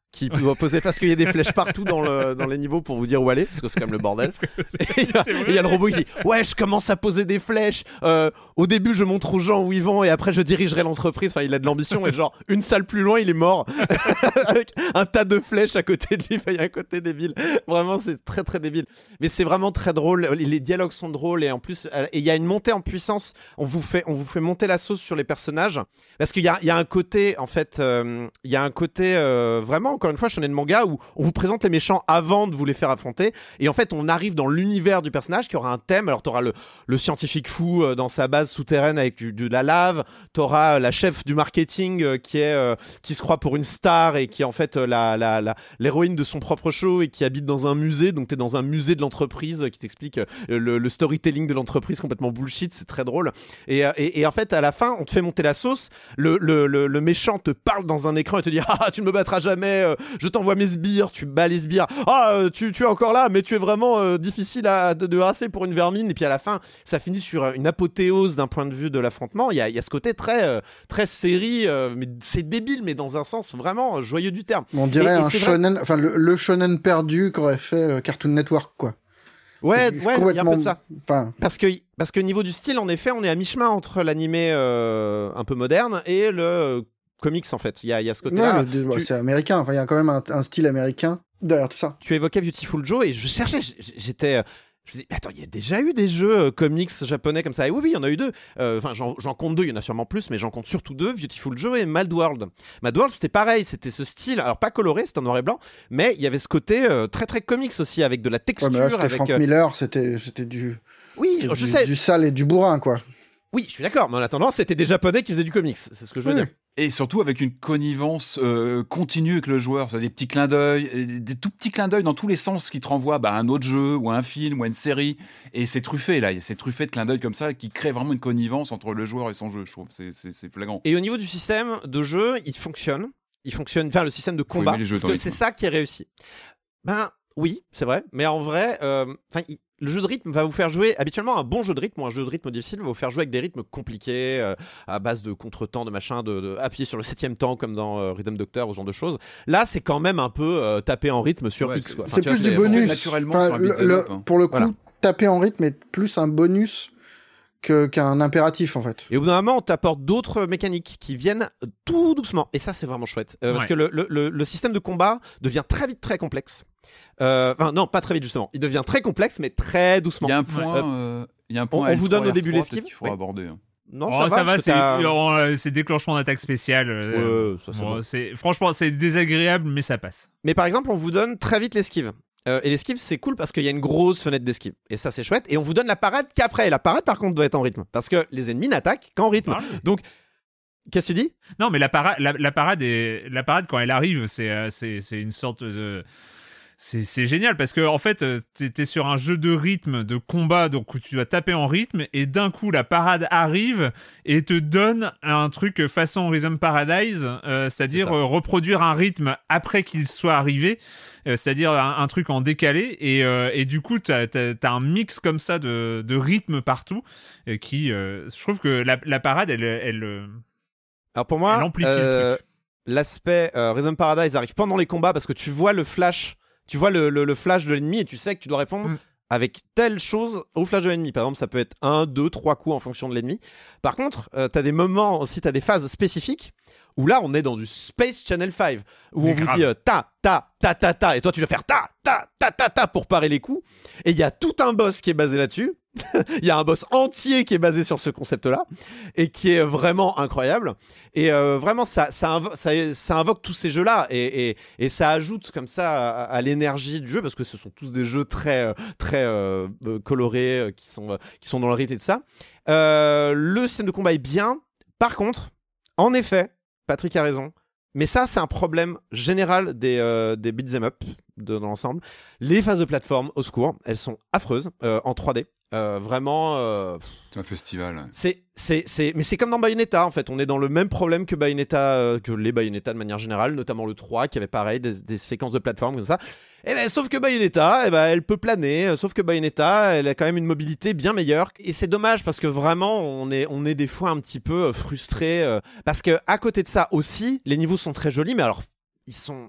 qui doit poser parce qu'il y a des flèches partout dans, le, dans les niveaux pour vous dire où aller, parce que c'est quand même le bordel. Et il y a le robot qui dit ouais, je commence à poser des flèches. Euh, au début, je montre aux gens où ils vont et après, je dirigerai l'entreprise. Enfin, il a de l'ambition et genre une salle plus loin, il est mort avec un tas de flèches à côté de lui. Enfin, il y a un côté débile. Vraiment, c'est très très débile. Mais c'est vraiment très drôle. Les dialogues sont drôles et en plus, il y a une montée en puissance. On vous fait, on vous fait monter la sauce sur les personnages parce qu'il y a, il y a un côté en fait, euh, il y a un côté euh, vraiment. Encore une fois, shonen manga où on vous présente les méchants avant de vous les faire affronter et en fait on arrive dans l'univers du personnage qui aura un thème. Alors t'auras le, le scientifique fou euh, dans sa base souterraine avec du, de la lave, t'auras euh, la chef du marketing euh, qui est euh, qui se croit pour une star et qui est en fait euh, la, la, la, l'héroïne de son propre show et qui habite dans un musée. Donc t'es dans un musée de l'entreprise euh, qui t'explique euh, le, le storytelling de l'entreprise complètement bullshit, c'est très drôle et, euh, et, et en fait à la fin on te fait monter la sauce. Le, le, le, le méchant te parle dans un écran et te dit ah tu ne me battras jamais, je t'envoie mes sbires, tu bats les sbires. Ah, euh, tu, tu es encore là, mais tu es vraiment euh, difficile à, de, de racer pour une vermine. Et puis à la fin, ça finit sur une apothéose d'un point de vue de l'affrontement. Il y a, il y a ce côté très, euh, très série, euh, mais c'est débile, mais dans un sens vraiment joyeux du terme. On dirait et, et un shonen, vrai... enfin le, le shonen perdu qu'aurait fait euh, Cartoon Network, quoi. Ouais, c'est, ouais, c'est il y a un peu de ça. Enfin... Parce que, parce que niveau du style, en effet, on est à mi-chemin entre l'animé euh, un peu moderne et le euh, comics, en fait. Il y a, il y a ce côté-là. Ouais, le, tu... c'est américain. Enfin, il y a quand même un, un style américain derrière tout ça. Tu évoquais Beautiful Joe et je cherchais, j'étais... Je me dis, attends, il y a déjà eu des jeux euh, comics japonais comme ça. Et oui, oui, il y en a eu deux. Enfin, euh, j'en, j'en compte deux, il y en a sûrement plus, mais j'en compte surtout deux, Beautiful Joe et Mad World. Mad World, c'était pareil, c'était ce style, alors pas coloré, c'était en noir et blanc, mais il y avait ce côté euh, très très comics aussi, avec de la texture. Ouais, mais là, c'était avec, Frank euh... Miller, c'était, c'était du... Oui, c'était je du, sais. Du sale et du bourrin, quoi. Oui, je suis d'accord, mais en attendant, c'était des Japonais qui faisaient du comics, c'est ce que je veux oui. dire. Et surtout avec une connivence euh, continue avec le joueur, c'est des petits clins d'œil, des tout petits clins d'œil dans tous les sens qui te renvoient bah, à un autre jeu, ou à un film, ou à une série. Et c'est truffé, là, c'est truffé de clins d'œil comme ça, qui crée vraiment une connivence entre le joueur et son jeu, je trouve. C'est, c'est, c'est flagrant. Et au niveau du système de jeu, il fonctionne. Il fonctionne, enfin, le système de combat, parce que c'est ça qui est réussi. Ben, oui, c'est vrai, mais en vrai, euh, il... le jeu de rythme va vous faire jouer, habituellement un bon jeu de rythme ou un jeu de rythme difficile va vous faire jouer avec des rythmes compliqués, euh, à base de contretemps, de machin, de, de appuyer sur le septième temps comme dans euh, Rhythm Doctor ou ce genre de choses. Là, c'est quand même un peu euh, taper en rythme sur ouais, X. C'est, quoi. c'est enfin, plus du vois, bonus. Naturellement enfin, sur un le, le, hein. Pour le coup, voilà. taper en rythme est plus un bonus que, qu'un impératif, en fait. Et au bout d'un moment, on t'apporte d'autres mécaniques qui viennent tout doucement. Et ça, c'est vraiment chouette. Euh, ouais. Parce que le, le, le, le système de combat devient très vite très complexe. Euh, enfin, non, pas très vite, justement. Il devient très complexe, mais très doucement. Il y a un point... Euh, euh, il y a un point on, on vous donne au début l'esquive. Qu'il faut oui. aborder. Hein. Non, oh, ça, ça va, c'est, euh, c'est déclenchement d'attaque spéciale. Euh, ouais, ça, c'est bon, bon. c'est, franchement, c'est désagréable, mais ça passe. Mais par exemple, on vous donne très vite l'esquive. Euh, et l'esquive, c'est cool parce qu'il y a une grosse fenêtre d'esquive. Et ça, c'est chouette. Et on vous donne la parade qu'après. Et la parade, par contre, doit être en rythme. Parce que les ennemis n'attaquent qu'en rythme. Ah, oui. Donc, qu'est-ce que tu dis ? Non, mais la, para- la, la, parade est... la parade, quand elle arrive, c'est, euh, c'est, c'est une sorte de... C'est, c'est génial parce que en fait t'es, t'es sur un jeu de rythme, de combat, donc où tu vas taper en rythme et d'un coup la parade arrive et te donne un truc façon Rhythm Paradise, euh, c'est-à-dire euh, reproduire un rythme après qu'il soit arrivé, euh, c'est-à-dire un, un truc en décalé et, euh, et du coup t'as, t'as, t'as un mix comme ça de, de rythme partout euh, qui, euh, je trouve que la, la parade elle, elle, elle, alors pour moi, elle amplifie euh, le truc. L'aspect euh, Rhythm Paradise arrive pendant les combats parce que tu vois le flash. Tu vois le, le, le flash de l'ennemi et tu sais que tu dois répondre mm. avec telle chose au flash de l'ennemi. Par exemple, ça peut être un, deux, trois coups en fonction de l'ennemi. Par contre, euh, t'as des moments aussi, t'as des phases spécifiques où là, on est dans du Space Channel cinq où Mais on grave. vous dit euh, ta, ta, ta, ta, ta et toi, tu dois faire ta, ta, ta, ta, ta pour parer les coups. Et il y a tout un boss qui est basé là-dessus. Il y a un boss entier qui est basé sur ce concept-là et qui est vraiment incroyable. Et euh, vraiment, ça, ça, invo- ça, ça invoque tous ces jeux-là et, et, et ça ajoute comme ça à, à l'énergie du jeu parce que ce sont tous des jeux très, très euh, colorés euh, qui, sont, euh, qui sont dans le rythme et tout ça. Euh, le système de combat est bien. Par contre, en effet, Patrick a raison. Mais ça, c'est un problème général des, euh, des beat'em up de, dans l'ensemble. Les phases de plateforme, au secours, elles sont affreuses euh, en trois D. Euh, vraiment. Euh, c'est un festival. C'est, c'est, c'est, mais c'est comme dans Bayonetta en fait. On est dans le même problème que Bayonetta, euh, que les Bayonetta de manière générale, notamment le trois qui avait pareil des, des séquences de plateforme comme ça. Et ben, sauf que Bayonetta, eh ben, elle peut planer. Sauf que Bayonetta, elle a quand même une mobilité bien meilleure. Et c'est dommage parce que vraiment, on est, on est des fois un petit peu frustrés euh, parce que à côté de ça aussi, les niveaux sont très jolis, mais alors ils sont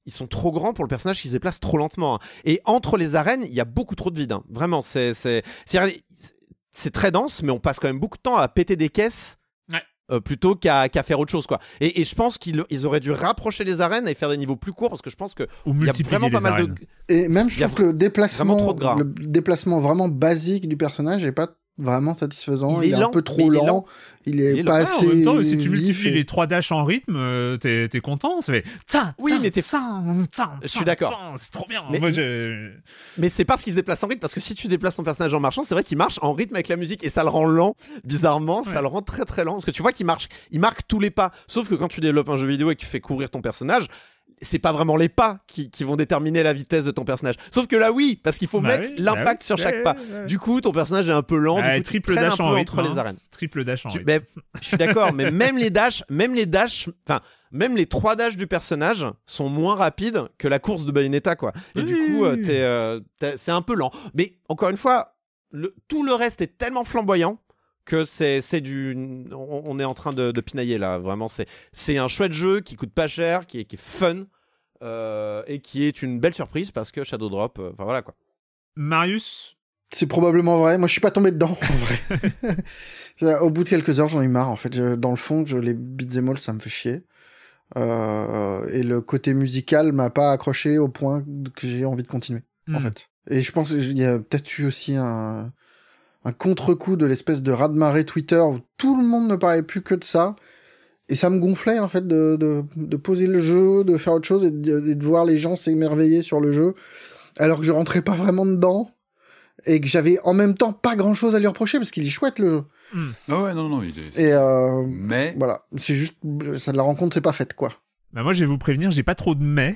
ils sont trop grands pour le personnage qui se déplace trop lentement. Hein. Et entre les arènes, il y a beaucoup trop de vide. Hein. Vraiment, c'est, c'est, c'est, c'est très dense, mais on passe quand même beaucoup de temps à péter des caisses ouais. euh, plutôt qu'à, qu'à faire autre chose. Quoi. Et, et je pense qu'ils ils auraient dû rapprocher les arènes et faire des niveaux plus courts parce que je pense qu'il y a vraiment pas mal arènes. de... Et même, je trouve que le déplacement, le déplacement vraiment basique du personnage n'est pas vraiment satisfaisant, il, il est, est un peu trop lent. lent, il est, il est pas lent. assez. En même temps, si tu multiplies et... les trois dashs en rythme, euh, t'es, t'es content. Ça fait. Tsa, oui, tsa, mais t'es. Tsa, tsa, je suis d'accord. Tsa, c'est trop bien. Mais, Moi, je... mais c'est parce qu'il se déplace en rythme, parce que si tu déplaces ton personnage en marchant, c'est vrai qu'il marche en rythme avec la musique et ça le rend lent. Bizarrement, ouais. ça le rend très très lent. Parce que tu vois qu'il marche, il marque tous les pas. Sauf que quand tu développes un jeu vidéo et que tu fais courir ton personnage, c'est pas vraiment les pas qui, qui vont déterminer la vitesse de ton personnage. Sauf que là, oui, parce qu'il faut bah mettre oui, l'impact bah oui, sur chaque bah pas. Oui. Du coup, ton personnage est un peu lent. Bah, du coup, triple tu dash un peu en entre rythme, les arènes. Triple dash en tu, rythme. Mais, je suis d'accord, mais même les dashs, même les dashs, enfin, même les trois dashs du personnage sont moins rapides que la course de Bayonetta, quoi. Et oui. du coup, euh, t'es, euh, t'es, c'est un peu lent. Mais encore une fois, le, tout le reste est tellement flamboyant que c'est, c'est du... On, on est en train de, de pinailler, là. Vraiment, c'est, c'est un chouette jeu qui coûte pas cher, qui est, qui est fun. Euh, et qui est une belle surprise parce que Shadow Drop, enfin euh, voilà quoi. Marius, c'est probablement vrai. Moi, je suis pas tombé dedans en vrai. Au bout de quelques heures, j'en ai marre. En fait, je, dans le fond, je, les beat'em all, ça me fait chier. Euh, et le côté musical m'a pas accroché au point que j'ai envie de continuer. Mm. En fait. Et je pense qu'il y a peut-être eu aussi un, un contre-coup de l'espèce de raz-de-marée Twitter où tout le monde ne parlait plus que de ça. Et ça me gonflait, en fait, de, de, de poser le jeu, de faire autre chose et de, et de voir les gens s'émerveiller sur le jeu, alors que je rentrais pas vraiment dedans et que j'avais en même temps pas grand chose à lui reprocher parce qu'il est chouette, le jeu. Mm. Ah ouais, non, non, il est. Et euh, mais. Voilà. C'est juste, ça, la rencontre, c'est pas faite, quoi. Bah moi, je vais vous prévenir, j'ai pas trop de mais.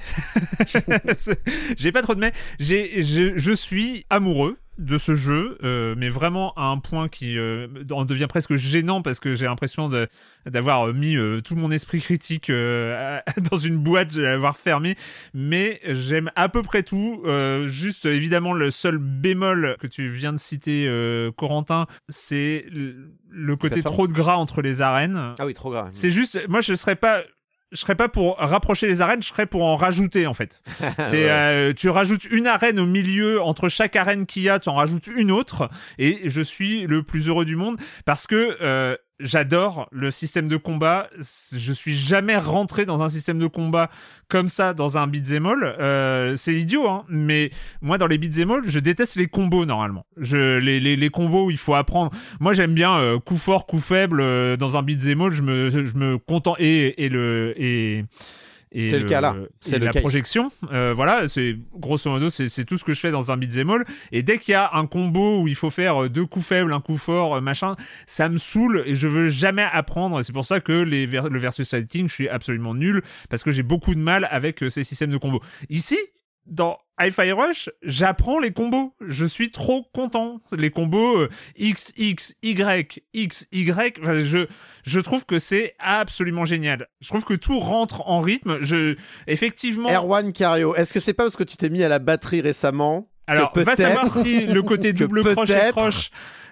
j'ai pas trop de mais. J'ai, je, je suis amoureux de ce jeu, euh, mais vraiment à un point qui euh, en devient presque gênant parce que j'ai l'impression de, d'avoir mis euh, tout mon esprit critique euh, dans une boîte, de l'avoir fermé. Mais j'aime à peu près tout. Euh, juste, évidemment, le seul bémol que tu viens de citer, euh, Corentin, c'est le côté trop de gras entre les arènes. Ah oui, trop gras. C'est juste, moi, je serais pas... Je serais pas pour rapprocher les arènes, je serais pour en rajouter en fait. C'est ouais. euh, tu rajoutes une arène au milieu, entre chaque arène qu'il y a, tu en rajoutes une autre, et je suis le plus heureux du monde parce que euh, j'adore le système de combat. Je suis jamais rentré dans un système de combat comme ça dans un beat'em all. Euh, c'est idiot, hein, mais moi dans les beat'em all, je déteste les combos normalement. Je les les les combos où il faut apprendre. Moi j'aime bien euh, coup fort, coup faible euh, dans un beat'em all. Je me je me contente et et le et Et c'est le, le cas là, c'est le la case. projection, euh, voilà, c'est grosso modo, c'est, c'est tout ce que je fais dans un beat'em all. Et dès qu'il y a un combo où il faut faire deux coups faibles, un coup fort, machin, ça me saoule et je veux jamais apprendre. Et c'est pour ça que les ver- le versus fighting, je suis absolument nul parce que j'ai beaucoup de mal avec ces systèmes de combos. Ici, dans Hi-Fi Rush, j'apprends les combos. Je suis trop content. Les combos euh, X, X, Y, X, Y, enfin, je, je trouve que c'est absolument génial. Je trouve que tout rentre en rythme. Je, effectivement... Erwan Cario, est-ce que c'est pas parce que tu t'es mis à la batterie récemment? Alors, va savoir si le côté double crochet croche,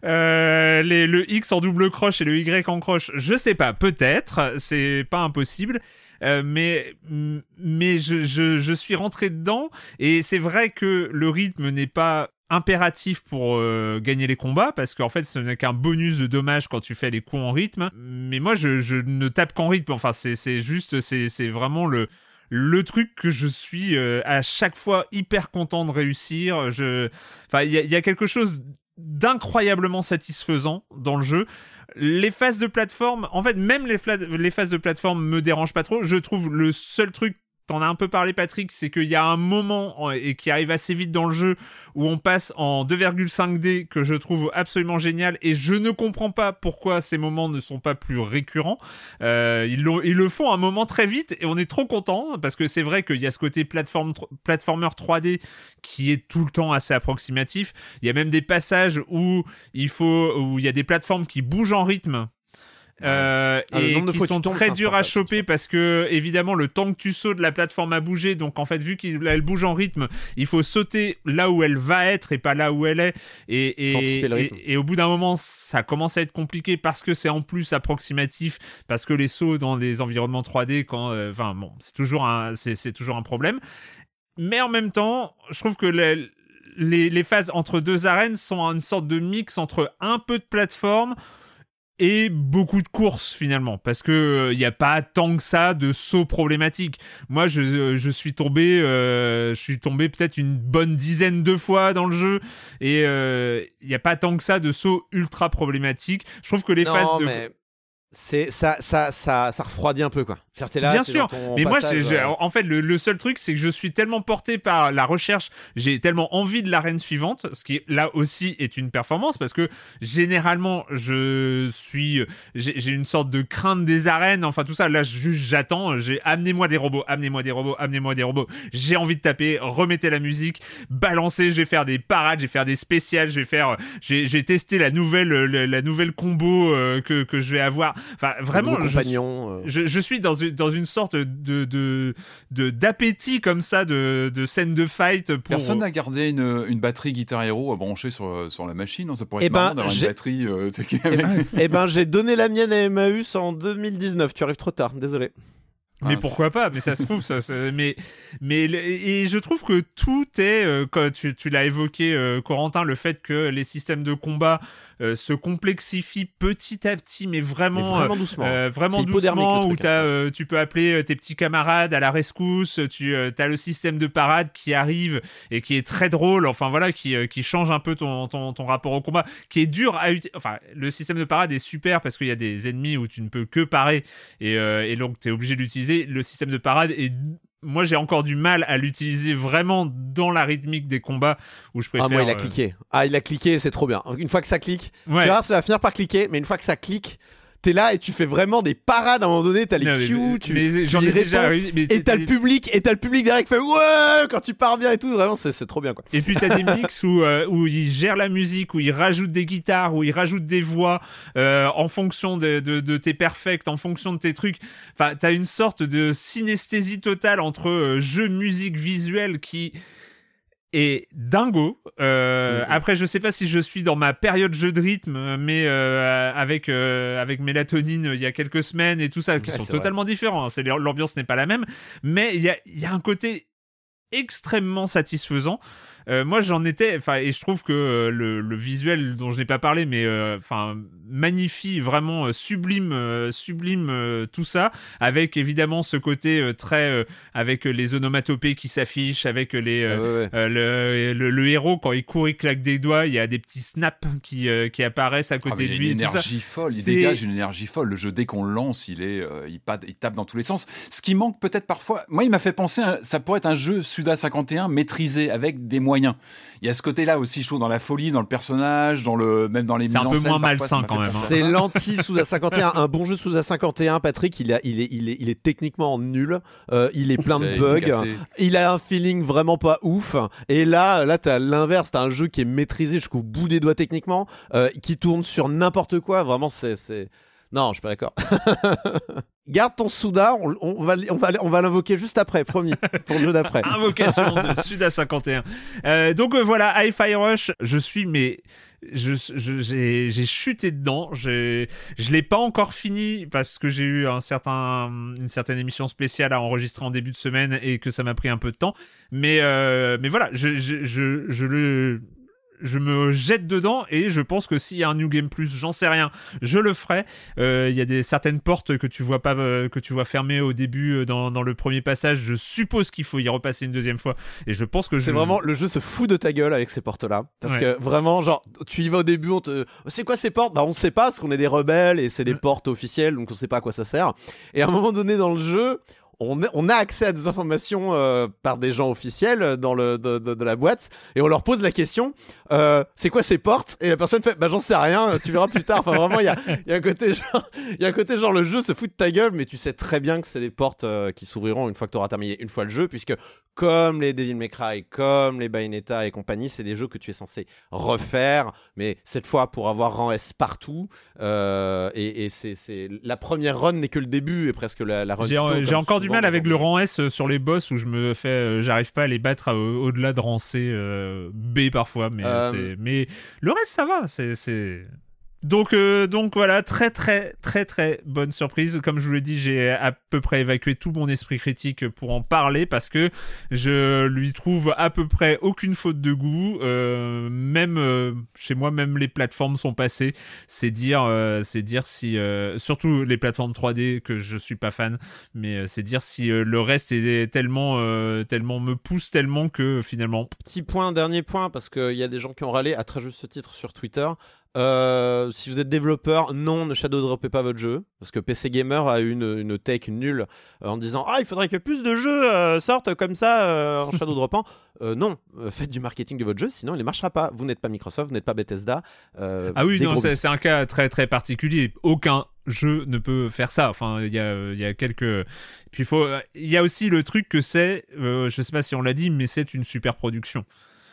euh, les, le X en double croche et le Y en croche, je sais pas, peut-être, c'est pas impossible. Euh, mais mais je, je, je suis rentré dedans et c'est vrai que le rythme n'est pas impératif pour euh, gagner les combats parce qu'en fait ce n'est qu'un bonus de dommage quand tu fais les coups en rythme, mais moi je, je ne tape qu'en rythme, enfin c'est, c'est juste c'est, c'est vraiment le le truc que je suis euh, à chaque fois hyper content de réussir. Je... Enfin, il y, y a quelque chose d'incroyablement satisfaisant dans le jeu. Les phases de plateforme, en fait, même les, fla- les phases de plateforme me dérangent pas trop. Je trouve le seul truc, t'en as un peu parlé Patrick, c'est qu'il y a un moment, et qui arrive assez vite dans le jeu, où on passe en deux virgule cinq D que je trouve absolument génial, et je ne comprends pas pourquoi ces moments ne sont pas plus récurrents. Euh, ils, ils le font un moment très vite, et on est trop content, parce que c'est vrai qu'il y a ce côté plateforme, platformer trois D qui est tout le temps assez approximatif. Il y a même des passages où il faut, où il y a des plateformes qui bougent en rythme, Euh, ah, et qui sont tombes, très durs à choper parce que évidemment le temps que tu sautes, la plateforme a bougé, donc en fait vu qu'elle bouge en rythme, il faut sauter là où elle va être et pas là où elle est, et, et, et, et au bout d'un moment ça commence à être compliqué parce que c'est en plus approximatif, parce que les sauts dans des environnements trois D, quand, enfin euh, bon, c'est toujours un, c'est, c'est toujours un problème, mais en même temps je trouve que les, les, les phases entre deux arènes sont une sorte de mix entre un peu de plateforme et beaucoup de courses finalement, parce que il euh, y a pas tant que ça de sauts problématiques. Moi je je suis tombé euh, je suis tombé peut-être une bonne dizaine de fois dans le jeu, et il euh, y a pas tant que ça de sauts ultra problématiques. Je trouve que les non, phases de mais... C'est ça, ça, ça, ça refroidit un peu quoi. T'es là, bien t'es sûr, mais passage, moi, j'ai, j'ai, en fait, le, le seul truc, c'est que je suis tellement porté par la recherche, j'ai tellement envie de l'arène suivante, ce qui là aussi est une performance, parce que généralement, je suis, j'ai, j'ai une sorte de crainte des arènes, enfin tout ça. Là, juste j'attends, j'ai amenez-moi des robots, amenez-moi des robots, amenez-moi des robots. J'ai envie de taper, remettez la musique, balancer, je vais faire des parades, je vais faire des spéciales, je vais faire, j'ai, j'ai testé la nouvelle, la, la nouvelle combo euh, que que je vais avoir. Enfin, vraiment, je, euh... je, je suis dans une, dans une sorte de, de, de, d'appétit comme ça, de, de scène de fight. Pour... Personne n'a gardé une, une batterie Guitar Hero branchée sur, sur la machine, hein. Ça pourrait être eh ben, marrant d'avoir j'ai... une batterie. Euh, eh, ben, eh ben, j'ai donné la mienne à Emmaüs en deux mille dix-neuf. Tu arrives trop tard, désolé. Mais ah, pourquoi pas? Mais ça se trouve, ça, ça mais, mais, et je trouve que tout est, euh, quand tu, tu l'as évoqué, euh, Corentin, le fait que les systèmes de combat euh, se complexifient petit à petit, mais vraiment, mais vraiment doucement, euh, vraiment doucement, où t'as, euh, tu peux appeler tes petits camarades à la rescousse, tu euh, as le système de parade qui arrive et qui est très drôle, enfin voilà, qui, euh, qui change un peu ton, ton, ton rapport au combat, qui est dur à utiliser. Enfin, le système de parade est super parce qu'il y a des ennemis où tu ne peux que parer, et, euh, et donc t'es obligé d'utiliser le système de parade. Et moi j'ai encore du mal à l'utiliser vraiment dans la rythmique des combats, où je préfère. Ah, moi il a euh... cliqué. Ah, il a cliqué, c'est trop bien. Une fois que ça clique, ouais. Tu vois, ça va finir par cliquer, mais une fois que ça clique, t'es là et tu fais vraiment des parades à un moment donné, t'as les non, cues, mais, tu, mais, tu j'en ai déjà réussi, mais et t'as le public, et t'as le public derrière qui fait ouais quand tu pars bien et tout, vraiment c'est, c'est trop bien quoi. Et puis t'as des mix où, euh, où ils gèrent la musique, où ils rajoutent des guitares, où ils rajoutent des voix euh, en fonction de, de, de tes perfects, en fonction de tes trucs. Enfin, t'as une sorte de synesthésie totale entre euh, jeu, musique, visuel qui... Et dingo. Euh, mmh. Après, je sais pas si je suis dans ma période jeu de rythme, mais euh, avec euh, avec Mélatonine il y a quelques semaines et tout ça, qui ouais, sont totalement vrai. différents. Hein. C'est, l'ambiance n'est pas la même, mais il y a il y a un côté extrêmement satisfaisant. Euh, moi j'en étais, enfin, et je trouve que euh, le, le visuel dont je n'ai pas parlé, mais enfin euh, magnifie, vraiment euh, sublime, euh, sublime euh, tout ça, avec évidemment ce côté euh, très, euh, avec les onomatopées qui s'affichent, avec les, euh, ah ouais, ouais. Euh, le, le, le héros quand il court, il claque des doigts, il y a des petits snaps qui euh, qui apparaissent à côté ah, de lui. Il y a une énergie folle, il C'est... dégage une énergie folle. Le jeu, dès qu'on le lance, il est, euh, il, pat- il tape dans tous les sens. Ce qui manque peut-être parfois, moi il m'a fait penser, à, ça pourrait être un jeu Suda cinquante et un maîtrisé avec des moyens. Il y a ce côté-là aussi, je trouve, dans la folie, dans le personnage, dans le, même dans les mises en scène. C'est un peu moins malsain quand même. Hein. C'est l'anti-Suda cinquante et un. Un bon jeu Suda cinquante et un, Patrick, il, a, il, est, il, est, il est techniquement nul. Euh, il est plein c'est de bugs. Il a un feeling vraiment pas ouf. Et là, là t'as l'inverse. T'as un jeu qui est maîtrisé jusqu'au bout des doigts techniquement, euh, qui tourne sur n'importe quoi. Vraiment, c'est... c'est... Non, je suis pas d'accord. Garde ton Suda, on, on, va, on, va, on va l'invoquer juste après, promis, pour le jeu d'après. Invocation de Suda cinquante et un. Euh, donc euh, voilà, Hi-Fi Rush, je suis, mais je, je, j'ai, j'ai chuté dedans. J'ai, je l'ai pas encore fini parce que j'ai eu un certain, une certaine émission spéciale à enregistrer en début de semaine et que ça m'a pris un peu de temps. Mais, euh, mais voilà, je, je, je, je le... je me jette dedans et je pense que s'il y a un New Game Plus, j'en sais rien, je le ferai. Il euh, y a des certaines portes que tu vois pas, euh, que tu vois fermées au début euh, dans, dans le premier passage. Je suppose qu'il faut y repasser une deuxième fois et je pense que je... c'est vraiment le jeu se fout de ta gueule avec ces portes là parce ouais. que vraiment genre tu y vas au début, on te c'est quoi ces portes, bah on sait pas parce qu'on est des rebelles et c'est des ouais. portes officielles donc on sait pas à quoi ça sert et à un moment donné dans le jeu On a, on a accès à des informations euh, par des gens officiels dans le, de, de, de la boîte et on leur pose la question euh, c'est quoi ces portes? Et la personne fait, bah j'en sais rien, tu verras plus tard. Enfin vraiment, il y a, y a un côté genre, il y a un côté genre le jeu se fout de ta gueule, mais tu sais très bien que c'est des portes euh, qui s'ouvriront une fois que tu auras terminé une fois le jeu, puisque comme les Devil May Cry, comme les Bayonetta et compagnie, c'est des jeux que tu es censé refaire, mais cette fois pour avoir rang S partout. Euh, et, et c'est, c'est la première run n'est que le début et presque la, la run. J'ai, tuto, j'ai encore du mal avec le rang S sur les boss où je me fais, euh, j'arrive pas à les battre à, au, au-delà de rang C, euh, B parfois, mais euh... c'est, mais le reste ça va, c'est, c'est... Donc, euh, donc voilà, très très très très bonne surprise. Comme je vous l'ai dit, j'ai à peu près évacué tout mon esprit critique pour en parler parce que je lui trouve à peu près aucune faute de goût. Euh, même euh, chez moi, même les plateformes sont passées. C'est dire, euh, c'est dire si, euh, surtout les plateformes trois D que je suis pas fan, mais euh, c'est dire si euh, le reste est tellement, euh, tellement me pousse tellement que finalement. Petit point, dernier point, parce qu'il y a des gens qui ont râlé à très juste titre sur Twitter. Euh, si vous êtes développeur, non, ne shadow droppez pas votre jeu, parce que P C Gamer a eu une, une take nulle euh, en disant ah il faudrait que plus de jeux euh, sortent comme ça euh, en shadow droppant. Euh, non, euh, faites du marketing de votre jeu, sinon il ne marchera pas. Vous n'êtes pas Microsoft, vous n'êtes pas Bethesda. Euh, ah oui, non, c'est, c'est un cas très très particulier. Aucun jeu ne peut faire ça. Enfin, il y a il y a quelques. Puis il faut, il y a aussi le truc que c'est, euh, je sais pas si on l'a dit, mais c'est une super production.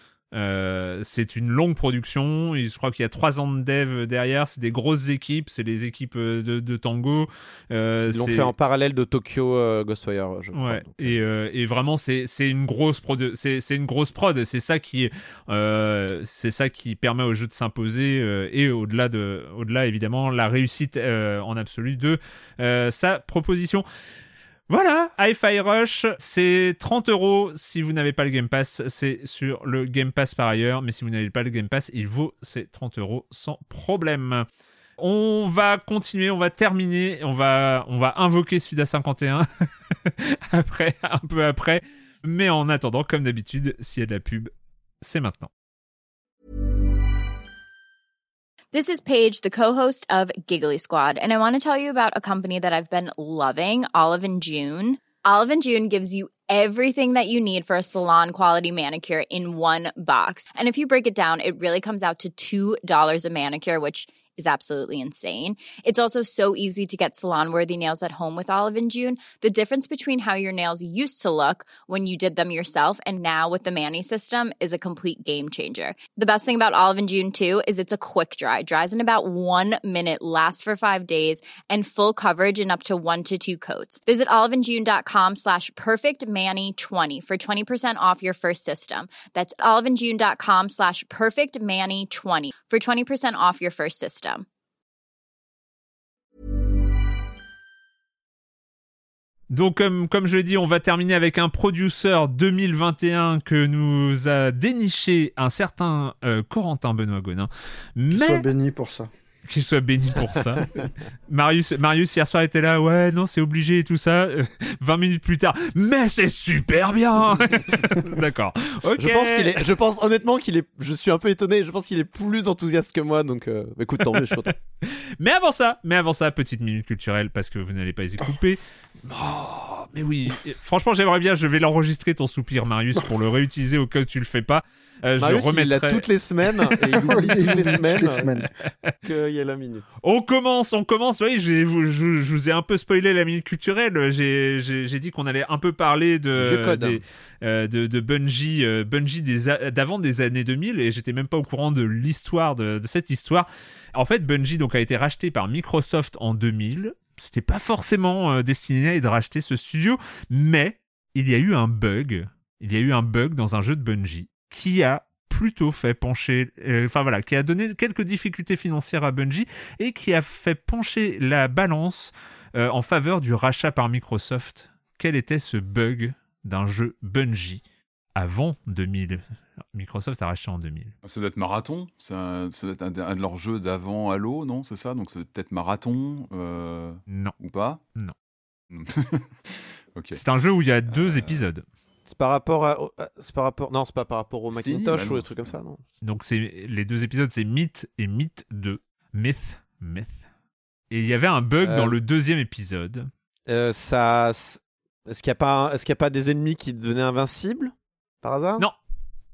Euh, c'est une longue production. Je crois qu'il y a trois ans de dev derrière. C'est des grosses équipes. C'est les équipes de, de Tango. Euh, Ils l'ont c'est... fait en parallèle de Tokyo euh, Ghostwire. Je ouais. crois, et, euh, et vraiment, c'est c'est une grosse prod. C'est c'est une grosse prod. C'est ça qui euh, c'est ça qui permet au jeu de s'imposer euh, et au-delà de au-delà évidemment la réussite euh, en absolu de euh, sa proposition. Voilà, Hi-Fi Rush, c'est trente euros si vous n'avez pas le Game Pass, c'est sur le Game Pass par ailleurs, mais si vous n'avez pas le Game Pass, il vaut ces trente euros sans problème. On va continuer, on va terminer, on va, on va invoquer Suda cinquante et un après, un peu après, mais en attendant, comme d'habitude, s'il y a de la pub, c'est maintenant. This is Paige, the co-host of Giggly Squad, and I want to tell you about a company that I've been loving, Olive and June. Olive and June gives you everything that you need for a salon-quality manicure in one box. And if you break it down, it really comes out to two dollars a manicure, which is absolutely insane. It's also so easy to get salon-worthy nails at home with Olive and June. The difference between how your nails used to look when you did them yourself and now with the Mani system is a complete game changer. The best thing about Olive and June, too, is it's a quick dry. Dries in about one minute, lasts for five days, and full coverage in up to one to two coats. Visit oliveandjune.com slash perfectmani20 for twenty percent off your first system. That's oliveandjune.com slash perfectmani20 for twenty percent off your first system. Donc, comme, comme je l'ai dit, on va terminer avec un producer deux mille vingt et un que nous a déniché un certain euh, Corentin Benoît Gonin. Mais... Qu'il soit béni pour ça. Qu'il soit béni pour ça. Marius, Marius, hier soir, était là, ouais, non, c'est obligé et tout ça. vingt minutes plus tard, mais c'est super bien. D'accord. Ok. Je pense qu'il est, je pense honnêtement qu'il est, je suis un peu étonné, je pense qu'il est plus enthousiaste que moi, donc euh, écoute, tant mieux, je suis content. Mais avant ça, mais avant ça, petite minute culturelle parce que vous n'allez pas y couper. Oh, mais oui, franchement, j'aimerais bien, je vais l'enregistrer ton soupir, Marius, pour le réutiliser au cas où tu le fais pas. Euh, je Marius, le remettrai... il l'a toutes les semaines et il oublie toutes les semaines, toutes les semaines. qu'il y a la minute. On commence, on commence. Oui, j'ai, je, je, je vous ai un peu spoilé la minute culturelle. J'ai, j'ai, j'ai dit qu'on allait un peu parler de des, euh, de, de Bungie, euh, Bungie des a, d'avant des années deux mille et j'étais même pas au courant de l'histoire de, de cette histoire. En fait, Bungie donc a été racheté par Microsoft en deux mille. C'était pas forcément euh, destiné à racheter ce studio, mais il y a eu un bug. Il y a eu un bug dans un jeu de Bungie qui a plutôt fait pencher, euh, enfin voilà, qui a donné quelques difficultés financières à Bungie et qui a fait pencher la balance euh, en faveur du rachat par Microsoft. Quel était ce bug d'un jeu Bungie avant deux mille? Microsoft a racheté en deux mille. Ça doit être Marathon, ça, ça doit être un, un de leurs jeux d'avant Halo, non? C'est ça? Donc c'est peut-être Marathon euh... Non. Ou pas? Non. Okay. C'est un jeu où il y a deux euh... épisodes. C'est par rapport à, c'est par rapport, non, c'est pas par rapport au Macintosh si, ou des trucs comme ça, non. Donc c'est les deux épisodes, c'est Myth et Myth deux. Myth, Myth. Et il y avait un bug euh... dans le deuxième épisode. Euh, ça, est-ce qu'il y a pas, est-ce qu'il y a pas des ennemis qui devenaient invincibles par hasard? Non.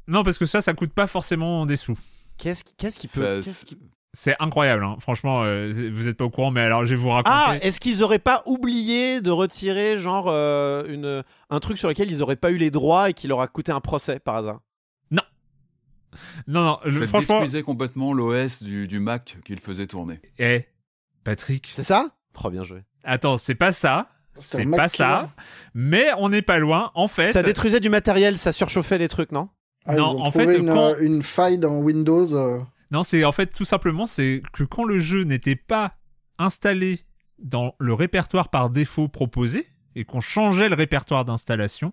Non, parce que ça, ça coûte pas forcément des sous. Qu'est-ce qui, qu'est-ce qui peut... Ça, qu'est-ce qui... C'est incroyable, hein. Franchement, euh, vous êtes pas au courant, mais alors je vais vous raconter. Ah, est-ce qu'ils auraient pas oublié de retirer genre euh, une, un truc sur lequel ils auraient pas eu les droits et qui leur a coûté un procès par hasard? Non. Non, non, je, ça franchement... détruisait complètement l'O S du, du Mac qu'il faisait tourner. Eh, Patrick. C'est ça? Trop bien joué. Attends, c'est pas ça. C'est C'est un pas Mac ça. Mais on n'est pas loin. En fait... Ça détruisait du matériel, ça surchauffait des trucs, non? Ah, Non, ils ont en trouvé fait, une, quand- euh, une faille dans Windows. euh, Non, c'est en fait tout simplement, c'est que quand le jeu n'était pas installé dans le répertoire par défaut proposé et qu'on changeait le répertoire d'installation,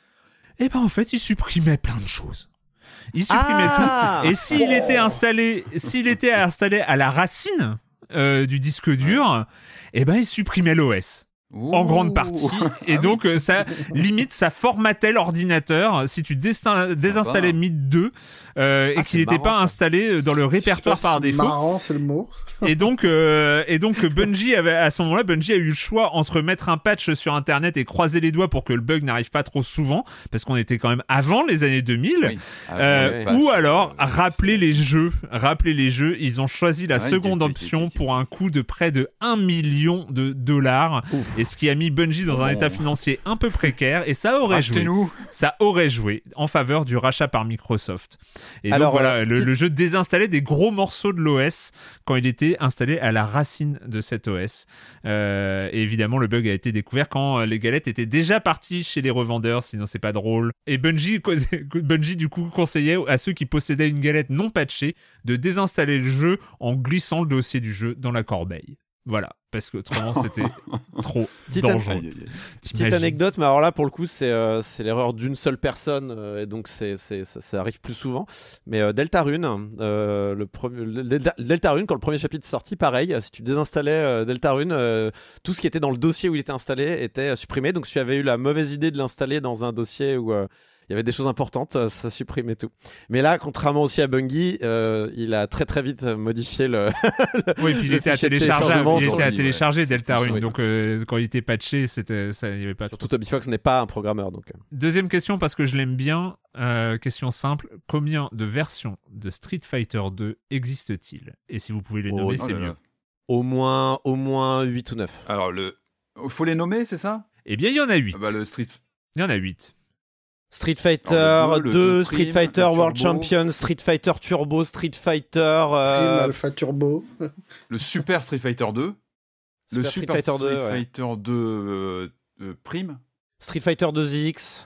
eh ben en fait, il supprimait plein de choses. Il supprimait Ah tout. Et s'il était installé, s'il était installé à la racine euh, du disque dur, eh ben il supprimait l'O S. En grande partie, et donc euh, ça limite ça formatait l'ordinateur si tu désin- désinstallais M I D deux euh, et Ah, qu'il c'est n'était marrant, pas ça. installé dans le répertoire je sais pas par si défaut. Marrant, c'est le mot. Et donc, euh, et donc Bungie avait, à ce moment-là, Bungie a eu le choix entre mettre un patch sur Internet et croiser les doigts pour que le bug n'arrive pas trop souvent, parce qu'on était quand même avant les années deux mille, Oui. Ah, euh, ouais, patch, ou alors euh, rappeler c'est- les jeux, rappeler les jeux. Ils ont choisi la Ouais, seconde kiff, kiff, option kiff, kiff. pour un coût de près de un million de dollars, et ce qui a mis Bungie dans un Oh. état financier un peu précaire, et ça aurait joué. Achetez-nous. Ça aurait joué en faveur du rachat par Microsoft. Et Alors, donc voilà, euh, le, petite- le jeu désinstallait des gros morceaux de l'O S quand il était installé à la racine de cet O S. Euh, et évidemment, le bug a été découvert quand les galettes étaient déjà parties chez les revendeurs, sinon c'est pas drôle. Et Bungie, Bungie du coup conseillait à ceux qui possédaient une galette non patchée de désinstaller le jeu en glissant le dossier du jeu dans la corbeille. Voilà, parce que autrement c'était trop Petite dangereux. Aïe, aïe, aïe. Petite T'imagines. anecdote, mais alors là, pour le coup, c'est euh, c'est l'erreur d'une seule personne, euh, et donc c'est, c'est, ça, ça arrive plus souvent. Mais euh, Deltarune, euh, le premier, le- Delta- Deltarune, quand le premier chapitre est sorti, pareil, euh, si tu désinstallais euh, Deltarune, euh, tout ce qui était dans le dossier où il était installé était euh, supprimé. Donc si tu avais eu la mauvaise idée de l'installer dans un dossier où euh, il y avait des choses importantes, euh, ça supprimait tout. Mais là, contrairement aussi à Bungie, euh, il a très très vite modifié le. Oui, puis il le était à fichier de télécharger, téléchargement il sur était à le- télécharger ouais. Deltarune, Oui. donc euh, quand il était patché, c'était ça, il y avait pas. Surtout Toby Fox n'est pas un programmeur, donc. euh. Deuxième question parce que je l'aime bien. Euh, question simple, combien de versions de Street Fighter deux existe-t-il? Et si vous pouvez les Oh, nommer, oh c'est là là. mieux. Au moins, au moins huit ou neuf. Alors, le... faut les nommer, c'est ça? Eh bien, il y en a huit. Ah bah, le Street. Il y en a huit. Street Fighter Alors, le deux, le deux, deux Street Prime, Fighter le World Turbo. Champion, Street Fighter Turbo, Street Fighter. Prime, euh, Alpha Turbo. Le Super Street Fighter deux. Le Super Street Super Fighter Street deux, ouais. Fighter deux euh, euh, Prime. Street Fighter deux X.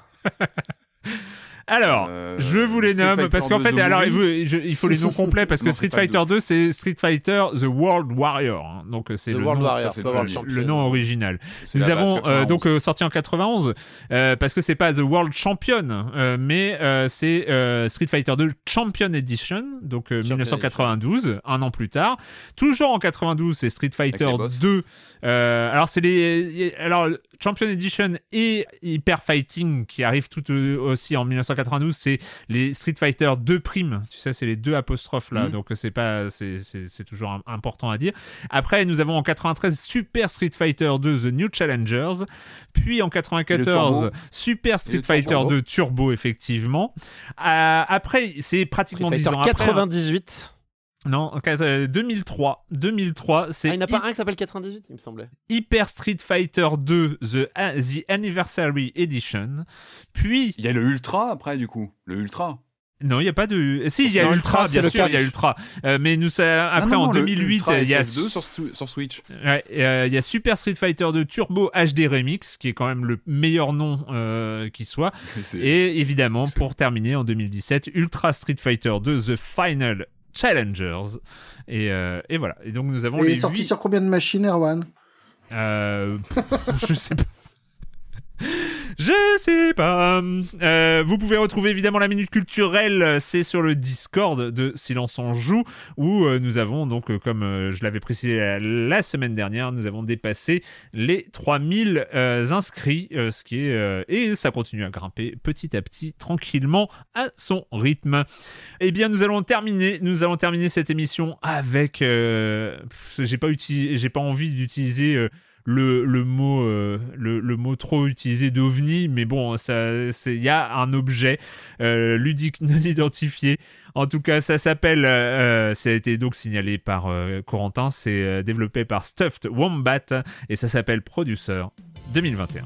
Alors, Euh, je vous les Street nomme Fighter parce qu'en deux fait, The alors il Movie. faut, je- il faut les noms complets parce que Non, Street c'est pas le Fighter deux, c'est Street Fighter The World Warrior. hein. Donc c'est The le World nom, Warrior, ça, c'est c'est pas le World premier. Champion. le nom original. C'est Nous la base, avons euh, quatre-vingt-onze. donc euh, sorti en quatre-vingt-onze euh, parce que c'est pas The World Champion, euh, mais euh, c'est euh, Street Fighter deux Champion Edition, donc euh, Champion mille neuf cent quatre-vingt-douze, un an plus tard. Toujours en quatre-vingt-douze, c'est Street Fighter les boss. deux. Euh, alors c'est les, alors Champion Edition et Hyper Fighting qui arrivent tout euh, aussi en mille neuf cent quatre-vingt-douze. C'est les Street Fighter deux Prime, tu sais, c'est les deux apostrophes là, Mmh. donc c'est pas, c'est, c'est, c'est toujours un- important à dire. Après, nous avons en quatre-vingt-treize Super Street Fighter deux The New Challengers, puis en quatre-vingt-quatorze turbo. Super Street le Fighter turbo. deux Turbo, effectivement. Euh, après, c'est Street pratiquement dix Fighter ans après. quatre-vingt-dix-huit. Non, euh, deux mille trois. deux mille trois, c'est Ah, il n'y en a pas un qui s'appelle quatre-vingt-dix-huit, il me semblait. Hyper Street Fighter deux The, The Anniversary Edition. Puis Il y a le Ultra après, du coup. Le Ultra. non, il y a pas de. Si, il y a Non, Ultra, Ultra, c'est bien le sûr, il y a quatre. Ultra. Euh, mais nous, ça, après Non, non, en non, deux le mille huit, Ultra il y a S F deux sur, stu- sur Switch. Ouais, euh, il y a Super Street Fighter deux Turbo H D Remix, qui est quand même le meilleur nom euh, qui soit. C'est- Et évidemment, pour terminer en deux mille dix-sept, Ultra Street Fighter deux The Final Challengers. Et, euh, et voilà. Et donc nous avons Et il les est sorti huit... sur combien de machines, Erwan? Euh, je sais pas. Je sais pas. Euh, vous pouvez retrouver évidemment la minute culturelle, c'est sur le Discord de Silence on Joue, où euh, nous avons donc, euh, comme euh, je l'avais précisé la, la semaine dernière, nous avons dépassé les trois mille euh, inscrits, euh, ce qui est euh, et ça continue à grimper petit à petit, tranquillement, à son rythme. Eh bien, nous allons terminer, nous allons terminer cette émission avec. Euh, j'ai pas utilisé, j'ai pas envie d'utiliser. Euh, le, le, mot, euh, le, le mot trop utilisé d'ovni, mais bon, il y a un objet euh, ludique non identifié. En tout cas, ça s'appelle, euh, ça a été donc signalé par euh, Corentin, c'est euh, développé par Stuffed Wombat et ça s'appelle Producer deux mille vingt et un.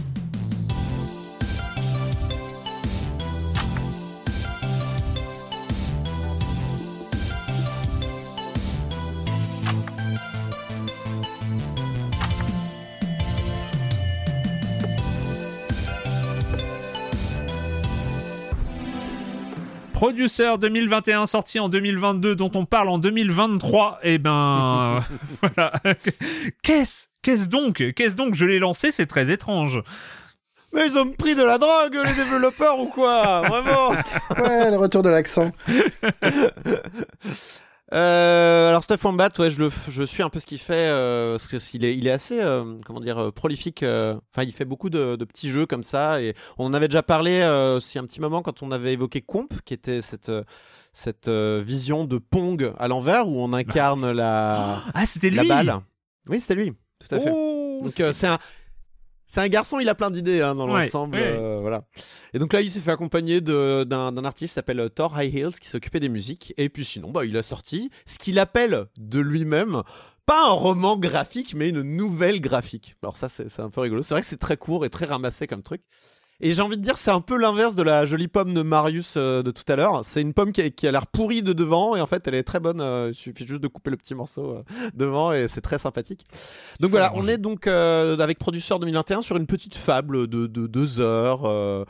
Producer deux mille vingt et un, sorti en deux mille vingt-deux, dont on parle en deux mille vingt-trois. Eh ben, voilà. Qu'est-ce Qu'est-ce donc Qu'est-ce donc Je l'ai lancé, c'est très étrange. Mais ils ont pris de la drogue, les développeurs, ou quoi? Vraiment? Ouais, le retour de l'accent. Euh, alors Stuffed Wombat, ouais, je le, je suis un peu ce qu'il fait, euh, parce que il est, il est assez, euh, comment dire, euh, prolifique. Enfin, euh, il fait beaucoup de, de petits jeux comme ça, et on en avait déjà parlé euh, aussi un petit moment quand on avait évoqué Comp, qui était cette, euh, cette euh, vision de Pong à l'envers où on incarne la, ah, c'était lui. la balle. Oui, c'était lui, tout à fait. Oh, Donc euh, c'est un C'est un garçon, il a plein d'idées hein, dans ouais, l'ensemble. ouais. Euh, voilà. Et donc là, il s'est fait accompagner de, d'un, d'un artiste qui s'appelle Thor High Heels, qui s'occupait des musiques. Et puis sinon, bah, il a sorti ce qu'il appelle de lui-même, pas un roman graphique, mais une nouvelle graphique. Alors ça, c'est, c'est un peu rigolo. C'est vrai que c'est très court et très ramassé comme truc. Et j'ai envie de dire, c'est un peu l'inverse de la jolie pomme de Marius euh, de tout à l'heure. C'est une pomme qui a, qui a l'air pourrie de devant, et en fait, elle est très bonne. Euh, il suffit juste de couper le petit morceau euh, devant, et c'est très sympathique. Donc voilà, on est donc euh, avec Producer deux mille vingt et un sur une petite fable de, de deux heures euh,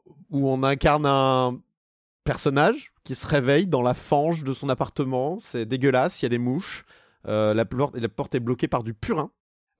où on incarne un personnage qui se réveille dans la fange de son appartement. C'est dégueulasse, il y a des mouches. Euh, la, porte, la porte est bloquée par du purin.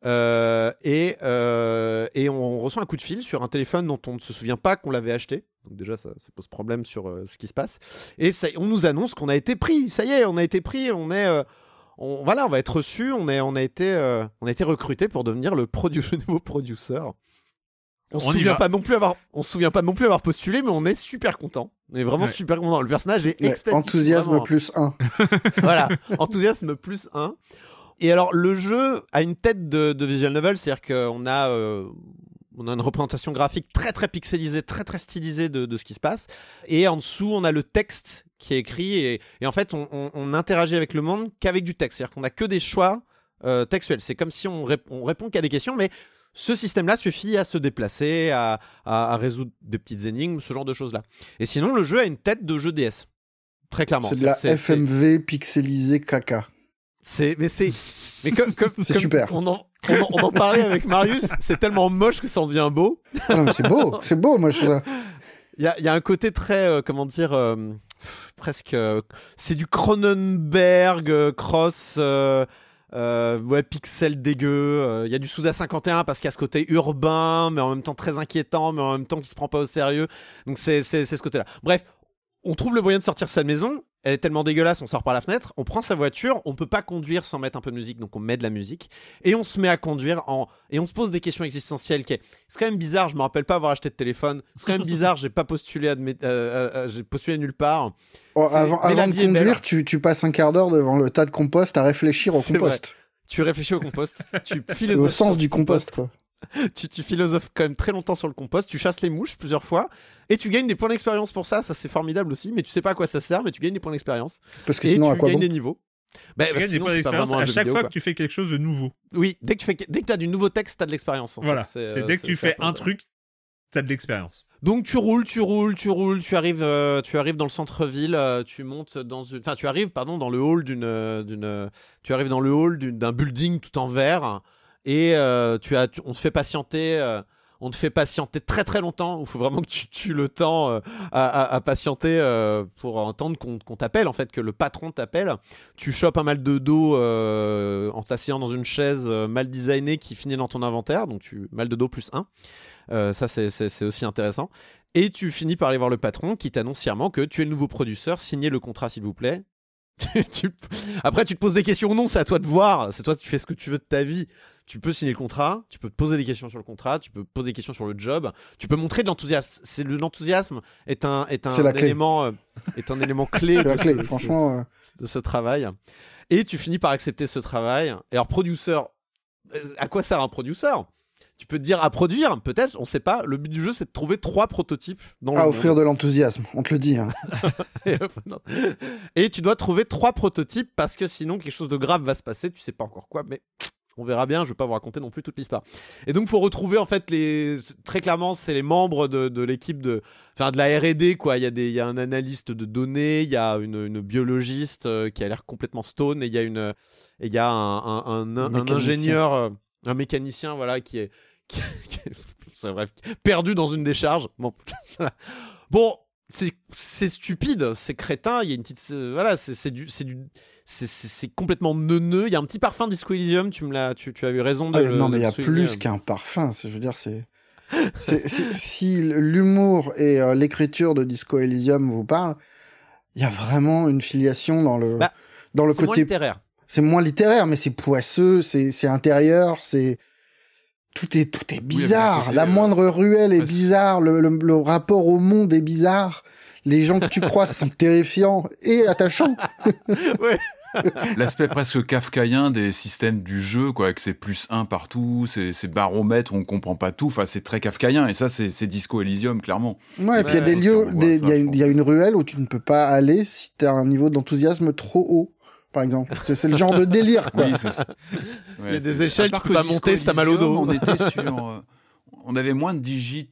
Euh, et, euh, et on reçoit un coup de fil sur un téléphone dont on ne se souvient pas qu'on l'avait acheté. Donc déjà ça, ça pose problème sur euh, ce qui se passe. Et ça, on nous annonce qu'on a été pris. Ça y est, on a été pris. On est, euh, on, voilà, on va être reçu. On est, on a été, euh, on a été recruté pour devenir le, produ- le nouveau producer. On, on se souvient pas non plus avoir, on se souvient pas non plus avoir postulé, mais on est super content. On est vraiment ouais. super content. Le personnage est ouais, extatique. Enthousiasme vraiment. plus un. Voilà, enthousiasme plus un. Et alors, le jeu a une tête de, de visual novel, c'est-à-dire qu'on a, euh, on a une représentation graphique très très pixelisée, très très stylisée de, de ce qui se passe. Et en dessous, on a le texte qui est écrit. Et, et en fait, on, on, on interagit avec le monde qu'avec du texte. C'est-à-dire qu'on n'a que des choix euh, textuels. C'est comme si on, rép- on répond qu'à des questions, mais ce système-là suffit à se déplacer, à, à, à résoudre des petites énigmes, ce genre de choses-là. Et sinon, le jeu a une tête de jeu D S. Très clairement. C'est de la c'est, F M V c'est... pixelisée caca. C'est, mais c'est, mais comme, comme c'est comme super. On en, on, en, on en parlait avec Marius. C'est tellement moche que ça en devient beau. Ah non, mais c'est beau, c'est beau, moi je trouve ça. Il y a, il y a un côté très, euh, comment dire, euh, presque, euh, c'est du Cronenberg euh, cross, euh, euh, ouais, pixel dégueu. Il euh, y a du Sousa cinquante et un parce qu'il y a ce côté urbain, mais en même temps très inquiétant, mais en même temps qui se prend pas au sérieux. Donc c'est, c'est, c'est ce côté-là. Bref, on trouve le moyen de sortir sa maison. Elle est tellement dégueulasse, on sort par la fenêtre, on prend sa voiture, on peut pas conduire sans mettre un peu de musique, donc on met de la musique, et on se met à conduire, en... et on se pose des questions existentielles, qui est... c'est quand même bizarre, je me rappelle pas avoir acheté de téléphone, c'est quand même bizarre, j'ai pas postulé, à de... euh, euh, euh, j'ai postulé nulle part. Oh, avant avant de conduire, tu, tu passes un quart d'heure devant le tas de compost à réfléchir au c'est compost. Vrai. Tu réfléchis au compost, tu philosophes au sens du compost. compost. tu, tu philosophes quand même très longtemps sur le compost, tu chasses les mouches plusieurs fois et tu gagnes des points d'expérience pour ça, ça c'est formidable aussi, mais tu sais pas à quoi ça sert, mais tu gagnes des points d'expérience. Parce que et sinon, tu à quoi gagnes bon des niveaux. Bah, tu bah, gagnes des points d'expérience à chaque vidéo, fois quoi. que tu fais quelque chose de nouveau. Oui, dès que tu fais, dès que tu as du nouveau texte, tu as de l'expérience. En voilà, fait. C'est, c'est dès que c'est, tu c'est fais un truc, tu as de l'expérience. Donc tu roules, tu roules, tu roules, tu arrives, euh, tu arrives dans le centre-ville, euh, tu montes dans une, enfin tu arrives, pardon, dans le hall d'une, euh, d'une, euh, tu arrives dans le hall d'une, d'un building tout en verre. Et euh, tu as, tu, on te fait patienter, euh, on te fait patienter très très longtemps. Il faut vraiment que tu tues le temps euh, à, à, à patienter euh, pour entendre qu'on, qu'on t'appelle, en fait, que le patron t'appelle. Tu chopes un mal de dos euh, en t'asseyant dans une chaise euh, mal designée qui finit dans ton inventaire. Donc tu mal de dos plus un. Euh, ça c'est, c'est, c'est aussi intéressant. Et tu finis par aller voir le patron qui t'annonce fièrement que tu es le nouveau producteur. Signez le contrat s'il vous plaît. tu... Après tu te poses des questions ou non, c'est à toi de voir. C'est toi, tu fais ce que tu veux de ta vie. Tu peux signer le contrat, tu peux te poser des questions sur le contrat, tu peux poser des questions sur le job, tu peux montrer de l'enthousiasme. C'est le, l'enthousiasme est un est un, un élément euh, est un élément clé, c'est de, la clé ce, franchement ce, de ce travail. Et tu finis par accepter ce travail. Et alors producer, à quoi sert un producer ? Tu peux te dire à produire, peut-être, on sait pas. Le but du jeu, c'est de trouver trois prototypes dans le à monde. offrir de l'enthousiasme, on te le dit. Hein. Et tu dois trouver trois prototypes parce que sinon quelque chose de grave va se passer. Tu sais pas encore quoi, mais on verra bien. Je vais pas vous raconter non plus toute l'histoire. Et donc, faut retrouver en fait les. Très clairement, c'est les membres de, de l'équipe de, enfin de la R et D quoi. Il y a des, il y a un analyste de données, il y a une, une biologiste euh, qui a l'air complètement stone, et il y a une, et il y a un, un, un, un, un ingénieur, euh, un mécanicien, voilà, qui est Qui, qui, c'est bref, perdu dans une décharge. Bon, bon c'est, c'est stupide, c'est crétin. Il y a une petite, euh, voilà, c'est, c'est du, c'est du, c'est, c'est, c'est complètement neuneux. Il y a un petit parfum Disco Elysium. Tu me l'as, tu, tu as eu raison de. Ah, le, non, mais il y a souligner. plus qu'un parfum. C'est, je veux dire, c'est, c'est, c'est si l'humour et euh, l'écriture de Disco Elysium vous parlent, il y a vraiment une filiation dans le, bah, dans le c'est côté. Moins littéraire. C'est moins littéraire, mais c'est poisseux, c'est, c'est intérieur, c'est. Tout est, tout est bizarre. Oui, côté, la moindre euh... ruelle est bizarre. Le, le, le rapport au monde est bizarre. Les gens que tu croises sont terrifiants et attachants. Ouais. L'aspect presque kafkaïen des systèmes du jeu, quoi, avec ces plus un partout, ces, ces baromètres où on comprend pas tout. Enfin, c'est très kafkaïen. Et ça, c'est, c'est Disco Elysium, clairement. Ouais, et puis il y a des lieux, il y, y a une ruelle où tu ne peux pas aller si tu as un niveau d'enthousiasme trop haut. Par exemple, c'est le genre de délire, quoi. Oui, c'est... Ouais, il y a des échelles, tu peux pas monter si t'as mal au dos. On était sur, euh, on avait moins de digits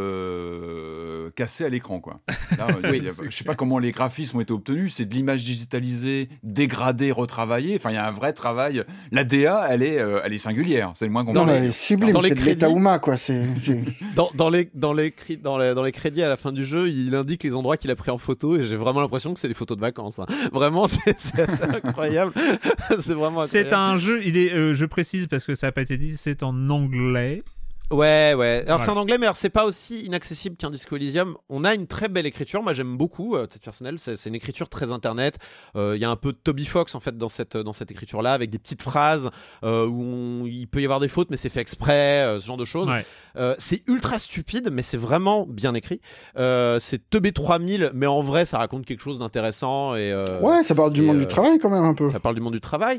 euh, cassés à l'écran, quoi. Là, oui, y a, je sais pas comment les graphismes ont été obtenus. C'est de l'image digitalisée, dégradée, retravaillée. Enfin, il y a un vrai travail. La D A, elle est, euh, elle est singulière. C'est le moins qu'on. Non, mais elle est sublime. Dans c'est les de crédits... l'Etauma, quoi. C'est. c'est... Dans, dans les, dans les, cri... dans les, dans les crédits à la fin du jeu, il indique les endroits qu'il a pris en photo, et j'ai vraiment l'impression que c'est des photos de vacances. Hein. Vraiment, c'est, c'est assez incroyable. C'est vraiment incroyable. C'est un jeu. Il est. Euh, je précise parce que ça n'a pas été dit. C'est en anglais. Ouais, ouais. Alors voilà. C'est en anglais, mais alors c'est pas aussi inaccessible qu'un Disco Elysium. On a une très belle écriture. Moi, j'aime beaucoup, euh, titre personnel. C'est, c'est une écriture très internet. Il euh, y a un peu de Toby Fox en fait dans cette dans cette écriture-là, avec des petites phrases euh, où on, il peut y avoir des fautes, mais c'est fait exprès, euh, ce genre de choses. Ouais. Euh, c'est ultra stupide, mais c'est vraiment bien écrit. Euh, c'est T B trois mille, mais en vrai, ça raconte quelque chose d'intéressant et. Euh, ouais, ça parle du monde du travail quand même un peu. Ça parle du monde du travail.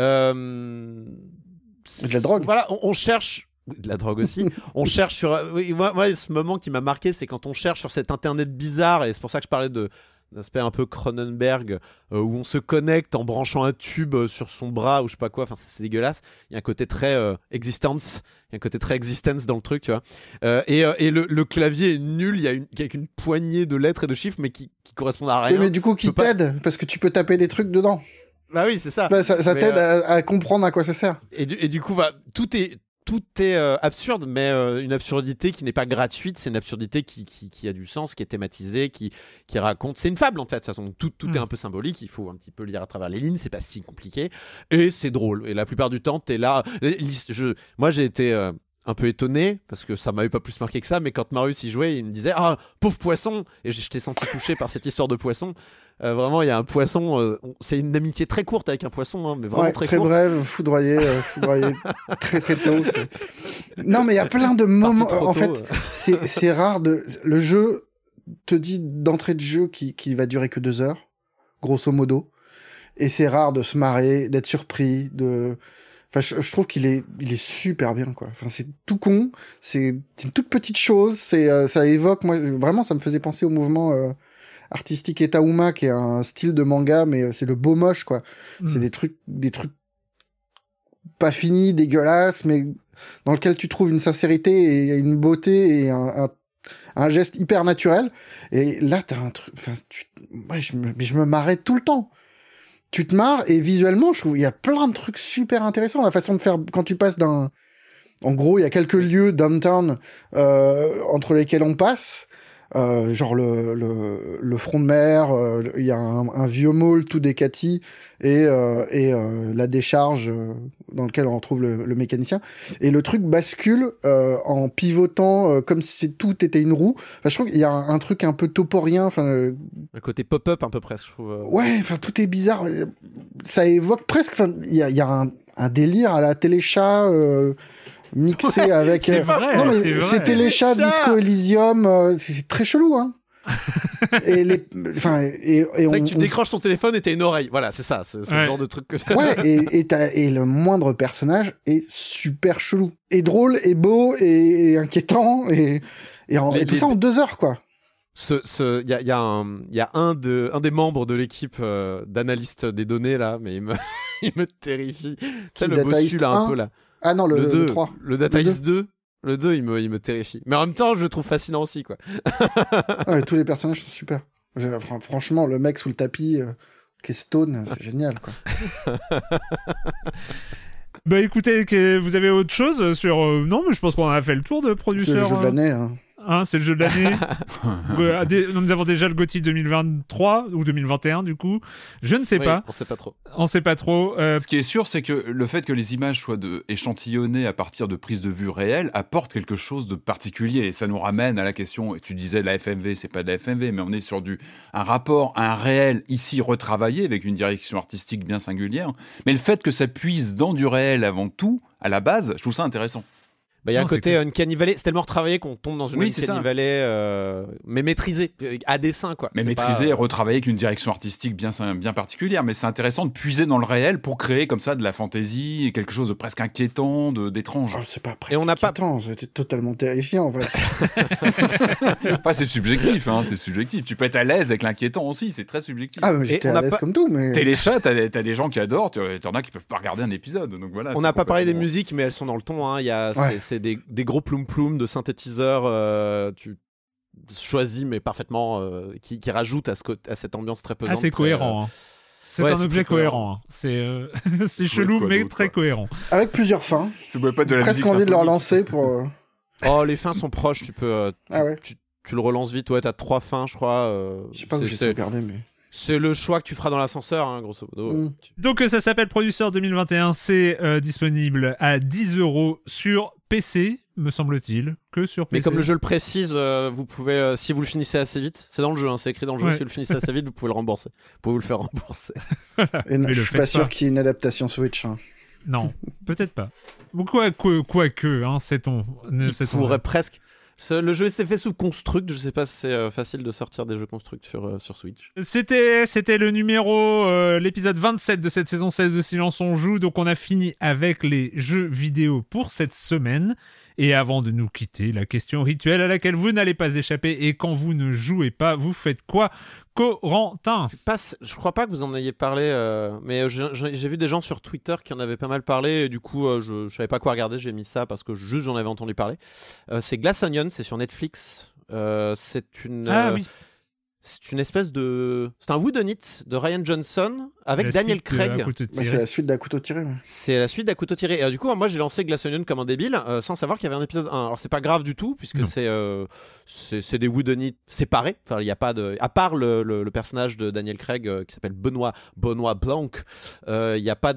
Euh, et de la drogue. Voilà, on, on cherche. De la drogue aussi. On cherche sur. Oui, moi, moi, ce moment qui m'a marqué, c'est quand on cherche sur cet internet bizarre, et c'est pour ça que je parlais de d'aspect un peu Cronenberg, euh, où on se connecte en branchant un tube sur son bras ou je sais pas quoi. Enfin, c'est, c'est dégueulasse. Il y a un côté très euh, existence. Il y a un côté très existence dans le truc, tu vois. Euh, et euh, et le, le clavier est nul. Il y a une, avec une poignée de lettres et de chiffres, mais qui qui correspondent à rien. Oui, mais du coup, qui t'aide pas... parce que tu peux taper des trucs dedans. Bah oui, c'est ça. Bah, ça, ça t'aide euh... à, à comprendre à quoi ça sert. Et du, et du coup, bah, tout est Tout est euh, absurde, mais euh, une absurdité qui n'est pas gratuite. C'est une absurdité qui, qui, qui a du sens, qui est thématisée, qui, qui raconte. C'est une fable en fait. De toute façon, tout, tout mmh. est un peu symbolique. Il faut un petit peu lire à travers les lignes. C'est pas si compliqué et c'est drôle. Et la plupart du temps, t'es là. Je, moi, j'ai été euh, un peu étonné parce que ça m'avait pas plus marqué que ça. Mais quand Marius y jouait, il me disait ah pauvre poisson. Et je t'ai senti touché par cette histoire de poisson. Euh, vraiment, il y a un poisson. Euh, c'est une amitié très courte avec un poisson, hein, mais vraiment ouais, très, très courte. Très brève, foudroyé, euh, foudroyé très très tôt. Non, mais il y a plein de moments. En tôt, fait, euh. c'est c'est rare de. Le jeu te dit d'entrée de jeu qui qui va durer que deux heures, grosso modo, et c'est rare de se marrer, d'être surpris, de. Enfin, je, je trouve qu'il est il est super bien quoi. Enfin, c'est tout con, c'est, c'est une toute petite chose, c'est euh, ça évoque moi vraiment ça me faisait penser au mouvement. Euh, artistique Etauma qui est un style de manga mais c'est le beau moche quoi. Mmh. C'est des trucs des trucs pas finis, dégueulasses mais dans lequel tu trouves une sincérité et une beauté et un, un, un geste hyper naturel et là t'as un truc enfin tu ouais, je me mais je me marrais tout le temps. Tu te marres et visuellement je trouve il y a plein de trucs super intéressants la façon de faire quand tu passes d'un en gros il y a quelques lieux downtown euh, entre lesquels on passe. Euh, genre le, le, le front de mer, il euh, y a un, un vieux mall tout décati et, euh, et euh, la décharge euh, dans lequel on retrouve le, le mécanicien. Et le truc bascule euh, en pivotant euh, comme si tout était une roue. Enfin, je trouve qu'il y a un, un truc un peu toporien. Enfin, euh... un côté pop-up un peu presque, je trouve. Ouais, enfin tout est bizarre. Ça évoque presque. Enfin, il y a, y a un, un délire à la téléchat. Euh... mixé ouais, avec c'est vrai, non, mais c'est, c'est Téléchat, Disco Elysium, euh, c'est, c'est très chelou hein. et les, enfin, et, et on, que tu on... décroches ton téléphone et t'as une oreille. Voilà, c'est ça. C'est, c'est ouais. le genre de truc que. Ouais, et, et, t'as, et le moindre personnage est super chelou, et drôle, et beau, et, et inquiétant, et, et, en, les, et tout les... ça en deux heures, quoi. Ce, ce, y a, y a un, y a un de, un des membres de l'équipe euh, d'analystes des données là, mais il me, il me terrifie. Tu sais, le bossu là, un peu là. Ah non, le, le, deux, le trois. Le Dataist deux. Le deux, il me, il me terrifie. Mais en même temps, je le trouve fascinant aussi, quoi. Ouais, tous les personnages sont super. Franchement, le mec sous le tapis euh, qui est stone, c'est génial, quoi. Bah écoutez, que vous avez autre chose sur... Euh, non, mais je pense qu'on a fait le tour de producteurs. C'est le jeu de l'année, hein. Hein, c'est le jeu de l'année. Nous avons déjà le GOTY deux mille vingt-trois ou deux mille vingt et un du coup. Je ne sais oui, pas. On sait pas trop. On sait pas trop. Euh... Ce qui est sûr, c'est que le fait que les images soient de... échantillonnées à partir de prises de vue réelles apporte quelque chose de particulier. Et ça nous ramène à la question. Et tu disais la F M V, c'est pas de la F M V, mais on est sur du un rapport à un réel ici retravaillé avec une direction artistique bien singulière. Mais le fait que ça puise dans du réel avant tout, à la base, je trouve ça intéressant. Bah, il y a non, un côté cool. Uncanny Valley, c'est tellement retravaillé qu'on tombe dans une oui, Uncanny Valley, euh, mais maîtrisé, à dessein, quoi. Mais c'est maîtrisé pas... et retravaillé avec une direction artistique bien, bien particulière. Mais c'est intéressant de puiser dans le réel pour créer comme ça de la fantaisie et quelque chose de presque inquiétant, de, d'étrange. Oh, c'est pas presque et on inquiétant, pas... c'était totalement terrifiant, en fait. Enfin, c'est subjectif, hein, c'est subjectif. Tu peux être à l'aise avec l'inquiétant aussi, c'est très subjectif. Ah, mais j'étais à l'aise pas... comme tout, mais... Téléchat, t'as, t'as des gens qui adorent, t'en as qui peuvent pas regarder un épisode, donc voilà. On n'a pas parlé des musiques, mais elles sont dans le ton, hein. Il y a, ouais. c'est, c'est des, des gros ploum ploum de synthétiseurs euh, tu choisis mais parfaitement euh, qui, qui rajoute à, ce co- à cette ambiance très pesante. Ah, c'est très, cohérent. Euh... Hein. C'est ouais, un c'est objet cohérent. Hein. C'est, euh... c'est chelou mais très quoi. cohérent. Avec plusieurs fins. C'est pas de la presque envie de le relancer pour. Euh... Oh, les fins sont proches. Tu peux. Euh, tu, ah ouais. Tu, tu le relances vite. Ouais, t'as trois fins, je crois. Euh, je sais pas où j'ai sauvegardé, mais. C'est le choix que tu feras dans l'ascenseur, hein, grosso modo. Mm. Donc ça s'appelle Producer deux mille vingt et un, c'est euh, disponible à dix euros sur P C, me semble-t-il, que sur P C. Mais comme le jeu le précise, euh, vous pouvez, euh, si vous le finissez assez vite, c'est dans le jeu, hein, c'est écrit dans le jeu, ouais. Si vous le finissez assez vite, vous pouvez le rembourser. Vous pouvez vous le faire rembourser. Voilà. Et non, je suis pas, pas sûr qu'il y ait une adaptation Switch. Hein. Non, peut-être pas. Quoi, quoi, quoi que, hein, sait-on. Il pourrait presque... Le jeu s'est fait sous Construct, je sais pas si c'est euh, facile de sortir des jeux Construct sur, euh, sur Switch. C'était, c'était le numéro, euh, l'épisode vingt-sept de cette saison seize de Silence on Joue, donc on a fini avec les jeux vidéo pour cette semaine. Et avant de nous quitter, la question rituelle à laquelle vous n'allez pas échapper, et quand vous ne jouez pas, vous faites quoi, Corentin ? Pas, je crois pas que vous en ayez parlé, euh, mais j'ai, j'ai vu des gens sur Twitter qui en avaient pas mal parlé, et du coup, euh, je, je savais pas quoi regarder, j'ai mis ça parce que juste j'en avais entendu parler. Euh, c'est Glass Onion, c'est sur Netflix. Euh, c'est une... Ah euh, oui. C'est une espèce de... C'est un whodunit de Ryan Johnson avec la Daniel Craig. Bah, c'est la suite d'À couteau tiré. Ouais. C'est la suite d'À couteau tiré. Et euh, du coup, moi, j'ai lancé Glass Onion comme un débile, euh, sans savoir qu'il y avait un épisode un. Alors, c'est pas grave du tout, puisque c'est, euh, c'est, c'est des whodunits séparés. Enfin, il y a pas de... À part le, le, le personnage de Daniel Craig, euh, qui s'appelle Benoît, Benoît Blanc, il euh, n'y a, a pas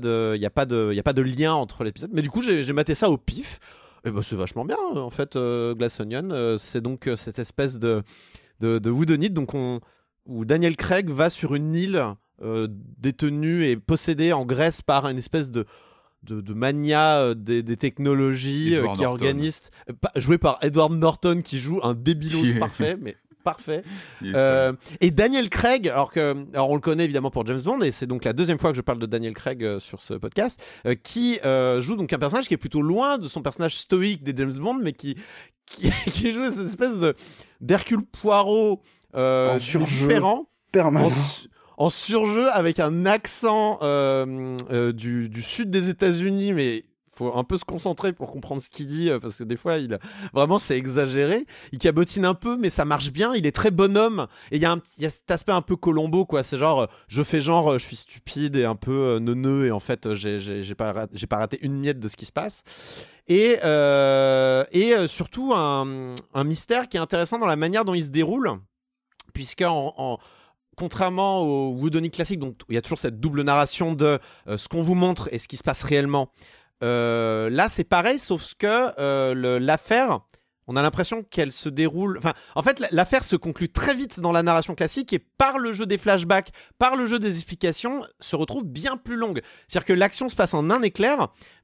de lien entre l'épisode. Mais du coup, j'ai, j'ai maté ça au pif. Et bah, c'est vachement bien, en fait, euh, Glass Onion. Euh, c'est donc euh, cette espèce de... de, de whodunit, donc on, où Daniel Craig va sur une île euh, détenue et possédée en Grèce par une espèce de, de, de mania euh, des, des technologies euh, qui organise, euh, joué par Edward Norton qui joue un débilos parfait, mais parfait. Euh, et Daniel Craig, alors que, alors on le connaît évidemment pour James Bond, et c'est donc la deuxième fois que je parle de Daniel Craig euh, sur ce podcast, euh, qui euh, joue donc un personnage qui est plutôt loin de son personnage stoïque des James Bond, mais qui qui, qui joue cette espèce de d'Hercule Poirot euh, en surjeu différent, permanent. En, en surjeu avec un accent euh, euh, du, du sud des États-Unis, mais faut un peu se concentrer pour comprendre ce qu'il dit, parce que des fois, il vraiment, c'est exagéré. Il cabotine un peu, mais ça marche bien. Il est très bonhomme. Et il y a, un, il y a cet aspect un peu Columbo, quoi. C'est genre, je fais genre, je suis stupide et un peu neuneux, et en fait, j'ai, j'ai, j'ai, pas, j'ai pas raté une miette de ce qui se passe. Et, euh, et surtout, un, un mystère qui est intéressant dans la manière dont il se déroule, puisqu'en... En, contrairement au whodunit classique, donc il y a toujours cette double narration de euh, ce qu'on vous montre et ce qui se passe réellement. Euh, là, c'est pareil, sauf que euh, le, l'affaire, on a l'impression qu'elle se déroule... Enfin, en fait, l'affaire se conclut très vite dans la narration classique et par le jeu des flashbacks, par le jeu des explications, se retrouve bien plus longue. C'est-à-dire que l'action se passe en un éclair, mais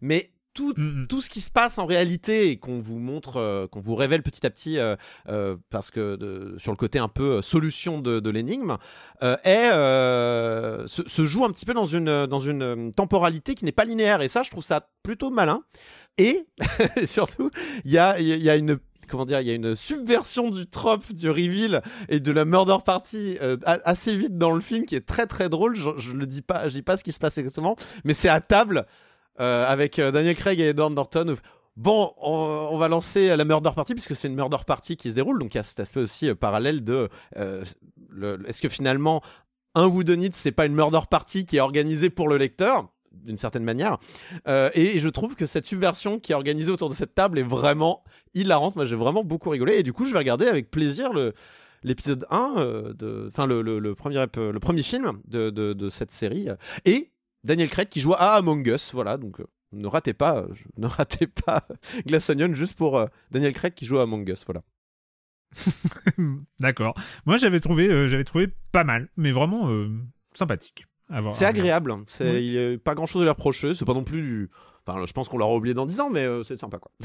Tout, mmh. tout ce qui se passe en réalité et qu'on vous montre, euh, qu'on vous révèle petit à petit, euh, euh, parce que de, sur le côté un peu solution de, de l'énigme, euh, est, euh, se, se joue un petit peu dans une, dans une temporalité qui n'est pas linéaire. Et ça, je trouve ça plutôt malin. Et surtout, il y a, y a une comment dire, il y a une subversion du trope du reveal et de la murder party euh, assez vite dans le film qui est très très drôle. Je, je le dis pas, je dis pas ce qui se passe exactement, mais c'est à table. Euh, avec euh, Daniel Craig et Edward Norton. Bon, on, on va lancer la murder party puisque c'est une murder party qui se déroule, donc il y a cet aspect aussi euh, parallèle de euh, le, est-ce que finalement un whodunit c'est pas une murder party qui est organisée pour le lecteur d'une certaine manière, euh, et, et je trouve que cette subversion qui est organisée autour de cette table est vraiment hilarante. Moi j'ai vraiment beaucoup rigolé et du coup je vais regarder avec plaisir le l'épisode un euh, de enfin le, le, le premier le premier film de, de, de cette série et Daniel Craig qui joue à Among Us, voilà, donc euh, ne ratez pas, euh, ne ratez pas Glass Onion juste pour euh, Daniel Craig qui joue à Among Us, voilà. D'accord. Moi j'avais trouvé, euh, j'avais trouvé pas mal, mais vraiment euh, sympathique. Avoir, c'est agréable, c'est, oui. Il n'y a pas grand chose à leur reprocher, c'est pas non plus du... Enfin, je pense qu'on l'aura oublié dans dix ans, mais euh, c'est sympa quoi.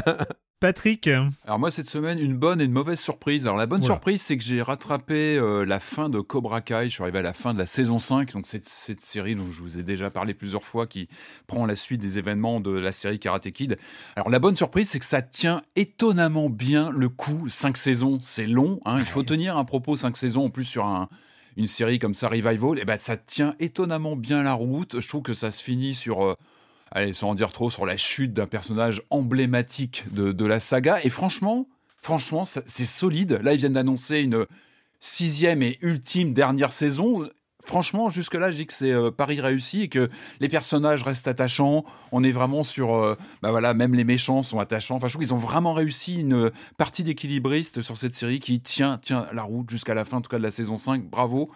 Patrick. Alors moi cette semaine, une bonne et une mauvaise surprise. Alors la bonne Oula. surprise, c'est que j'ai rattrapé euh, la fin de Cobra Kai. Je suis arrivé à la fin de la saison cinq, donc cette, cette série dont je vous ai déjà parlé plusieurs fois, qui prend la suite des événements de la série Karate Kid. Alors la bonne surprise, c'est que ça tient étonnamment bien le coup. cinq saisons, c'est long, hein. Il faut tenir un propos cinq saisons, en plus sur un... une série comme ça, Revival, et ben ça tient étonnamment bien la route. Je trouve que ça se finit sur... Euh, allez, sans en dire trop, sur la chute d'un personnage emblématique de, de la saga. Et franchement, franchement, ça, c'est solide. Là, ils viennent d'annoncer une sixième et ultime dernière saison. Franchement, jusque-là, je dis que c'est euh, pari réussi et que les personnages restent attachants. On est vraiment sur... Euh, bah voilà, même les méchants sont attachants. Enfin, je trouve qu'ils ont vraiment réussi une partie d'équilibriste sur cette série qui tient, tient la route jusqu'à la fin, en tout cas de la saison cinq. Bravo.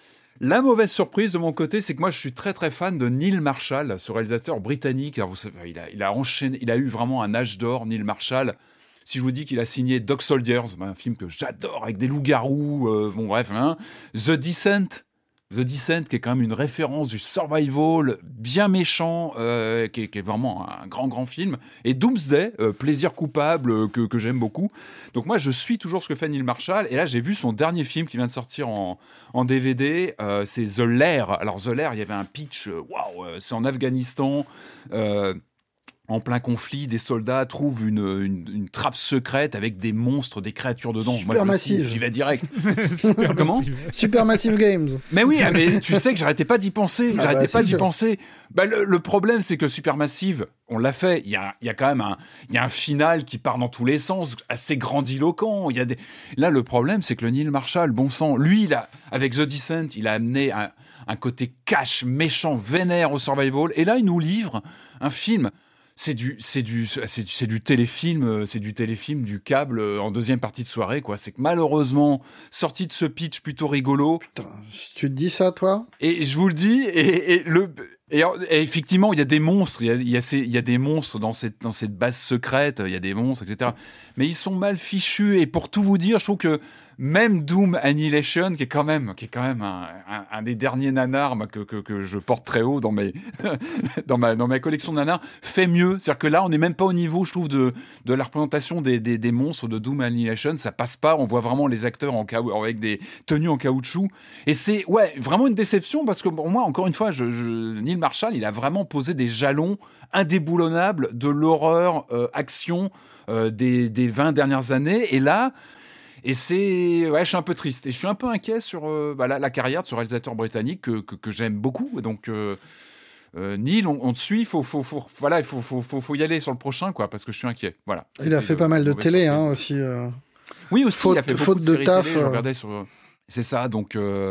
La mauvaise surprise de mon côté, c'est que moi je suis très très fan de Neil Marshall, ce réalisateur britannique. Alors, vous savez, il a, il a enchaîné, il a eu vraiment un âge d'or, Neil Marshall. Si je vous dis qu'il a signé Dog Soldiers, un film que j'adore avec des loups-garous, euh, bon bref, hein. The Descent, The Descent, qui est quand même une référence du survival bien méchant, euh, qui, est, qui est vraiment un grand, grand film. Et Doomsday, euh, plaisir coupable, euh, que, que j'aime beaucoup. Donc moi, je suis toujours ce que fait Neil Marshall. Et là, j'ai vu son dernier film qui vient de sortir en, en D V D. Euh, c'est The Lair. Alors, The Lair, il y avait un pitch, waouh, wow, c'est en Afghanistan. Euh, En plein conflit, des soldats trouvent une, une, une trappe secrète avec des monstres, des créatures dedans. Supermassive. Moi, j'y vais direct. Super Comment Supermassive Games. Mais oui, mais tu sais que j'arrêtais pas d'y penser. Ah j'arrêtais bah, pas d'y sûr. penser. Bah, le, le problème, c'est que Supermassive, on l'a fait. Il y a, il y a quand même un, il y a un final qui part dans tous les sens, assez grandiloquent. Il y a des... Là, le problème, c'est que le Neil Marshall, bon sang, lui, il a, avec The Descent, il a amené un, un côté cash, méchant, vénère au survival. Et là, il nous livre un film. C'est du, c'est du, c'est du, c'est du téléfilm, c'est du téléfilm du câble en deuxième partie de soirée, quoi. C'est que malheureusement, sorti de ce pitch plutôt rigolo. Putain, tu te dis ça, toi ? Et je vous le dis, et, et le, et, et effectivement, il y a des monstres, il y a, il y a, ces, il y a des monstres dans cette, dans cette base secrète, il y a des monstres, et cetera. Mais ils sont mal fichus, et pour tout vous dire, je trouve que même Doom Annihilation, qui est quand même, qui est quand même un, un, un des derniers nanars que, que, que je porte très haut dans, mes dans, ma, dans ma collection de nanars, fait mieux. C'est-à-dire que là, on n'est même pas au niveau, je trouve, de, de la représentation des, des, des monstres de Doom Annihilation. Ça passe pas. On voit vraiment les acteurs en caou- avec des tenues en caoutchouc. Et c'est ouais, vraiment une déception parce que pour moi, encore une fois, je, je, Neil Marshall, il a vraiment posé des jalons indéboulonnables de l'horreur euh, action euh, des, des vingt dernières années. Et là... Et c'est... Ouais, je suis un peu triste. Et je suis un peu inquiet sur euh, bah, la, la carrière de ce réalisateur britannique que, que, que j'aime beaucoup. Donc, euh, euh, Neil, on, on te suit. Faut, faut, faut, voilà, il faut, faut, faut, faut y aller sur le prochain, quoi, parce que je suis inquiet. Voilà. Il a fait de, pas mal de télé, hein, aussi. Euh... Oui, aussi. Faute, il a fait beaucoup faute de, de séries taf. Télé, euh... je regardais sur... C'est ça, donc... Euh...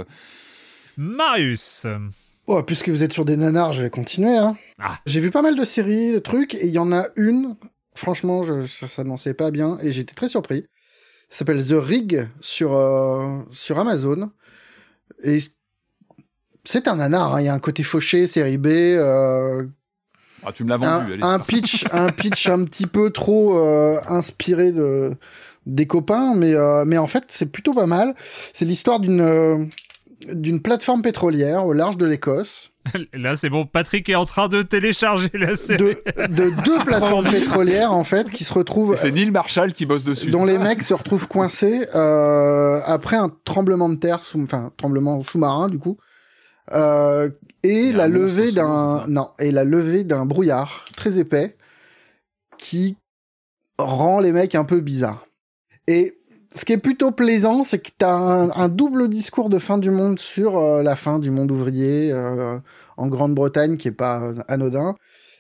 Marius. Oh, puisque vous êtes sur des nanars, je vais continuer. Hein. Ah. J'ai vu pas mal de séries, de trucs, et il y en a une... Franchement, je, ça s'annonçait pas bien, et j'étais très surpris. Ça s'appelle The Rig sur, euh, sur Amazon. Et c'est un nanar, hein. Il y a un côté fauché, série B. Euh, ah, tu me l'as vendu. Un, un, pitch, un pitch un petit peu trop euh, inspiré de, des copains, mais, euh, mais en fait, c'est plutôt pas mal. C'est l'histoire d'une, euh, d'une plateforme pétrolière au large de l'Écosse. Là, c'est bon. Patrick est en train de télécharger la série. De, de deux plateformes pétrolières, en fait, qui se retrouvent... C'est Neil Marshall qui bosse dessus. Dont les mecs se retrouvent coincés euh, après un tremblement de terre, sous, enfin, tremblement sous-marin, du coup. Euh, et la levée d'un... Non, et la levée d'un brouillard très épais qui rend les mecs un peu bizarres. Et... ce qui est plutôt plaisant, c'est que t'as un, un double discours de fin du monde sur euh, la fin du monde ouvrier euh, en Grande-Bretagne, qui est pas euh, anodin,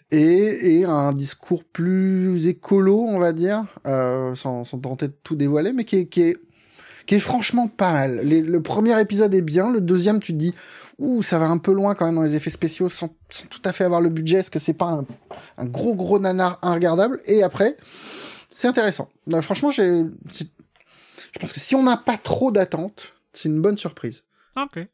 et, et un discours plus écolo, on va dire, euh, sans, sans tenter de tout dévoiler, mais qui est, qui est, qui est franchement pas mal. Les, le premier épisode est bien, le deuxième, tu te dis, ouh, ça va un peu loin quand même dans les effets spéciaux, sans, sans tout à fait avoir le budget, est-ce que c'est pas un, un gros gros nanar inregardable? Et après, c'est intéressant. Non, franchement, j'ai... C'est, je pense que si on n'a pas trop d'attentes, c'est une bonne surprise. Ok.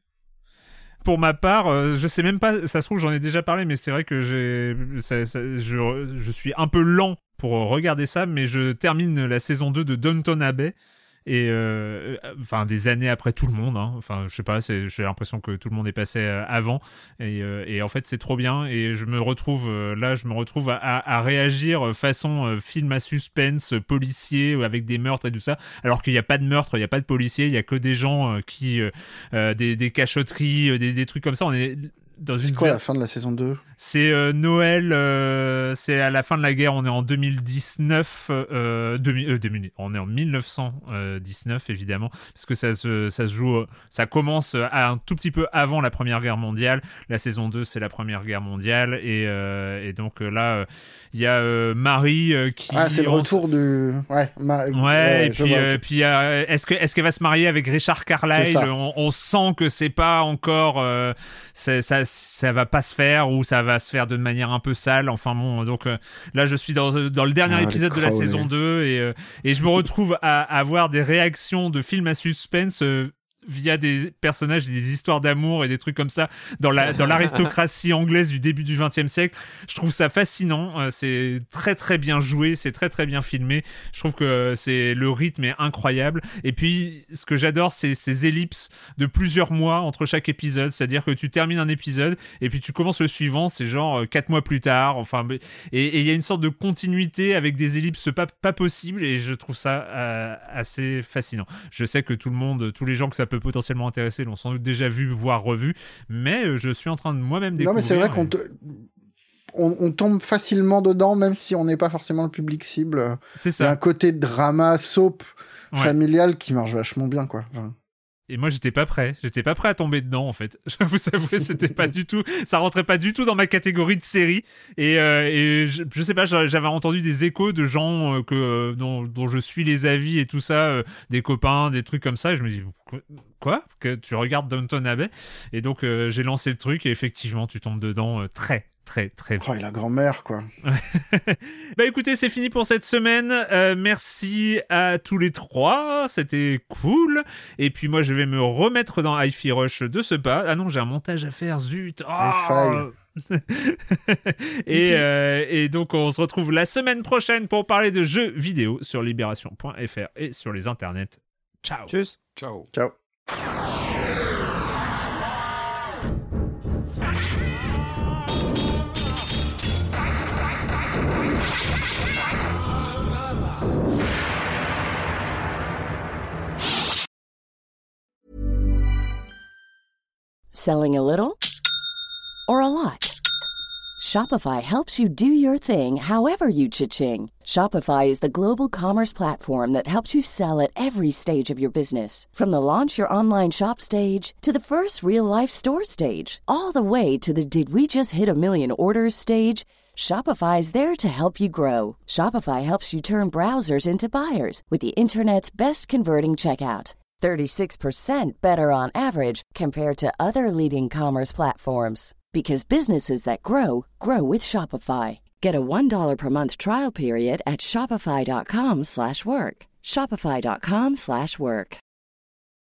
Pour ma part, euh, je sais même pas, ça se trouve j'en ai déjà parlé, mais c'est vrai que j'ai, ça, ça, je, je suis un peu lent pour regarder ça, mais je termine la saison deux de Downton Abbey. Et euh, enfin des années après tout le monde, hein. Enfin je sais pas, c'est, j'ai l'impression que tout le monde est passé euh, avant et, euh, et en fait c'est trop bien et je me retrouve euh, là je me retrouve à, à, à réagir façon euh, film à suspense euh, policier avec des meurtres et tout ça, alors qu'il n'y a pas de meurtre, il n'y a pas de policiers, il y a que des gens euh, qui euh, euh, des, des cachotteries, euh, des, des trucs comme ça. On est dans c'est une quoi ver... la fin de la saison deux? C'est euh, Noël, euh, c'est à la fin de la guerre, on est en deux mille dix-neuf, euh, deux mille, euh, deux mille, on est en mille neuf cent dix-neuf évidemment, parce que ça se, ça se joue, ça commence à un tout petit peu avant la Première Guerre mondiale, la saison deux c'est la Première Guerre mondiale, et, euh, et donc là, il euh, y a euh, Marie euh, qui... Ah, c'est le retour du... Ouais, Ma... ouais, ouais, et puis, euh, puis euh, est-ce, que, est-ce qu'elle va se marier avec Richard Carlyle? on, on sent que c'est pas encore... Euh, c'est, ça, ça va pas se faire, ou ça va se faire de manière un peu sale, enfin bon, donc euh, là je suis dans, dans le dernier ah, épisode de la saison deux et, euh, et je me retrouve à, à avoir des réactions de films à suspense euh, via des personnages et des histoires d'amour et des trucs comme ça dans la dans l'aristocratie anglaise du début du vingtième siècle. Je trouve ça fascinant, euh, c'est très très bien joué, c'est très très bien filmé. Je trouve que c'est le rythme est incroyable, et puis ce que j'adore c'est ces ellipses de plusieurs mois entre chaque épisode, c'est-à-dire que tu termines un épisode et puis tu commences le suivant, c'est genre quatre mois plus tard, enfin, et il y a une sorte de continuité avec des ellipses pas pas possibles, et je trouve ça euh, assez fascinant. Je sais que tout le monde, tous les gens que ça peut potentiellement intéresser l'ont sans doute déjà vu, voire revu, mais je suis en train de moi-même découvrir. Non, mais c'est vrai et... qu'on te... on, on tombe facilement dedans, même si on n'est pas forcément le public cible. C'est ça. Il y a un côté drama, soap, ouais. familial qui marche vachement bien, quoi. Enfin... Et moi, j'étais pas prêt. J'étais pas prêt à tomber dedans, en fait. Je vous avouer, c'était pas du tout, ça rentrait pas du tout dans ma catégorie de série. Et, euh, et je, je sais pas, j'avais entendu des échos de gens euh, que, euh, dont, dont je suis les avis et tout ça, euh, des copains, des trucs comme ça. Et je me dis, quoi? Que tu regardes Downton Abbey? Et donc, euh, j'ai lancé le truc et effectivement, tu tombes dedans euh, très, très, très oh, et la grand-mère, quoi. Bah écoutez, c'est fini pour cette semaine. Euh, merci à tous les trois. C'était cool. Et puis moi, je vais me remettre dans Hi-Fi Rush de ce pas. Ah non, j'ai un montage à faire, zut. Oh et, euh, et donc, on se retrouve la semaine prochaine pour parler de jeux vidéo sur libération point f r et sur les internets. Ciao. Tchuss. Ciao. Ciao. Selling a little or a lot? Shopify helps you do your thing however you cha-ching. Shopify is the global commerce platform that helps you sell at every stage of your business. From the launch your online shop stage to the first real-life store stage, all the way to the did we just hit a million orders stage. Shopify is there to help you grow. Shopify helps you turn browsers into buyers with the internet's best converting checkout. thirty-six percent better on average compared to other leading commerce platforms. Because businesses that grow, grow with Shopify. Get a one dollar per month trial period at shopify.com slash work. Shopify.com slash work.